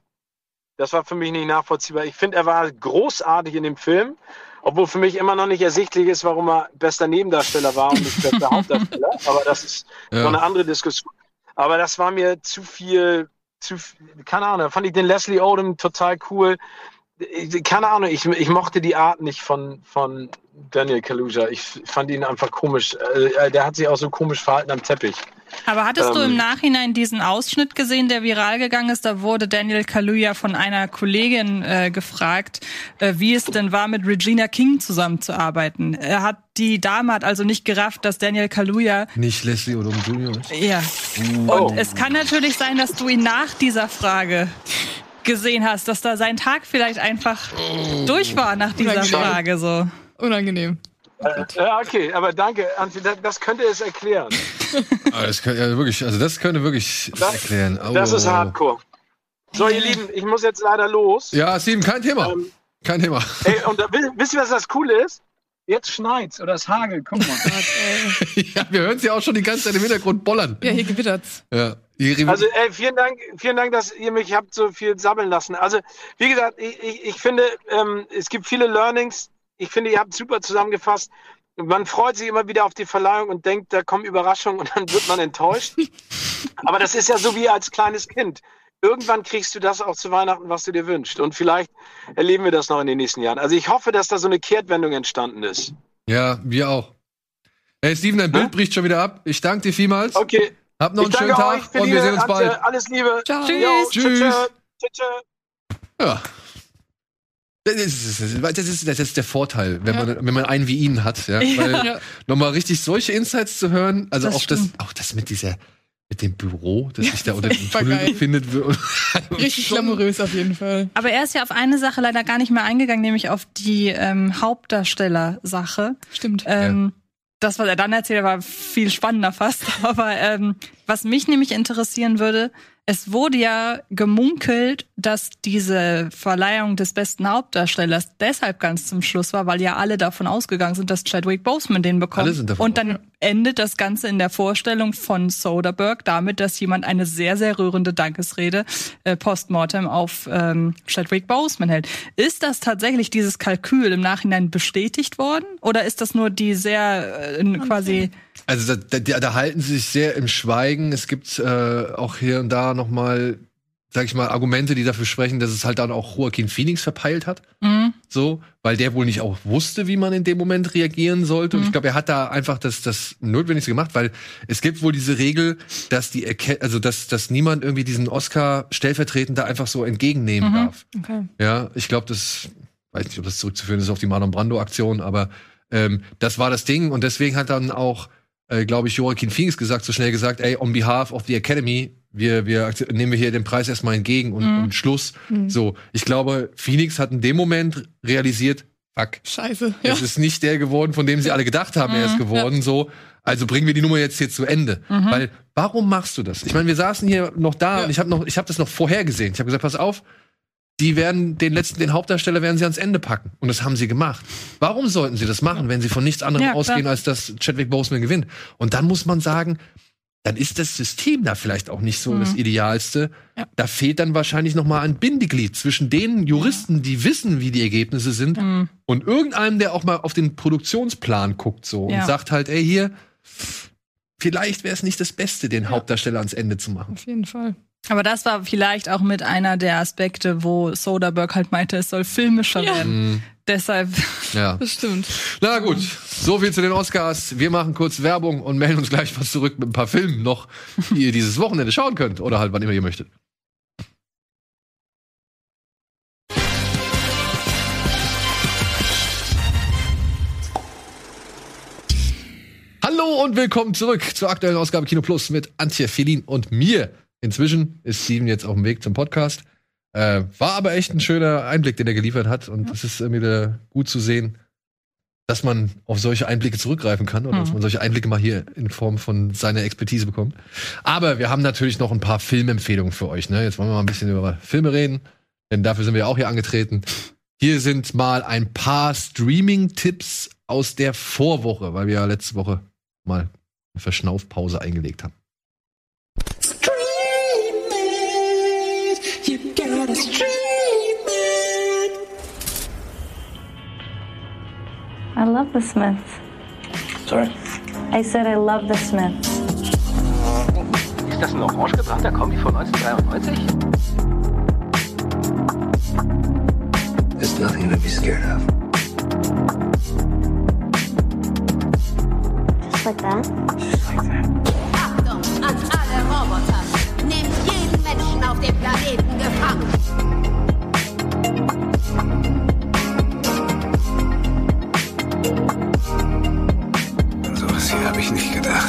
nicht nachvollziehbar. Ich finde, er war großartig in dem Film, obwohl für mich immer noch nicht ersichtlich ist, warum er bester Nebendarsteller war und nicht bester Hauptdarsteller. Aber das ist noch eine andere Diskussion. Aber das war mir zu viel, keine Ahnung, fand ich den Leslie Odom total cool. Keine Ahnung, ich mochte die Art nicht von Daniel Kaluuya. Ich fand ihn einfach komisch. Der hat sich auch so komisch verhalten am Teppich. Aber hattest du im Nachhinein diesen Ausschnitt gesehen, der viral gegangen ist? Da wurde Daniel Kaluuya von einer Kollegin gefragt, wie es denn war, mit Regina King zusammenzuarbeiten. Die Dame hat also nicht gerafft, dass Daniel Kaluuya... Nicht Leslie Odom Jr. ist? Ja. Und es kann natürlich sein, dass du ihn nach dieser Frage gesehen hast, dass da sein Tag vielleicht einfach durch war nach dieser Frage. So. Unangenehm. Ja, okay, aber danke, Antje, das könnte es erklären. Das könnte wirklich erklären. Das ist Hardcore. So, ihr Lieben, ich muss jetzt leider los. Ja, Steven, kein Thema. Kein Thema. Ey, und wisst ihr, was das Coole ist? Jetzt schneit's oder es hagelt, guck mal. Ja, wir hören es ja auch schon die ganze Zeit im Hintergrund bollern. Ja, hier gewittert's. Ja. Also vielen Dank, dass ihr mich habt so viel sammeln lassen. Also wie gesagt, ich finde, es gibt viele Learnings. Ich finde, ihr habt super zusammengefasst. Man freut sich immer wieder auf die Verleihung und denkt, da kommen Überraschungen und dann wird man enttäuscht. Aber das ist ja so wie als kleines Kind. Irgendwann kriegst du das auch zu Weihnachten, was du dir wünschst. Und vielleicht erleben wir das noch in den nächsten Jahren. Also ich hoffe, dass da so eine Kehrtwendung entstanden ist. Ja, wir auch. Hey Steven, dein Bild bricht schon wieder ab. Ich danke dir vielmals. Okay. Hab noch einen schönen Tag und wir sehen uns bald. Alles Liebe. Ciao. Tschüss. Tschüss. Ja. Das ist der Vorteil, wenn man einen wie ihn hat. Ja? Weil nochmal richtig solche Insights zu hören, also auch das mit dem Büro, das sich da unter dem Tunnel befindet. Richtig glamourös auf jeden Fall. Aber er ist ja auf eine Sache leider gar nicht mehr eingegangen, nämlich auf die Hauptdarsteller-Sache. Stimmt. Das, was er dann erzählt, war viel spannender fast. Aber was mich nämlich interessieren würde, es wurde ja gemunkelt, dass diese Verleihung des besten Hauptdarstellers deshalb ganz zum Schluss war, weil ja alle davon ausgegangen sind, dass Chadwick Boseman den bekommt. Alle sind davon und dann endet das Ganze in der Vorstellung von Soderbergh damit, dass jemand eine sehr, sehr rührende Dankesrede postmortem auf Chadwick Boseman hält. Ist das tatsächlich dieses Kalkül im Nachhinein bestätigt worden? Oder ist das nur die sehr quasi... Also da halten sie sich sehr im Schweigen. Es gibt auch hier und da noch mal, sag ich mal, Argumente, die dafür sprechen, dass es halt dann auch Joaquin Phoenix verpeilt hat. Mhm. So, weil der wohl nicht auch wusste, wie man in dem Moment reagieren sollte. Und ich glaube, er hat da einfach das Notwendigste gemacht, weil es gibt wohl diese Regel, dass dass niemand irgendwie diesen Oscar stellvertretend da einfach so entgegennehmen darf. Okay. Ja, ich glaube, weiß nicht, ob das zurückzuführen ist auf die Marlon Brando-Aktion, aber das war das Ding und deswegen hat dann auch glaube ich, Joaquin Phoenix so schnell gesagt, ey, on behalf of the Academy nehmen wir hier den Preis erstmal entgegen und Schluss. So, ich glaube, Phoenix hat in dem Moment realisiert, fuck, Scheiße. es ist nicht der geworden, von dem sie alle gedacht haben, er ist geworden, so. Also bringen wir die Nummer jetzt hier zu Ende. Weil, warum machst du das? Ich meine, wir saßen hier noch da und ich habe das noch vorher gesehen. Ich habe gesagt, pass auf, die werden den Hauptdarsteller werden sie ans Ende packen. Und das haben sie gemacht. Warum sollten sie das machen, wenn sie von nichts anderem ausgehen, als dass Chadwick Boseman gewinnt? Und dann muss man sagen, dann ist das System da vielleicht auch nicht so das Idealste. Ja. Da fehlt dann wahrscheinlich noch mal ein Bindeglied zwischen den Juristen, die wissen, wie die Ergebnisse sind, und irgendeinem, der auch mal auf den Produktionsplan guckt so und sagt halt, ey, hier, vielleicht wäre es nicht das Beste, den Hauptdarsteller ans Ende zu machen. Auf jeden Fall. Aber das war vielleicht auch mit einer der Aspekte, wo Soderbergh halt meinte, es soll filmischer werden. Deshalb. Ja, das stimmt. Na gut, so viel zu den Oscars. Wir machen kurz Werbung und melden uns gleich was zurück mit ein paar Filmen noch, die ihr dieses Wochenende schauen könnt oder halt wann immer ihr möchtet. Hallo und willkommen zurück zur aktuellen Ausgabe Kino Plus mit Antje, Feline und mir. Inzwischen ist Steven jetzt auf dem Weg zum Podcast. War aber echt ein schöner Einblick, den er geliefert hat. Und es ist wieder gut zu sehen, dass man auf solche Einblicke zurückgreifen kann oder dass man solche Einblicke mal hier in Form von seiner Expertise bekommt. Aber wir haben natürlich noch ein paar Filmempfehlungen für euch. Ne? Jetzt wollen wir mal ein bisschen über Filme reden, denn dafür sind wir ja auch hier angetreten. Hier sind mal ein paar Streaming-Tipps aus der Vorwoche, weil wir ja letzte Woche mal eine Verschnaufpause eingelegt haben. I love the Smiths. Sorry? I said I love the Smiths. Ist das ein orange gebrannter Kombi von 1993? There's nothing to be scared of. Just like that? Just like that. Achtung an alle Roboter. Nehmt jeden Menschen auf dem Planeten gefangen. An sowas hier habe ich nicht gedacht.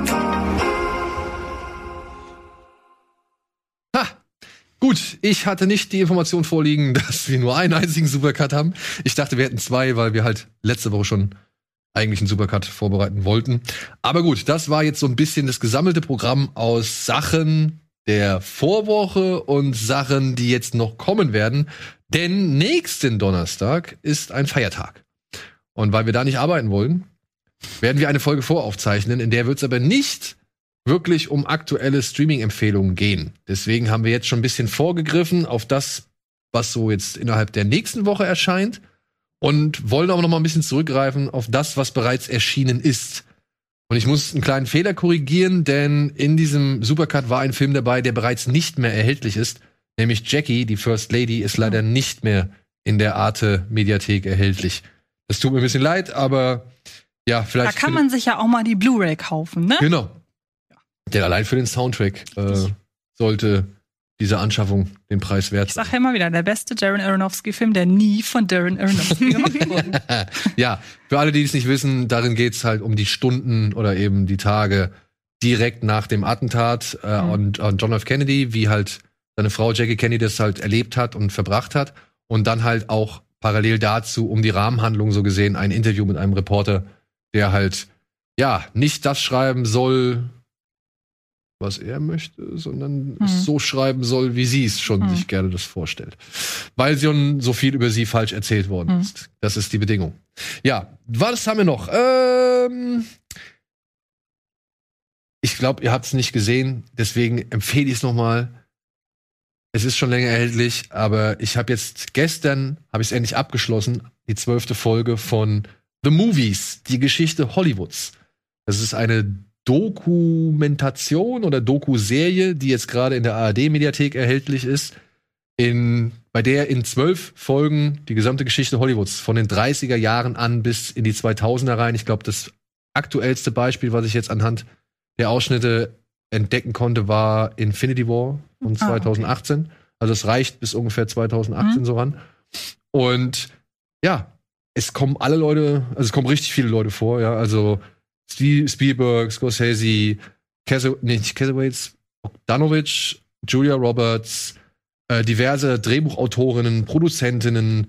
Ha! Gut, ich hatte nicht die Information vorliegen, dass wir nur einen einzigen Supercut haben. Ich dachte, wir hätten zwei, weil wir halt letzte Woche schon eigentlich einen Supercut vorbereiten wollten. Aber gut, das war jetzt so ein bisschen das gesammelte Programm aus Sachen der Vorwoche und Sachen, die jetzt noch kommen werden. Denn nächsten Donnerstag ist ein Feiertag. Und weil wir da nicht arbeiten wollen, werden wir eine Folge voraufzeichnen, in der wird es aber nicht wirklich um aktuelle Streaming-Empfehlungen gehen. Deswegen haben wir jetzt schon ein bisschen vorgegriffen auf das, was so jetzt innerhalb der nächsten Woche erscheint. Und wollen aber noch mal ein bisschen zurückgreifen auf das, was bereits erschienen ist. Und ich muss einen kleinen Fehler korrigieren, denn in diesem Supercut war ein Film dabei, der bereits nicht mehr erhältlich ist. Nämlich Jackie, die First Lady, ist leider nicht mehr in der Arte-Mediathek erhältlich. Das tut mir ein bisschen leid, aber ja, vielleicht. Da kann man sich ja auch mal die Blu-ray kaufen, ne? Genau. Denn allein für den Soundtrack sollte diese Anschaffung den Preis wert sein. Ich sag ja immer wieder, der beste Darren Aronofsky-Film, der nie von Darren Aronofsky gemacht wurde. Ja, für alle, die es nicht wissen, darin geht's halt um die Stunden oder eben die Tage direkt nach dem Attentat an John F. Kennedy, wie halt seine Frau Jackie Kennedy das halt erlebt hat und verbracht hat. Und dann halt auch parallel dazu, um die Rahmenhandlung so gesehen, ein Interview mit einem Reporter, der halt, ja, nicht das schreiben soll, was er möchte, sondern es so schreiben soll, wie sie es schon sich gerne das vorstellt. Weil schon so viel über sie falsch erzählt worden ist. Das ist die Bedingung. Ja, was haben wir noch? Ich glaube, ihr habt es nicht gesehen, deswegen empfehle ich es nochmal. Es ist schon länger erhältlich, aber ich habe jetzt gestern, habe ich es endlich abgeschlossen, die 12. Folge von The Movies, die Geschichte Hollywoods. Das ist eine Dokumentation oder Doku-Serie, die jetzt gerade in der ARD-Mediathek erhältlich ist, bei der in 12 Folgen die gesamte Geschichte Hollywoods von den 30er Jahren an bis in die 2000er rein. Ich glaube, das aktuellste Beispiel, was ich jetzt anhand der Ausschnitte entdecken konnte, war Infinity War von 2018. Also es reicht bis ungefähr 2018 so ran. Und ja, es kommen alle Leute, also es kommen richtig viele Leute vor, ja, also Spielberg, Scorsese, nicht Cassaways, Bogdanovich, Julia Roberts, diverse Drehbuchautorinnen, Produzentinnen,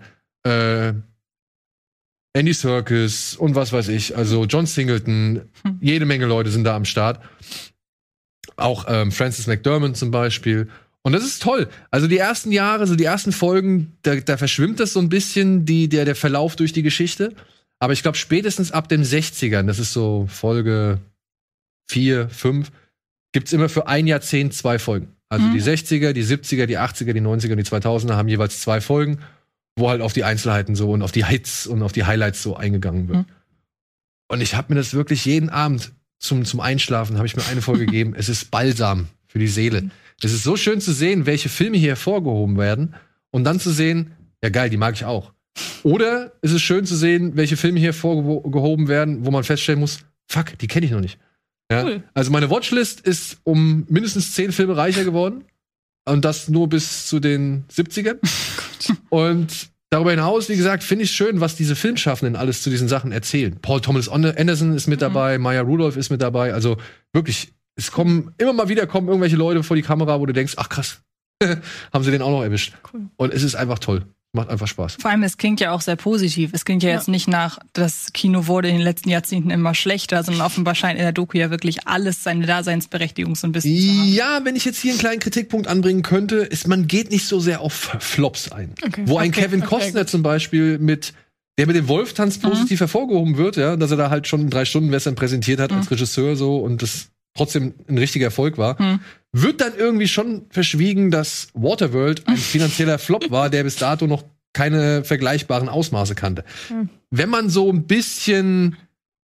Andy Serkis und was weiß ich, also John Singleton, jede Menge Leute sind da am Start. Auch Frances McDermott zum Beispiel. Und das ist toll. Also die ersten Jahre, so die ersten Folgen, da verschwimmt das so ein bisschen, der Verlauf durch die Geschichte. Aber ich glaube, spätestens ab den 60ern, das ist so Folge 4, 5, gibt's immer für ein Jahrzehnt 2 Folgen. Also die 60er, die 70er, die 80er, die 90er und die 2000er haben jeweils 2 Folgen, wo halt auf die Einzelheiten so und auf die Hits und auf die Highlights so eingegangen wird. Und ich habe mir das wirklich jeden Abend zum Einschlafen, habe ich mir eine Folge gegeben. Es ist Balsam für die Seele. Es ist so schön zu sehen, welche Filme hier hervorgehoben werden und dann zu sehen, ja geil, die mag ich auch. Oder es ist schön zu sehen, welche Filme hier hervorgehoben werden, wo man feststellen muss, fuck, die kenne ich noch nicht. Ja? Cool. Also meine Watchlist ist um mindestens 10 Filme reicher geworden. Und das nur bis zu den 70ern. Und darüber hinaus, wie gesagt, finde ich schön, was diese Filmschaffenden alles zu diesen Sachen erzählen. Paul Thomas Anderson ist mit dabei, Maya Rudolph ist mit dabei. Also wirklich, es kommen immer mal wieder irgendwelche Leute vor die Kamera, wo du denkst, ach krass, haben sie den auch noch erwischt. Cool. Und es ist einfach toll. Macht einfach Spaß. Vor allem, es klingt ja auch sehr positiv. Es klingt ja jetzt nicht nach, das Kino wurde in den letzten Jahrzehnten immer schlechter, sondern offenbar scheint in der Doku ja wirklich alles seine Daseinsberechtigung so ein bisschen zu haben. Ja, wenn ich jetzt hier einen kleinen Kritikpunkt anbringen könnte, ist, man geht nicht so sehr auf Flops ein. Okay. Wo ein Kevin Costner zum Beispiel der mit dem Wolftanz positiv hervorgehoben wird, ja, dass er da halt schon in 3 Stunden Western präsentiert hat als Regisseur so und das trotzdem ein richtiger Erfolg war, wird dann irgendwie schon verschwiegen, dass Waterworld ein finanzieller Flop war, der bis dato noch keine vergleichbaren Ausmaße kannte. Wenn man so ein bisschen,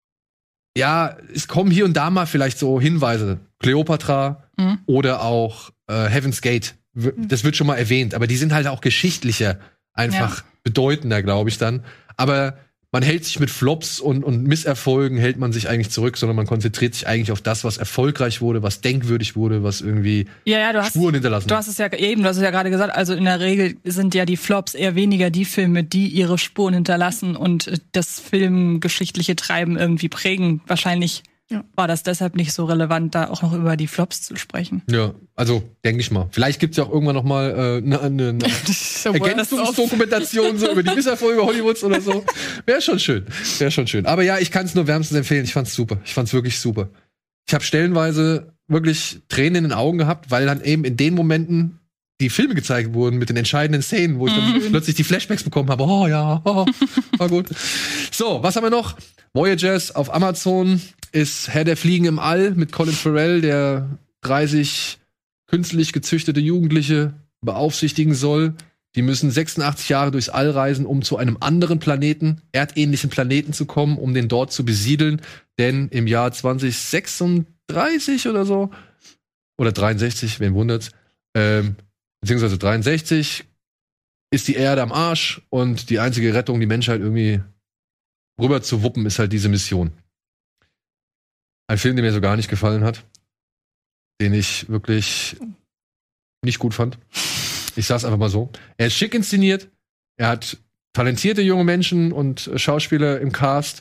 ja, es kommen hier und da mal vielleicht so Hinweise, Cleopatra oder auch Heaven's Gate, das wird schon mal erwähnt, aber die sind halt auch geschichtlicher einfach bedeutender, glaube ich dann. Aber man hält sich mit Flops und Misserfolgen hält man sich eigentlich zurück, sondern man konzentriert sich eigentlich auf das, was erfolgreich wurde, was denkwürdig wurde, was irgendwie Spuren hinterlassen hat. Du hast es ja gerade gesagt, also in der Regel sind ja die Flops eher weniger die Filme, die ihre Spuren hinterlassen und das filmgeschichtliche Treiben irgendwie prägen. Wahrscheinlich war das deshalb nicht so relevant, da auch noch über die Flops zu sprechen. Ja, also denke ich mal. Vielleicht gibt's ja auch irgendwann noch mal eine Ergänzungsdokumentation so über die Misserfolge Hollywoods oder so. Wäre schon schön. Aber ja, ich kann es nur wärmstens empfehlen. Ich fand's super. Ich fand's wirklich super. Ich habe stellenweise wirklich Tränen in den Augen gehabt, weil dann eben in den Momenten die Filme gezeigt wurden mit den entscheidenden Szenen, wo ich dann plötzlich die Flashbacks bekommen habe. Oh ja, war gut. So, was haben wir noch? Voyagers auf Amazon ist Herr der Fliegen im All mit Colin Farrell, der 30 künstlich gezüchtete Jugendliche beaufsichtigen soll. Die müssen 86 Jahre durchs All reisen, um zu einem anderen Planeten, erdähnlichen Planeten zu kommen, um den dort zu besiedeln. Denn im Jahr 2036 oder so, oder 63, wen wundert's, beziehungsweise 63, ist die Erde am Arsch und die einzige Rettung, die Menschheit irgendwie rüber zu wuppen, ist halt diese Mission. Ein Film, der mir so gar nicht gefallen hat, den ich wirklich nicht gut fand. Ich sag's einfach mal so. Er ist schick inszeniert, er hat talentierte junge Menschen und Schauspieler im Cast.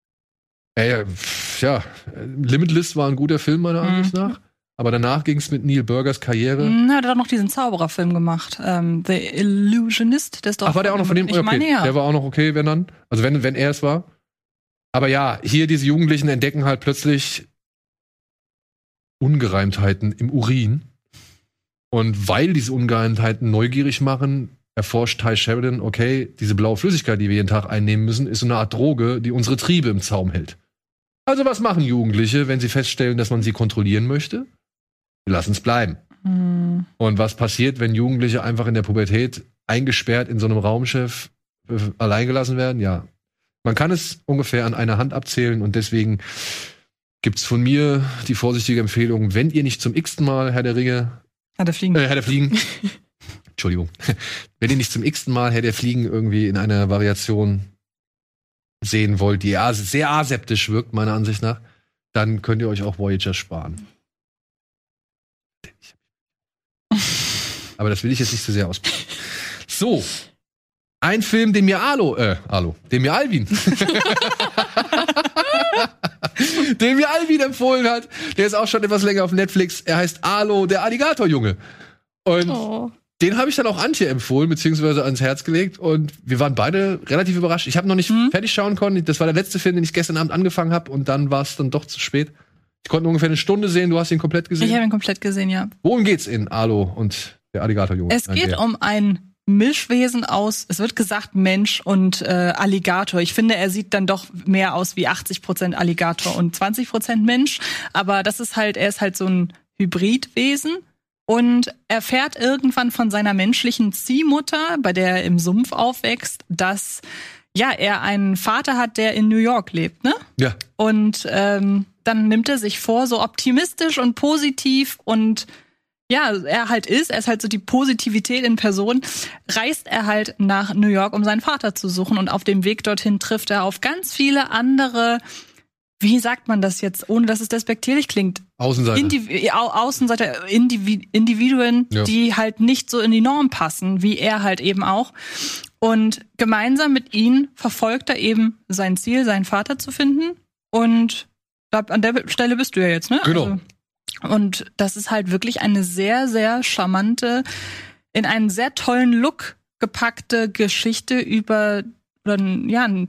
Limitless war ein guter Film meiner Ansicht nach. Aber danach ging's mit Neil Burgers Karriere. Na, der hat noch diesen Zaubererfilm gemacht. The Illusionist. Der ist doch Ach, war der auch noch von dem? Ich meine, ja. Der war auch noch okay, wenn dann. Also wenn er es war. Aber ja, hier diese Jugendlichen entdecken halt plötzlich Ungereimtheiten im Urin. Und weil diese Ungereimtheiten neugierig machen, erforscht Ty Sheridan, okay, diese blaue Flüssigkeit, die wir jeden Tag einnehmen müssen, ist so eine Art Droge, die unsere Triebe im Zaum hält. Also was machen Jugendliche, wenn sie feststellen, dass man sie kontrollieren möchte? Sie lassen es bleiben. Und was passiert, wenn Jugendliche einfach in der Pubertät eingesperrt in so einem Raumschiff allein gelassen werden? Ja, man kann es ungefähr an einer Hand abzählen und deswegen gibt's von mir die vorsichtige Empfehlung, wenn ihr nicht zum x-ten Mal Herr der Fliegen. Entschuldigung. Wenn ihr nicht zum x-ten Mal Herr der Fliegen irgendwie in einer Variation sehen wollt, die sehr aseptisch wirkt, meiner Ansicht nach, dann könnt ihr euch auch Voyager sparen. Aber das will ich jetzt nicht zu sehr ausprobieren. So, ein Film, den mir Alvin den mir Alvin empfohlen hat. Der ist auch schon etwas länger auf Netflix. Er heißt Alo, der Alligatorjunge. Und den habe ich dann auch Antje empfohlen, beziehungsweise ans Herz gelegt. Und wir waren beide relativ überrascht. Ich habe noch nicht fertig schauen können. Das war der letzte Film, den ich gestern Abend angefangen habe. Und dann war es dann doch zu spät. Ich konnte ungefähr eine Stunde sehen. Du hast ihn komplett gesehen? Ich habe ihn komplett gesehen, ja. Worum geht's in Alo und der Alligatorjunge? Es geht um ein Mischwesen aus, es wird gesagt Mensch und Alligator. Ich finde, er sieht dann doch mehr aus wie 80% Alligator und 20% Mensch. Aber das ist halt, er ist halt so ein Hybridwesen. Und erfährt irgendwann von seiner menschlichen Ziehmutter, bei der er im Sumpf aufwächst, dass er einen Vater hat, der in New York lebt, ne? Ja. Und dann nimmt er sich vor, so optimistisch und positiv und er ist halt so die Positivität in Person, reist er halt nach New York, um seinen Vater zu suchen. Und auf dem Weg dorthin trifft er auf ganz viele andere, wie sagt man das jetzt, ohne dass es despektierlich klingt? Außenseiter, Individuen, die halt nicht so in die Norm passen, wie er halt eben auch. Und gemeinsam mit ihnen verfolgt er eben sein Ziel, seinen Vater zu finden. Und an der Stelle bist du ja jetzt, ne? Genau. Also, und das ist halt wirklich eine sehr, sehr charmante, in einen sehr tollen Look gepackte Geschichte über, ein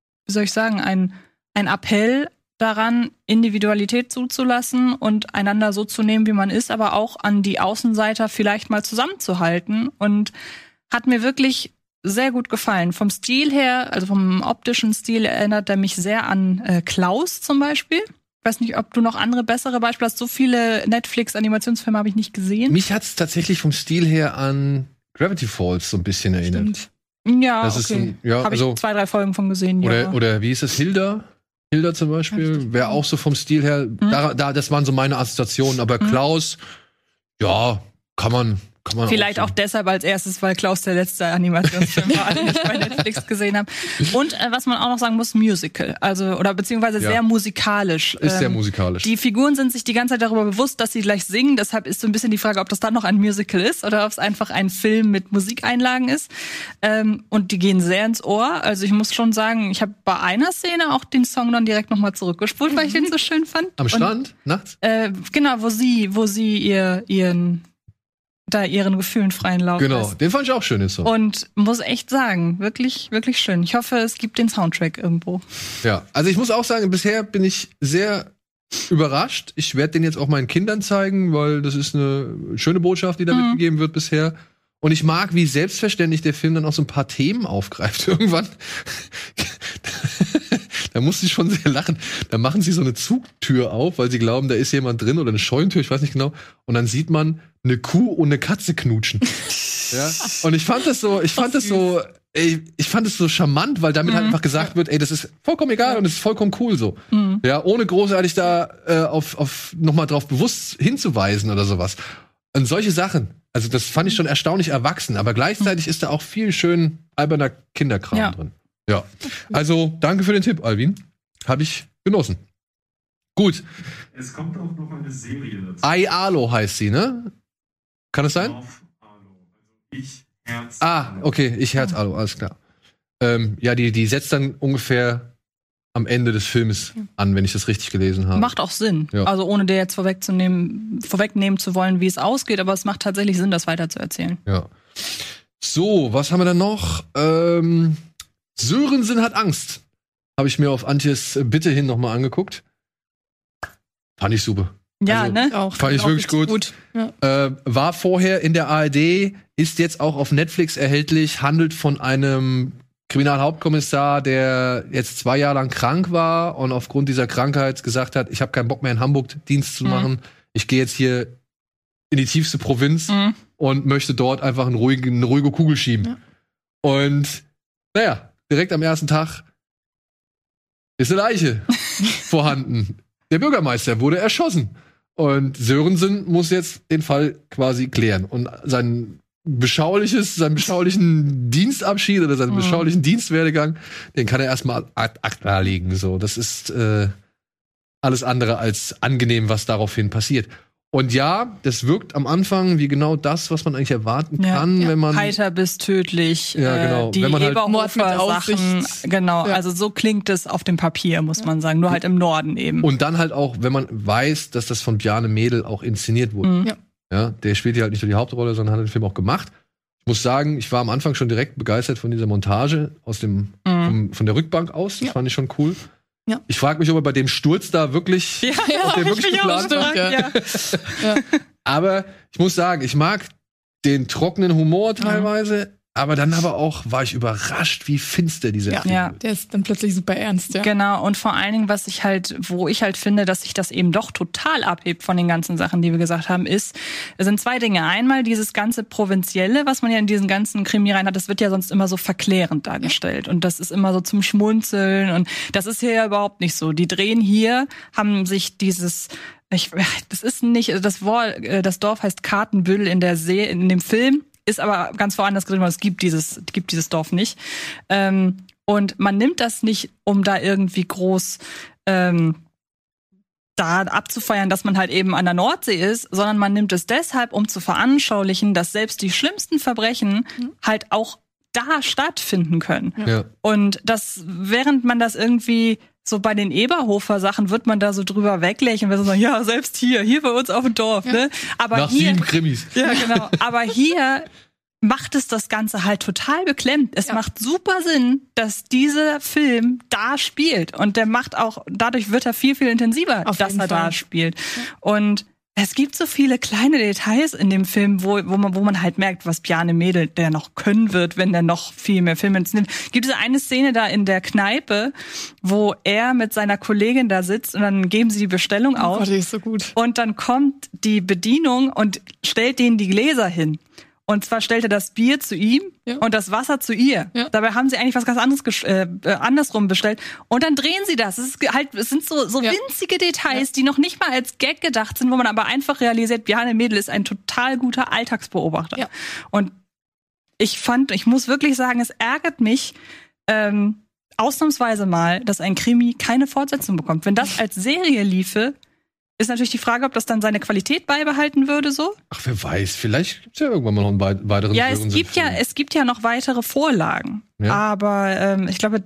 Appell daran, Individualität zuzulassen und einander so zu nehmen, wie man ist, aber auch an die Außenseiter vielleicht mal zusammenzuhalten. Und hat mir wirklich sehr gut gefallen. Vom Stil her, also vom optischen Stil, erinnert er mich sehr an Klaus zum Beispiel. Ich weiß nicht, ob du noch andere bessere Beispiele hast. So viele Netflix-Animationsfilme habe ich nicht gesehen. Mich hat's tatsächlich vom Stil her an Gravity Falls so ein bisschen erinnert. Stimmt. Ja, das okay. Habe ich 2-3 Folgen von gesehen. Oder wie ist es, Hilda? Hilda zum Beispiel, wäre auch so vom Stil her, das waren so meine Assoziationen. Aber Klaus, kann man vielleicht auch deshalb als erstes, weil Klaus der letzte Animationsfilm war, den ich bei Netflix gesehen habe. Und was man auch noch sagen muss, Musical. Also, beziehungsweise sehr musikalisch. Ist sehr musikalisch. Die Figuren sind sich die ganze Zeit darüber bewusst, dass sie gleich singen. Deshalb ist so ein bisschen die Frage, ob das dann noch ein Musical ist oder ob es einfach ein Film mit Musikeinlagen ist. Und die gehen sehr ins Ohr. Also ich muss schon sagen, ich habe bei einer Szene auch den Song dann direkt nochmal zurückgespult, weil ich den so schön fand. Am Strand? Nachts? Genau, wo sie ihren Gefühlen freien Lauf Genau, lässt. den fand ich auch schön jetzt so. Und muss echt sagen, wirklich, wirklich schön. Ich hoffe, es gibt den Soundtrack irgendwo. Ja, also ich muss auch sagen, bisher bin ich sehr überrascht. Ich werde den jetzt auch meinen Kindern zeigen, weil das ist eine schöne Botschaft, die da mitgegeben wird bisher. Und ich mag, wie selbstverständlich der Film dann auch so ein paar Themen aufgreift. Irgendwann, da musste ich schon sehr lachen. Da machen sie so eine Zugtür auf, weil sie glauben, da ist jemand drin oder eine Scheunentür, ich weiß nicht genau. Und dann sieht man eine Kuh und eine Katze knutschen. Ja? Und ich fand es so charmant, weil damit halt einfach gesagt wird, das ist vollkommen egal und es ist vollkommen cool so. Ja, ohne großartig da auf nochmal drauf bewusst hinzuweisen oder sowas. Und solche Sachen, also das fand ich schon erstaunlich erwachsen, aber gleichzeitig ist da auch viel schön alberner Kinderkram drin. Ja, also danke für den Tipp, Alvin. Habe ich genossen. Gut. Es kommt auch noch eine Serie dazu. Alo heißt sie, ne? Kann es sein? Ich Herz. Okay, ich Herz Alo, alles klar. Die setzt dann ungefähr am Ende des Filmes an, wenn ich das richtig gelesen habe. Macht auch Sinn. Ja. Also ohne dir jetzt vorwegnehmen zu wollen, wie es ausgeht, aber es macht tatsächlich Sinn, das weiterzuerzählen. Ja. So, was haben wir dann noch? Sörensen hat Angst. Habe ich mir auf Antjes Bitte hin nochmal angeguckt. Fand ich super. Ja, also, ne? Auch. Fand ich wirklich gut. Ja. War vorher in der ARD, ist jetzt auch auf Netflix erhältlich, handelt von einem Kriminalhauptkommissar, der jetzt 2 Jahre lang krank war und aufgrund dieser Krankheit gesagt hat, ich habe keinen Bock mehr in Hamburg Dienst zu machen. Ich gehe jetzt hier in die tiefste Provinz und möchte dort einfach eine ruhige Kugel schieben. Ja. Und direkt am ersten Tag ist eine Leiche vorhanden. Der Bürgermeister wurde erschossen. Und Sörensen muss jetzt den Fall quasi klären. Und seinen beschaulichen Dienstabschied oder seinen beschaulichen Dienstwerdegang, den kann er erstmal ad acta legen. So, das ist alles andere als angenehm, was daraufhin passiert. Und ja, das wirkt am Anfang wie genau das, was man eigentlich erwarten kann, wenn man heiter bis tödlich, genau. Die wenn man halt Eberhofer-Sachen, genau, also so klingt es auf dem Papier, muss man sagen, nur halt im Norden eben. Und dann halt auch, wenn man weiß, dass das von Bjarne Mädel auch inszeniert wurde. Ja, der spielt ja halt nicht nur die Hauptrolle, sondern hat den Film auch gemacht. Ich muss sagen, ich war am Anfang schon direkt begeistert von dieser Montage aus von der Rückbank aus. Das fand ich schon cool. Ja. Ich frage mich, ob er bei dem Sturz da wirklich, ob der wirklich geplant war. Ja. Aber ich muss sagen, ich mag den trockenen Humor teilweise, aber dann war ich überrascht, wie finster dieser Film wird. Der ist dann plötzlich super ernst, Genau, und vor allen Dingen, wo ich halt finde, dass sich das eben doch total abhebt von den ganzen Sachen, die wir gesagt haben, es sind zwei Dinge. Einmal dieses ganze Provinzielle, was man ja in diesen ganzen Krimi rein hat, das wird ja sonst immer so verklärend dargestellt. Und das ist immer so zum Schmunzeln. Und das ist hier ja überhaupt nicht so. Die drehen hier, haben sich das ist nicht, das Dorf heißt Kartenbüttel in dem Film, ist aber ganz woanders drin, weil es gibt dieses Dorf nicht. Und man nimmt das nicht, um da irgendwie groß da abzufeiern, dass man halt eben an der Nordsee ist, sondern man nimmt es deshalb, um zu veranschaulichen, dass selbst die schlimmsten Verbrechen halt auch da stattfinden können. Ja. Und während man das irgendwie so bei den Eberhofer-Sachen wird man da so drüber weglächeln, wenn sie sagen, ja, selbst hier bei uns auf dem Dorf, ne? Aber nach 7 Krimis. Ja, genau. Aber hier macht es das Ganze halt total beklemmt. Es macht super Sinn, dass dieser Film da spielt. Und dadurch wird er viel, viel intensiver, dass er da spielt. Und es gibt so viele kleine Details in dem Film, wo man halt merkt, was Bjarne Mädel der noch können wird, wenn der noch viel mehr Filme inszeniert. Gibt es eine Szene da in der Kneipe, wo er mit seiner Kollegin da sitzt und dann geben sie die Bestellung auf. Oh, die ist so gut. Und dann kommt die Bedienung und stellt denen die Gläser hin. Und zwar stellt er das Bier zu ihm und das Wasser zu ihr. Ja. Dabei haben sie eigentlich was ganz anderes andersrum bestellt. Und dann drehen sie das. Es sind so winzige Details, die noch nicht mal als Gag gedacht sind, wo man aber einfach realisiert, Bjarne Mädel ist ein total guter Alltagsbeobachter. Ja. Und ich muss wirklich sagen, es ärgert mich ausnahmsweise mal, dass ein Krimi keine Fortsetzung bekommt. Wenn das als Serie liefe, ist natürlich die Frage, ob das dann seine Qualität beibehalten würde, so. Ach, wer weiß, vielleicht gibt es ja irgendwann mal noch einen weiteren. Ja, es gibt ja noch weitere Vorlagen. Ja. Aber ich glaube,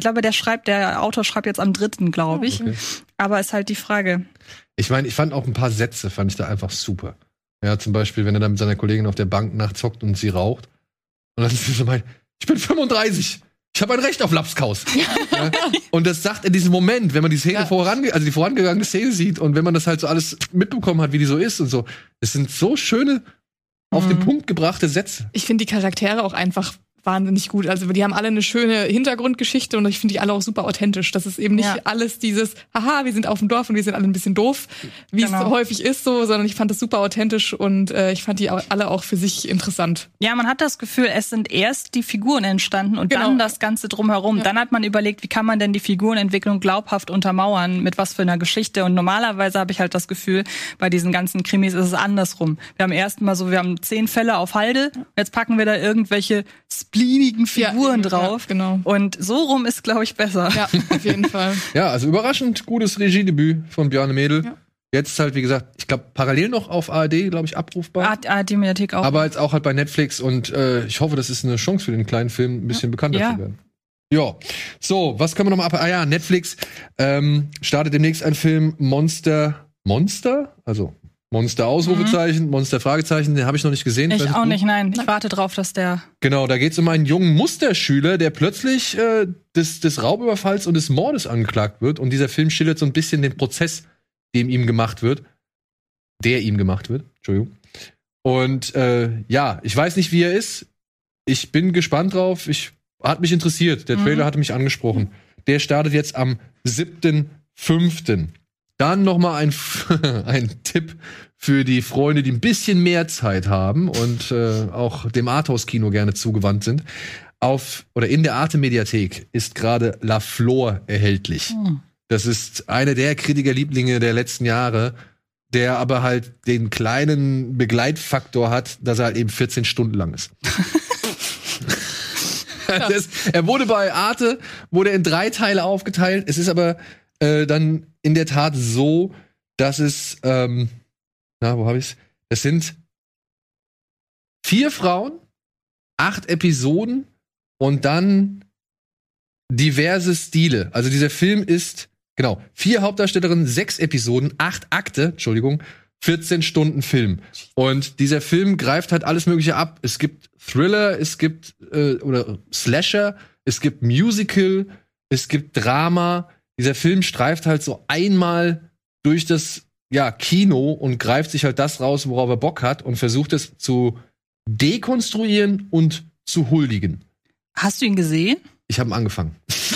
der Autor schreibt jetzt am 3., glaube ich. Okay. Aber ist halt die Frage. Ich meine, ich fand auch ein paar Sätze, fand ich da einfach super. Ja, zum Beispiel, wenn er dann mit seiner Kollegin auf der Bank nachts hockt und sie raucht. Und dann ist sie so ich bin 35. Ich habe ein Recht auf Lapskaus. Ja. Und das sagt in diesem Moment, wenn man die Szene die vorangegangene Szene sieht und wenn man das halt so alles mitbekommen hat, wie die so ist und so. Es sind so schöne, auf den Punkt gebrachte Sätze. Ich finde die Charaktere auch einfach wahnsinnig gut. Also die haben alle eine schöne Hintergrundgeschichte und ich finde die alle auch super authentisch. Das ist eben nicht alles dieses, haha, wir sind auf dem Dorf und wir sind alle ein bisschen doof, wie es häufig ist so, sondern ich fand das super authentisch und ich fand die alle auch für sich interessant. Ja, man hat das Gefühl, es sind erst die Figuren entstanden und dann das Ganze drumherum. Ja. Dann hat man überlegt, wie kann man denn die Figurenentwicklung glaubhaft untermauern, mit was für einer Geschichte. Und normalerweise habe ich halt das Gefühl, bei diesen ganzen Krimis ist es andersrum. Wir haben 10 Fälle auf Halde, jetzt packen wir da irgendwelche spleenigen Figuren drauf. Ja, genau. Und so rum ist, glaube ich, besser. Ja, auf jeden Fall. Ja, also überraschend gutes Regiedebüt von Bjarne Mädel. Ja. Jetzt halt, wie gesagt, ich glaube, parallel noch auf ARD, glaube ich, abrufbar. ARD-Mediathek auch. Aber jetzt auch halt bei Netflix und ich hoffe, das ist eine Chance für den kleinen Film, ein bisschen bekannter zu werden. Ja. So, was können wir noch mal ab? Netflix startet demnächst ein Film Monster? Also Monster Ausrufezeichen, Monster Fragezeichen, den habe ich noch nicht gesehen. Ich auch nicht, nein. Ich warte drauf, dass der... Genau, da geht es um einen jungen Musterschüler, der plötzlich des Raubüberfalls und des Mordes angeklagt wird. Und dieser Film schildert so ein bisschen den Prozess, der ihm gemacht wird. Entschuldigung. Und ich weiß nicht, wie er ist. Ich bin gespannt drauf. Hat mich interessiert. Der Trailer hatte mich angesprochen. Der startet jetzt am 7.5. Dann noch mal ein Tipp für die Freunde, die ein bisschen mehr Zeit haben und auch dem Arthouse-Kino gerne zugewandt sind. In der Arte-Mediathek ist gerade La Flor erhältlich. Das ist einer der Kritikerlieblinge der letzten Jahre, der aber halt den kleinen Begleitfaktor hat, dass er halt eben 14 Stunden lang ist. Er wurde bei Arte, in 3 Teile aufgeteilt. Es ist aber dann in der Tat so, dass es wo habe ich's? Es sind 4 Frauen, 8 Episoden und dann diverse Stile. Also dieser Film ist, 4 Hauptdarstellerinnen, 6 Episoden, 8 Akte, 14 Stunden Film. Und dieser Film greift halt alles Mögliche ab. Es gibt Thriller, es gibt oder Slasher, es gibt Musical, es gibt Drama. Dieser Film streift halt so einmal durch das Kino und greift sich halt das raus, worauf er Bock hat und versucht es zu dekonstruieren und zu huldigen. Hast du ihn gesehen? Ich habe ihn angefangen.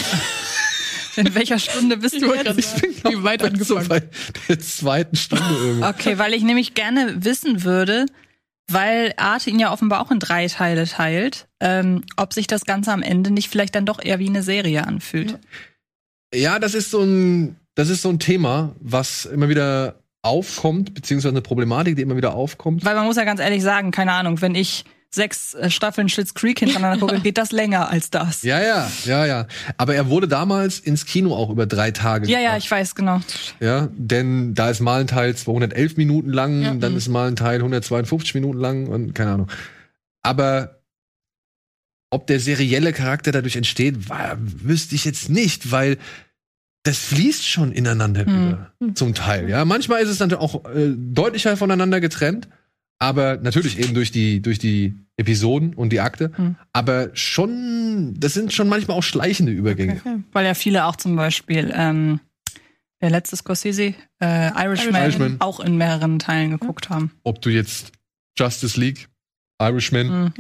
In welcher Stunde bist du jetzt? Ich bin wie weit angefangen? So bei der 2. Stunde irgendwie. Okay, weil ich nämlich gerne wissen würde, weil Arte ihn ja offenbar auch in 3 Teile teilt, ob sich das Ganze am Ende nicht vielleicht dann doch eher wie eine Serie anfühlt. Ja, das ist so ein Thema, was immer wieder aufkommt, beziehungsweise eine Problematik, die immer wieder aufkommt. Weil man muss ja ganz ehrlich sagen, keine Ahnung, wenn ich 6 Staffeln Schitt's Creek hintereinander gucke, geht das länger als das. Ja. Aber er wurde damals ins Kino auch über 3 Tage gebracht. Ja, ich weiß, genau. Ja, denn da ist mal ein Teil 211 Minuten lang, dann ist mal ein Teil 152 Minuten lang und keine Ahnung. Aber ob der serielle Charakter dadurch entsteht, wüsste ich jetzt nicht, weil das fließt schon ineinander über, zum Teil. Ja, manchmal ist es dann auch deutlicher voneinander getrennt, aber natürlich eben durch die Episoden und die Akte. Aber schon, das sind schon manchmal auch schleichende Übergänge. Okay. Weil ja viele auch zum Beispiel der letzte Scorsese, Irishman, auch in mehreren Teilen geguckt haben. Ob du jetzt Justice League, Irishman,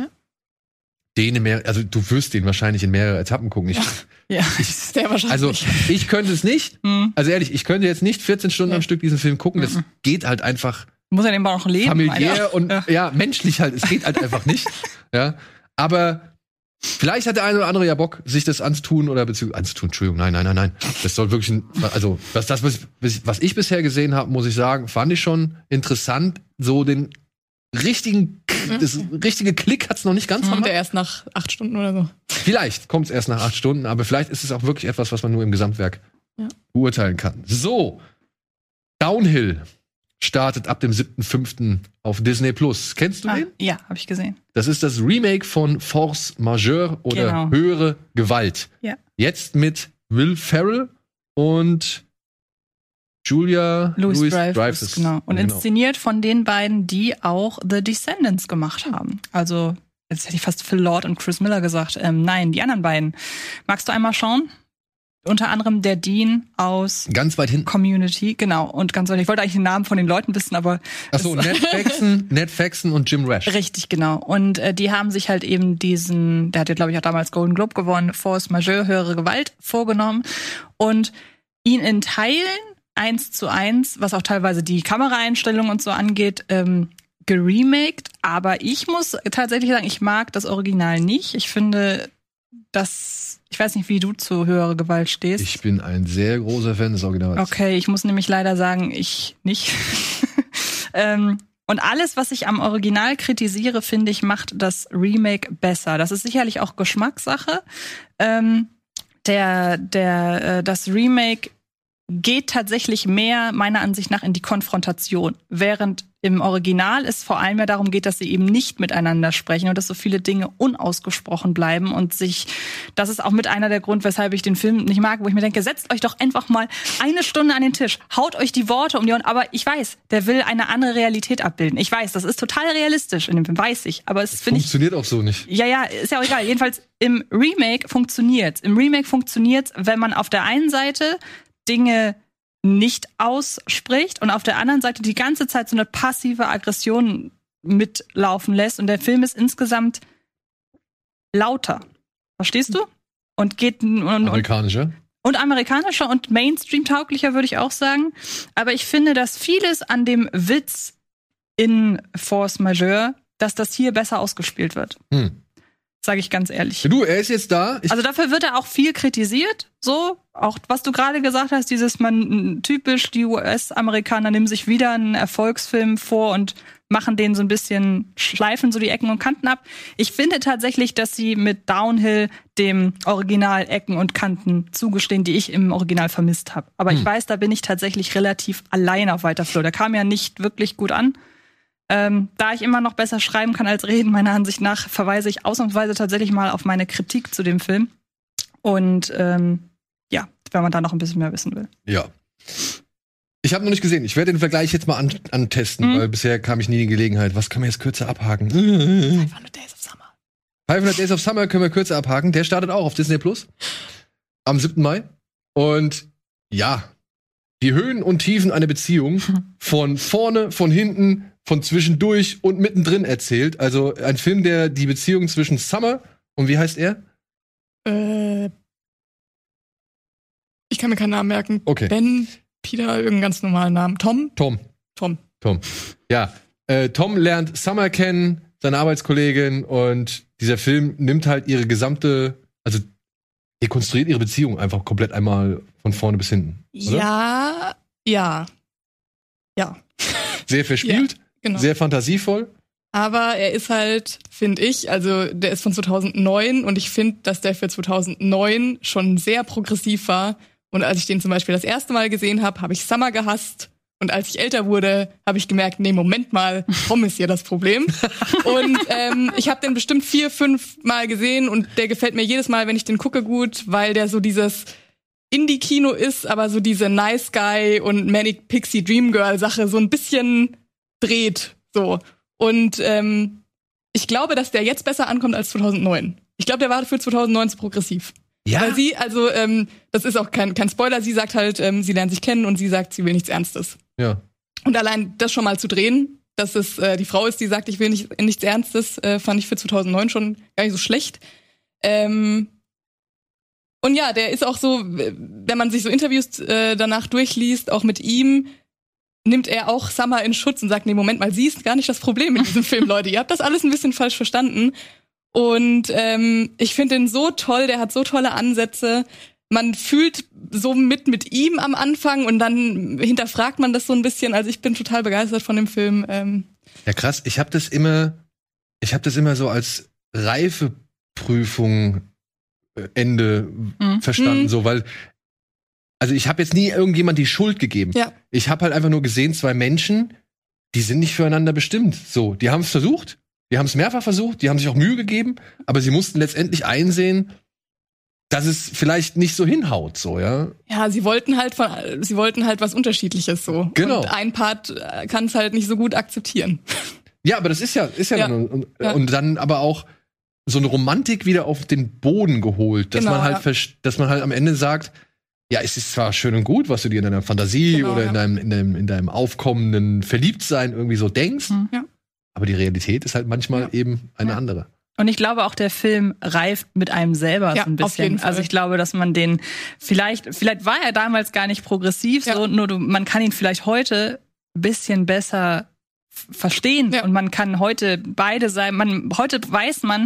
also du wirst den wahrscheinlich in mehrere Etappen gucken. Sehr wahrscheinlich. Also ich könnte es nicht. Also ehrlich, ich könnte jetzt nicht 14 Stunden am Stück diesen Film gucken. Das geht halt einfach. Muss er eben auch noch leben. Familiär und menschlich halt. Es geht halt einfach nicht. Ja, aber vielleicht hat der eine oder andere ja Bock, sich das anzutun oder Entschuldigung, nein. Das soll wirklich was ich bisher gesehen habe, muss ich sagen, fand ich schon interessant. So das richtige Klick hat's noch nicht ganz. Kommt er erst nach 8 Stunden oder so? Vielleicht kommt es erst nach 8 Stunden, aber vielleicht ist es auch wirklich etwas, was man nur im Gesamtwerk beurteilen kann. So, Downhill startet ab dem 7.5. auf Disney+. Kennst du den? Ja, habe ich gesehen. Das ist das Remake von Force Majeure oder Höhere Gewalt. Ja. Jetzt mit Will Ferrell und Julia Louis-Dreyfus. Genau. Und inszeniert von den beiden, die auch The Descendants gemacht haben. Also, jetzt hätte ich fast Phil Lord und Chris Miller gesagt. Nein, die anderen beiden. Magst du einmal schauen? Unter anderem der Dean aus ganz weit hinten. Community, genau. Und ganz weit, ich wollte eigentlich den Namen von den Leuten wissen, aber achso, Ned Faxon und Jim Rash. Richtig, genau. Und die haben sich halt eben der hat ja, glaube ich, auch damals Golden Globe gewonnen, Force Majeure, Höhere Gewalt vorgenommen und ihn in Teilen 1:1, was auch teilweise die Kameraeinstellungen und so angeht, geremaked. Aber ich muss tatsächlich sagen, ich mag das Original nicht. Ich finde, ich weiß nicht, wie du zu Höhere Gewalt stehst. Ich bin ein sehr großer Fan des Originals. Okay, ich muss nämlich leider sagen, ich nicht. Und alles, was ich am Original kritisiere, finde ich, macht das Remake besser. Das ist sicherlich auch Geschmackssache. Das Remake geht tatsächlich mehr, meiner Ansicht nach, in die Konfrontation. Während im Original es vor allem ja darum geht, dass sie eben nicht miteinander sprechen und dass so viele Dinge unausgesprochen bleiben und das ist auch mit einer der Grund, weshalb ich den Film nicht mag, wo ich mir denke, setzt euch doch einfach mal 1 Stunde an den Tisch, haut euch die Worte um die Ohren, aber ich weiß, der will eine andere Realität abbilden. Ich weiß, das ist total realistisch in dem Film, weiß ich, aber es funktioniert auch so nicht. Ja, ist ja auch egal. Jedenfalls im Remake funktioniert's. Im Remake funktioniert's, wenn man auf der einen Seite Dinge nicht ausspricht und auf der anderen Seite die ganze Zeit so eine passive Aggression mitlaufen lässt und der Film ist insgesamt lauter. Verstehst du? Und geht amerikanischer und Mainstream-tauglicher, würde ich auch sagen. Aber ich finde, dass vieles an dem Witz in Force Majeure, dass das hier besser ausgespielt wird. Sage ich ganz ehrlich. Du, er ist jetzt da. Also dafür wird er auch viel kritisiert. So, auch was du gerade gesagt hast, typisch die US-Amerikaner nehmen sich wieder einen Erfolgsfilm vor und machen den so ein bisschen, schleifen so die Ecken und Kanten ab. Ich finde tatsächlich, dass sie mit Downhill dem Original Ecken und Kanten zugestehen, die ich im Original vermisst habe. Aber ich weiß, da bin ich tatsächlich relativ allein auf weiter Flur. Der kam ja nicht wirklich gut an. Da ich immer noch besser schreiben kann als reden, meiner Ansicht nach, verweise ich ausnahmsweise tatsächlich mal auf meine Kritik zu dem Film. Und ja, wenn man da noch ein bisschen mehr wissen will. Ja. Ich habe noch nicht gesehen. Ich werde den Vergleich jetzt mal antesten, weil bisher kam ich nie in die Gelegenheit. Was können wir jetzt kürzer abhaken? 500 Days of Summer. 500 Days of Summer können wir kürzer abhaken. Der startet auch auf Disney Plus am 7. Mai. Und ja, die Höhen und Tiefen einer Beziehung von vorne, von hinten, von zwischendurch und mittendrin erzählt. Also ein Film, der die Beziehung zwischen Summer und wie heißt er? Ich kann mir keinen Namen merken. Okay. Ben, Peter, irgendeinen ganz normalen Namen. Tom. Ja, Tom lernt Summer kennen, seine Arbeitskollegin, und dieser Film nimmt halt ihre gesamte, also dekonstruiert ihre Beziehung einfach komplett einmal von vorne bis hinten. Oder? Ja. Sehr verspielt, genau. Sehr fantasievoll. Aber er ist halt, finde ich, also der ist von 2009 und ich finde, dass der für 2009 schon sehr progressiv war. Und als ich den zum Beispiel das erste Mal gesehen habe, habe ich Summer gehasst. Und als ich älter wurde, habe ich gemerkt, nee, Moment mal, Tom ist hier das Problem. Und ich habe den bestimmt 4-5 Mal gesehen und der gefällt mir jedes Mal, wenn ich den gucke, gut, weil der so dieses Indie-Kino ist, aber so diese Nice Guy und Manic Pixie Dream Girl Sache so ein bisschen dreht, so. Und ich glaube, dass der jetzt besser ankommt als 2009. Ich glaube, der war für 2009 zu progressiv. Ja. Weil sie, also, das ist auch kein Spoiler, sie sagt halt, sie lernen sich kennen und sie sagt, sie will nichts Ernstes. Ja. Und allein das schon mal zu drehen, dass es die Frau ist, die sagt, ich will nichts Ernstes, fand ich für 2009 schon gar nicht so schlecht. Und ja, der ist auch so, wenn man sich so Interviews danach durchliest, auch mit ihm, nimmt er auch Summer in Schutz und sagt, nee, Moment mal, sie ist gar nicht das Problem in diesem Film, Leute. Ihr habt das alles ein bisschen falsch verstanden. Und ich finde den so toll, der hat so tolle Ansätze. Man fühlt so mit ihm am Anfang und dann hinterfragt man das so ein bisschen. Also ich bin total begeistert von dem Film. Ja, krass. Ich habe das immer so als Reifeprüfung Ende verstanden, so, weil also ich habe jetzt nie irgendjemand die Schuld gegeben. Ja. Ich habe halt einfach nur gesehen, zwei Menschen, die sind nicht füreinander bestimmt. So, die haben es versucht, die haben es mehrfach versucht, die haben sich auch Mühe gegeben, aber sie mussten letztendlich einsehen, dass es vielleicht nicht so hinhaut, so, ja. Ja, sie wollten halt was Unterschiedliches, so. Genau. Und ein Part kann es halt nicht so gut akzeptieren. Ja, aber das ist ja. Und dann aber auch so eine Romantik wieder auf den Boden geholt, dass man halt dass man halt am Ende sagt, ja, es ist zwar schön und gut, was du dir in deiner Fantasie oder in deinem aufkommenden Verliebtsein irgendwie so denkst, aber die Realität ist halt manchmal eben eine andere. Und ich glaube auch, der Film reift mit einem selber so ein bisschen. Auf jeden Fall. Also ich glaube, dass man den vielleicht war er damals gar nicht progressiv, so, nur man kann ihn vielleicht heute ein bisschen besser verstehen und man kann heute beide sein. Heute weiß man,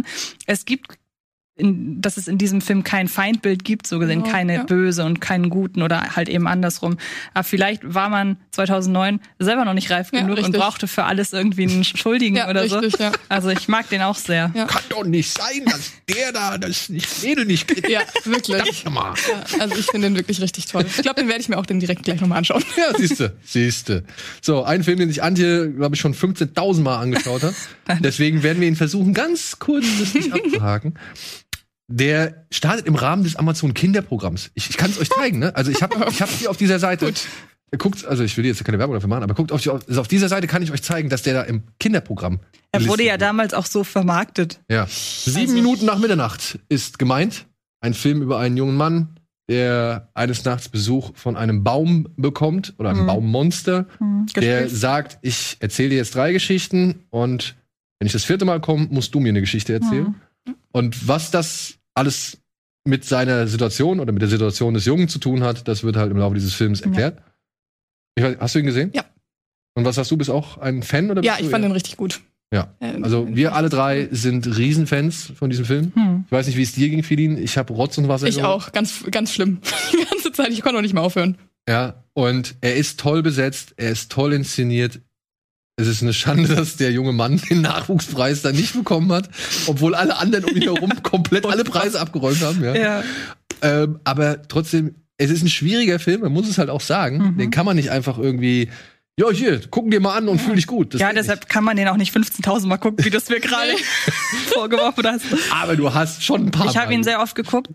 dass es in diesem Film kein Feindbild gibt, so gesehen, keine Böse und keinen Guten oder halt eben andersrum. Aber vielleicht war man 2009 selber noch nicht reif genug und brauchte für alles irgendwie einen Schuldigen oder so. Ja. Also ich mag den auch sehr. Ja. Kann doch nicht sein, dass der da das Mädel nicht kriegt. Ja, wirklich. Ja, also ich finde den wirklich richtig toll. Ich glaube, den werde ich mir auch dann direkt gleich nochmal anschauen. Ja, siehste. So, ein Film, den sich Antje, glaube ich, schon 15.000 Mal angeschaut hat. Deswegen werden wir ihn versuchen, ganz kurzfristig abzuhaken. Der startet im Rahmen des Amazon-Kinderprogramms. Ich kann es euch zeigen, ne? Also ich hab hier auf dieser Seite. Guckt, also ich will jetzt keine Werbung dafür machen, aber guckt auf dieser Seite kann ich euch zeigen, dass der da im Kinderprogramm. Er wurde ja damals auch so vermarktet. Ja. 7 Minuten nach Mitternacht ist gemeint. Ein Film über einen jungen Mann, der eines Nachts Besuch von einem Baum bekommt oder einem Baummonster, der sagt, ich erzähle dir jetzt 3 Geschichten und wenn ich das 4. Mal komme, musst du mir eine Geschichte erzählen. Und was das alles mit seiner Situation oder mit der Situation des Jungen zu tun hat, das wird halt im Laufe dieses Films erklärt. Hast du ihn gesehen? Ja. Und was hast du? Bist auch ein Fan? Oder ja, ich fand den richtig gut. Ja, also wir alle 3 sind Riesenfans von diesem Film. Ich weiß nicht, wie es dir ging, Feline. Ich habe Rotz und Wasser. Ich auch, ganz, ganz schlimm. Die ganze Zeit, ich konnte auch nicht mehr aufhören. Ja, und er ist toll besetzt, er ist toll inszeniert. Es ist eine Schande, dass der junge Mann den Nachwuchspreis dann nicht bekommen hat, obwohl alle anderen um ihn herum komplett alle Preise abgeräumt haben. Ja. Aber trotzdem, es ist ein schwieriger Film, man muss es halt auch sagen. Den kann man nicht einfach irgendwie, ja, hier, gucken dir mal an und fühl dich gut. Das deshalb kann man den auch nicht 15.000 Mal gucken, wie du es mir gerade vorgeworfen hast. Aber du hast schon ein paar Mal. Ich habe ihn sehr oft geguckt,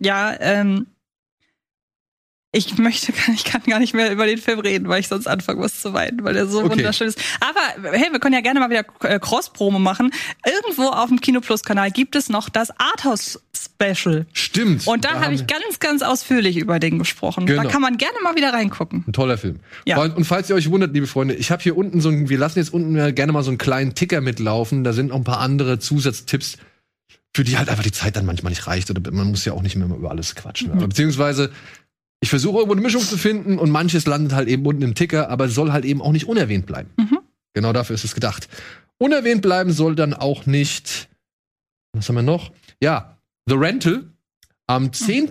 ich kann gar nicht mehr über den Film reden, weil ich sonst anfangen muss zu weinen, weil der so wunderschön ist. Aber hey, wir können ja gerne mal wieder Cross-Promo machen. Irgendwo auf dem Kino Plus Kanal gibt es noch das Arthouse-Special. Stimmt. Und da habe ich ganz, ganz ausführlich über den gesprochen. Genau. Da kann man gerne mal wieder reingucken. Ein toller Film. Ja. Und falls ihr euch wundert, liebe Freunde, ich habe hier unten wir lassen jetzt unten gerne mal so einen kleinen Ticker mitlaufen. Da sind noch ein paar andere Zusatztipps, für die halt einfach die Zeit dann manchmal nicht reicht. Oder man muss ja auch nicht mehr über alles quatschen. Aber beziehungsweise ich versuche irgendwo eine Mischung zu finden und manches landet halt eben unten im Ticker, aber soll halt eben auch nicht unerwähnt bleiben. Genau dafür ist es gedacht. Unerwähnt bleiben soll dann auch nicht, was haben wir noch? Ja, The Rental. Am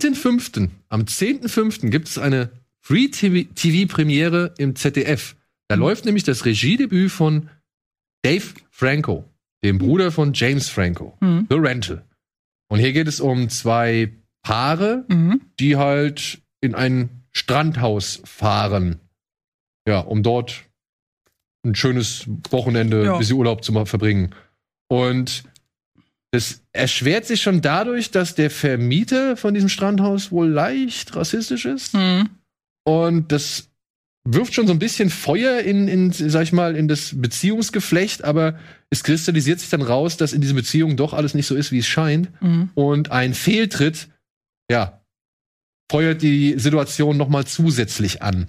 10.5. Gibt es eine Free-TV-Premiere im ZDF. Da läuft nämlich das Regiedebüt von Dave Franco, dem Bruder von James Franco. The Rental. Und hier geht es um 2 Paare, die halt in ein Strandhaus fahren. Ja, um dort ein schönes Wochenende, ein bisschen Urlaub zu verbringen. Und das erschwert sich schon dadurch, dass der Vermieter von diesem Strandhaus wohl leicht rassistisch ist. Und das wirft schon so ein bisschen Feuer in das Beziehungsgeflecht, aber es kristallisiert sich dann raus, dass in dieser Beziehung doch alles nicht so ist, wie es scheint. Und ein Fehltritt, feuert die Situation noch mal zusätzlich an.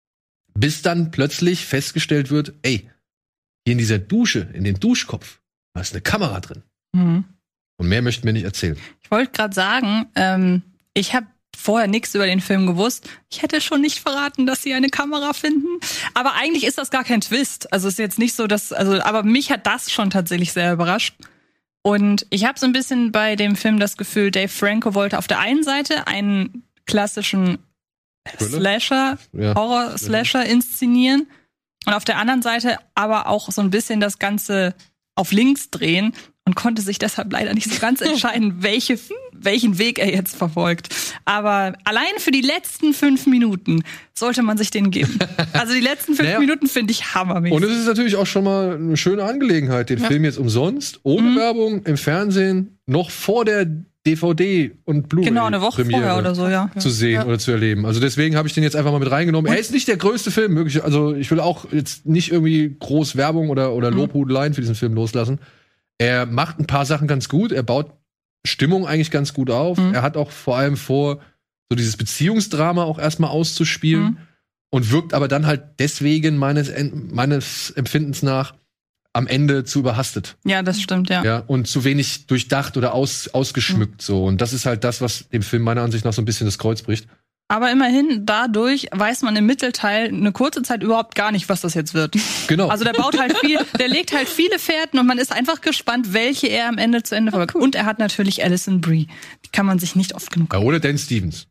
Bis dann plötzlich festgestellt wird, ey, hier in dieser Dusche, in dem Duschkopf, da ist eine Kamera drin. Und mehr möchten wir nicht erzählen. Ich wollte gerade sagen, ich habe vorher nichts über den Film gewusst. Ich hätte schon nicht verraten, dass sie eine Kamera finden. Aber eigentlich ist das gar kein Twist. Also ist jetzt nicht so, aber mich hat das schon tatsächlich sehr überrascht. Und ich habe so ein bisschen bei dem Film das Gefühl, Dave Franco wollte auf der einen Seite einen klassischen Slasher, Horror-Slasher inszenieren und auf der anderen Seite aber auch so ein bisschen das Ganze auf links drehen und konnte sich deshalb leider nicht so ganz entscheiden, welchen Weg er jetzt verfolgt. Aber allein für die letzten 5 Minuten sollte man sich den geben. Also die letzten 5 Minuten finde ich hammermäßig. Und es ist natürlich auch schon mal eine schöne Angelegenheit, den Film jetzt umsonst, ohne Werbung, im Fernsehen, noch vor der DVD und Blu-ray eine Woche vorher oder so, zu sehen oder zu erleben. Also deswegen habe ich den jetzt einfach mal mit reingenommen. Er ist nicht der größte Film, möglich. Also ich will auch jetzt nicht irgendwie groß Werbung oder Lobhudeleien für diesen Film loslassen. Er macht ein paar Sachen ganz gut. Er baut Stimmung eigentlich ganz gut auf. Er hat auch vor allem vor, so dieses Beziehungsdrama auch erstmal auszuspielen und wirkt aber dann halt deswegen meines Empfindens nach am Ende zu überhastet. Ja, das stimmt, ja. Und zu wenig durchdacht oder ausgeschmückt so. Und das ist halt das, was dem Film meiner Ansicht nach so ein bisschen das Kreuz bricht. Aber immerhin, dadurch weiß man im Mittelteil eine kurze Zeit überhaupt gar nicht, was das jetzt wird. Genau. Also der legt halt viele Fährten und man ist einfach gespannt, welche er am Ende zu Ende verfolgt. Und er hat natürlich Alison Brie. Die kann man sich nicht oft genug oder Dan Stevens.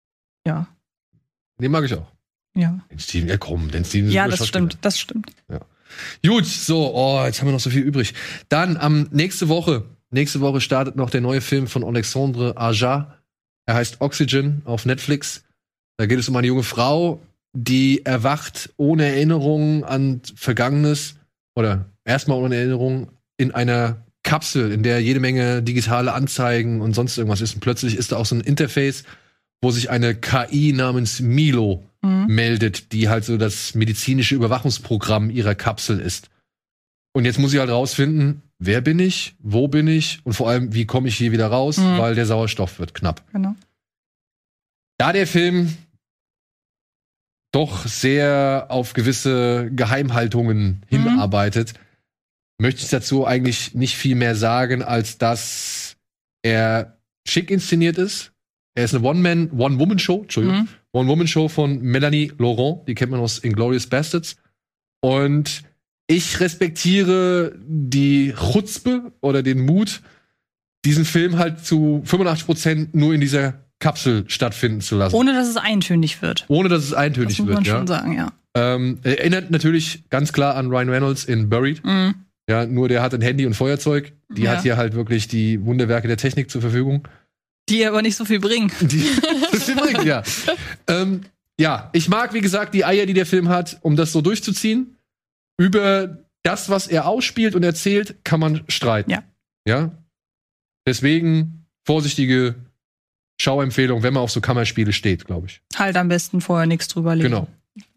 Ja. Den mag ich auch. Ja. Dan Stevens, Dan Stevens. Ja, das stimmt. Ja. Gut, so, jetzt haben wir noch so viel übrig. Dann nächste Woche startet noch der neue Film von Alexandre Aja. Er heißt Oxygen auf Netflix. Da geht es um eine junge Frau, die erwacht ohne Erinnerung an Vergangenes oder erstmal ohne Erinnerung in einer Kapsel, in der jede Menge digitale Anzeigen und sonst irgendwas ist. Und plötzlich ist da auch so ein Interface, wo sich eine KI namens Milo meldet, die halt so das medizinische Überwachungsprogramm ihrer Kapsel ist. Und jetzt muss ich halt rausfinden, wer bin ich, wo bin ich und vor allem, wie komme ich hier wieder raus, weil der Sauerstoff wird knapp. Genau. Da der Film doch sehr auf gewisse Geheimhaltungen hinarbeitet, möchte ich dazu eigentlich nicht viel mehr sagen, als dass er schick inszeniert ist. Er ist eine One-Woman-Show von Melanie Laurent, die kennt man aus Inglourious Bastards. Und ich respektiere die Chutzpe oder den Mut, diesen Film halt zu 85% nur in dieser Kapsel stattfinden zu lassen. Ohne dass es eintönig wird. Das muss man schon sagen, ja. Erinnert natürlich ganz klar an Ryan Reynolds in Buried. Mhm. Ja, nur der hat ein Handy und Feuerzeug. Die hat hier halt wirklich die Wunderwerke der Technik zur Verfügung. Die aber nicht so viel bringen. Ja. Ja, ich mag, wie gesagt, die Eier, die der Film hat, um das so durchzuziehen. Über das, was er ausspielt und erzählt, kann man streiten. Ja. Deswegen vorsichtige Schauempfehlung, wenn man auf so Kammerspiele steht, glaube ich. Halt am besten vorher nichts drüber lesen. Genau.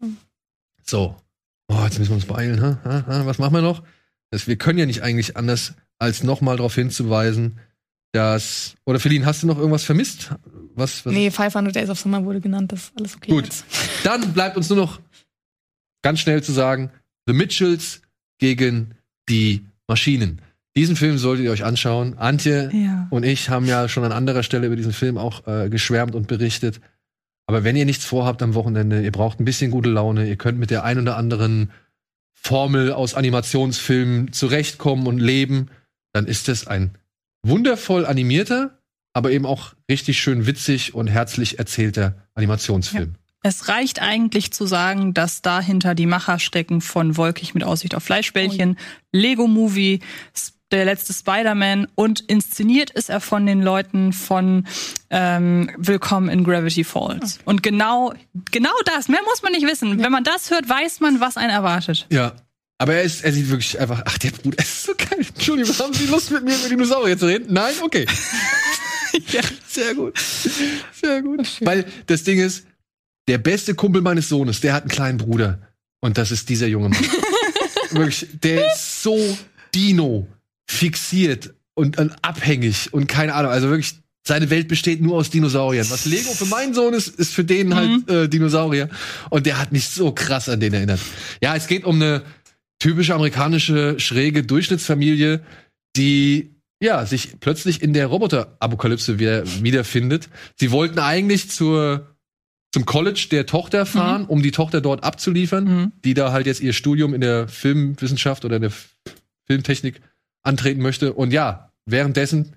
So. Oh, jetzt müssen wir uns beeilen. Was machen wir noch? Wir können ja nicht eigentlich anders, als nochmal darauf hinzuweisen, dass. Oder Feline, hast du noch irgendwas vermisst? Was? Nee, 500 Days of Summer wurde genannt, das ist alles okay. Gut. Jetzt. Dann bleibt uns nur noch ganz schnell zu sagen: The Mitchells gegen die Maschinen. Diesen Film solltet ihr euch anschauen. Antje und ich haben ja schon an anderer Stelle über diesen Film auch geschwärmt und berichtet. Aber wenn ihr nichts vorhabt am Wochenende, ihr braucht ein bisschen gute Laune, ihr könnt mit der ein oder anderen Formel aus Animationsfilmen zurechtkommen und leben, dann ist es ein wundervoll animierter, aber eben auch richtig schön witzig und herzlich erzählter Animationsfilm. Ja. Es reicht eigentlich zu sagen, dass dahinter die Macher stecken von Wolkig mit Aussicht auf Fleischbällchen, Lego Movie, der letzte Spider-Man und inszeniert ist er von den Leuten von Willkommen in Gravity Falls. Okay. Und genau das, mehr muss man nicht wissen. Ja. Wenn man das hört, weiß man, was einen erwartet. Ja. Aber er sieht wirklich einfach, ach, der Bruder, er ist so geil. Entschuldigung, haben Sie Lust, mit mir über Dinosaurier zu reden? Nein? Okay. Ja, sehr gut. Sehr gut. Weil das Ding ist, der beste Kumpel meines Sohnes, der hat einen kleinen Bruder. Und das ist dieser junge Mann. Wirklich, der ist so Dino fixiert und abhängig und keine Ahnung. Also wirklich, seine Welt besteht nur aus Dinosauriern. Was Lego für meinen Sohn ist für den halt Dinosaurier. Und der hat mich so krass an den erinnert. Ja, es geht um eine typische amerikanische, schräge Durchschnittsfamilie, die sich plötzlich in der Roboter-Apokalypse wiederfindet. Sie wollten eigentlich zum College der Tochter fahren, um die Tochter dort abzuliefern, die da halt jetzt ihr Studium in der Filmwissenschaft oder in der Filmtechnik antreten möchte. Und ja, währenddessen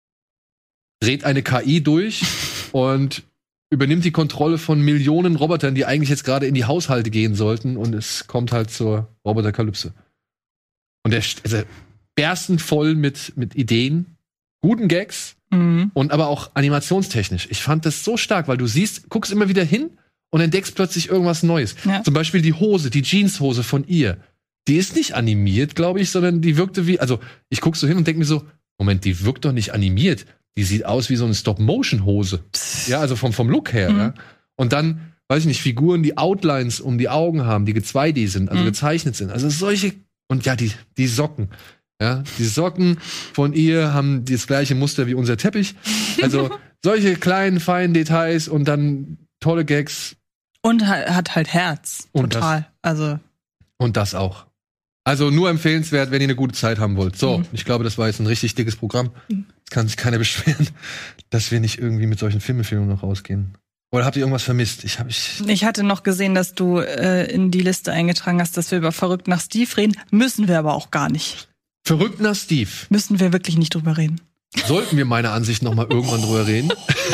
dreht eine KI durch und übernimmt die Kontrolle von Millionen Robotern, die eigentlich jetzt gerade in die Haushalte gehen sollten. Und es kommt halt zur Roboterkalypse. Und der berstend voll mit Ideen, guten Gags und aber auch animationstechnisch. Ich fand das so stark, weil du guckst immer wieder hin und entdeckst plötzlich irgendwas Neues. Ja. Zum Beispiel die Jeanshose von ihr. Die ist nicht animiert, glaube ich, sondern die wirkte ich guck so hin und denke mir so, Moment, die wirkt doch nicht animiert. Die sieht aus wie so eine Stop-Motion-Hose. Ja, also vom Look her. Ja. Und dann, weiß ich nicht, Figuren, die Outlines um die Augen haben, die 2D sind, also gezeichnet sind. Also solche, und ja, die Socken. Ja, die Socken von ihr haben das gleiche Muster wie unser Teppich. Also solche kleinen, feinen Details und dann tolle Gags. Und hat halt Herz. Total. Und das auch. Also nur empfehlenswert, wenn ihr eine gute Zeit haben wollt. So, ich glaube, das war jetzt ein richtig dickes Programm. Jetzt kann sich keiner beschweren, dass wir nicht irgendwie mit solchen Filmempfehlungen noch rausgehen. Oder habt ihr irgendwas vermisst? Ich hatte noch gesehen, dass du in die Liste eingetragen hast, dass wir über Verrückt nach Steve reden. Müssen wir aber auch gar nicht. Verrückt nach Steve. Müssen wir wirklich nicht drüber reden. Sollten wir meiner Ansicht noch mal irgendwann drüber reden?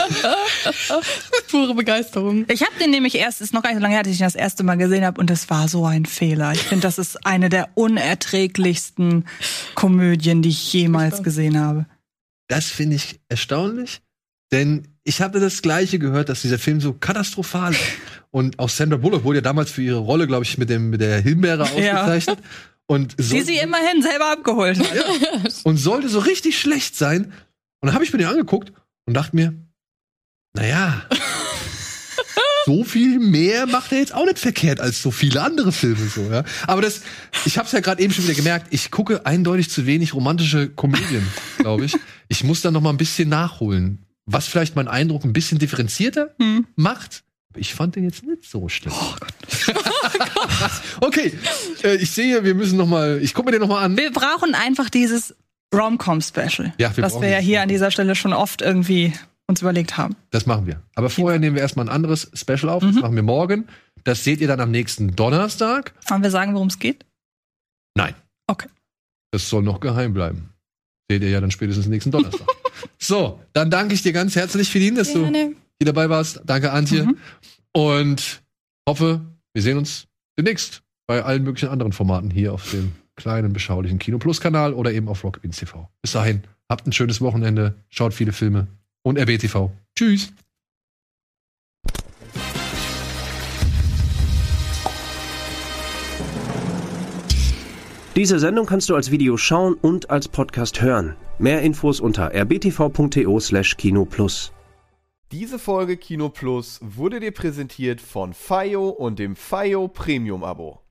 Pure Begeisterung. Ich habe den nämlich ist noch gar nicht so lange her, dass ich ihn das erste Mal gesehen habe und das war so ein Fehler. Ich finde, das ist eine der unerträglichsten Komödien, die ich jemals gesehen habe. Das finde ich erstaunlich, denn ich hatte das Gleiche gehört, dass dieser Film so katastrophal ist. Und auch Sandra Bullock wurde ja damals für ihre Rolle, glaube ich, mit der Himbeere ausgezeichnet. Und die sie immerhin selber abgeholt hat. Ja. Und sollte so richtig schlecht sein. Und dann habe ich mir den angeguckt und dachte mir, naja, so viel mehr macht er jetzt auch nicht verkehrt als so viele andere Filme. So, ja? Aber ich habe es ja gerade eben schon wieder gemerkt, ich gucke eindeutig zu wenig romantische Komödien, glaube ich. Ich muss da noch mal ein bisschen nachholen, was vielleicht meinen Eindruck ein bisschen differenzierter macht. Ich fand den jetzt nicht so schlimm. Oh Gott. Okay, ich sehe, wir müssen noch mal, ich gucke mir den noch mal an. Wir brauchen einfach dieses Rom-Com-Special, was wir ja hier an dieser Stelle schon oft irgendwie uns überlegt haben. Das machen wir. Aber vorher nehmen wir erstmal ein anderes Special auf. Das machen wir morgen. Das seht ihr dann am nächsten Donnerstag. Wollen wir sagen, worum es geht? Nein. Okay. Das soll noch geheim bleiben. Seht ihr ja dann spätestens nächsten Donnerstag. So, dann danke ich dir ganz herzlich, Feline, dass du hier dabei warst. Danke, Antje. Und hoffe, wir sehen uns demnächst bei allen möglichen anderen Formaten hier auf dem kleinen, beschaulichen Kino Plus Kanal oder eben auf Rockbeans TV. Bis dahin, habt ein schönes Wochenende, schaut viele Filme und RBTV. Tschüss! Diese Sendung kannst du als Video schauen und als Podcast hören. Mehr Infos unter rbtv.to/kinoplus. Diese Folge Kino Plus wurde dir präsentiert von FAIO und dem FAIO Premium Abo.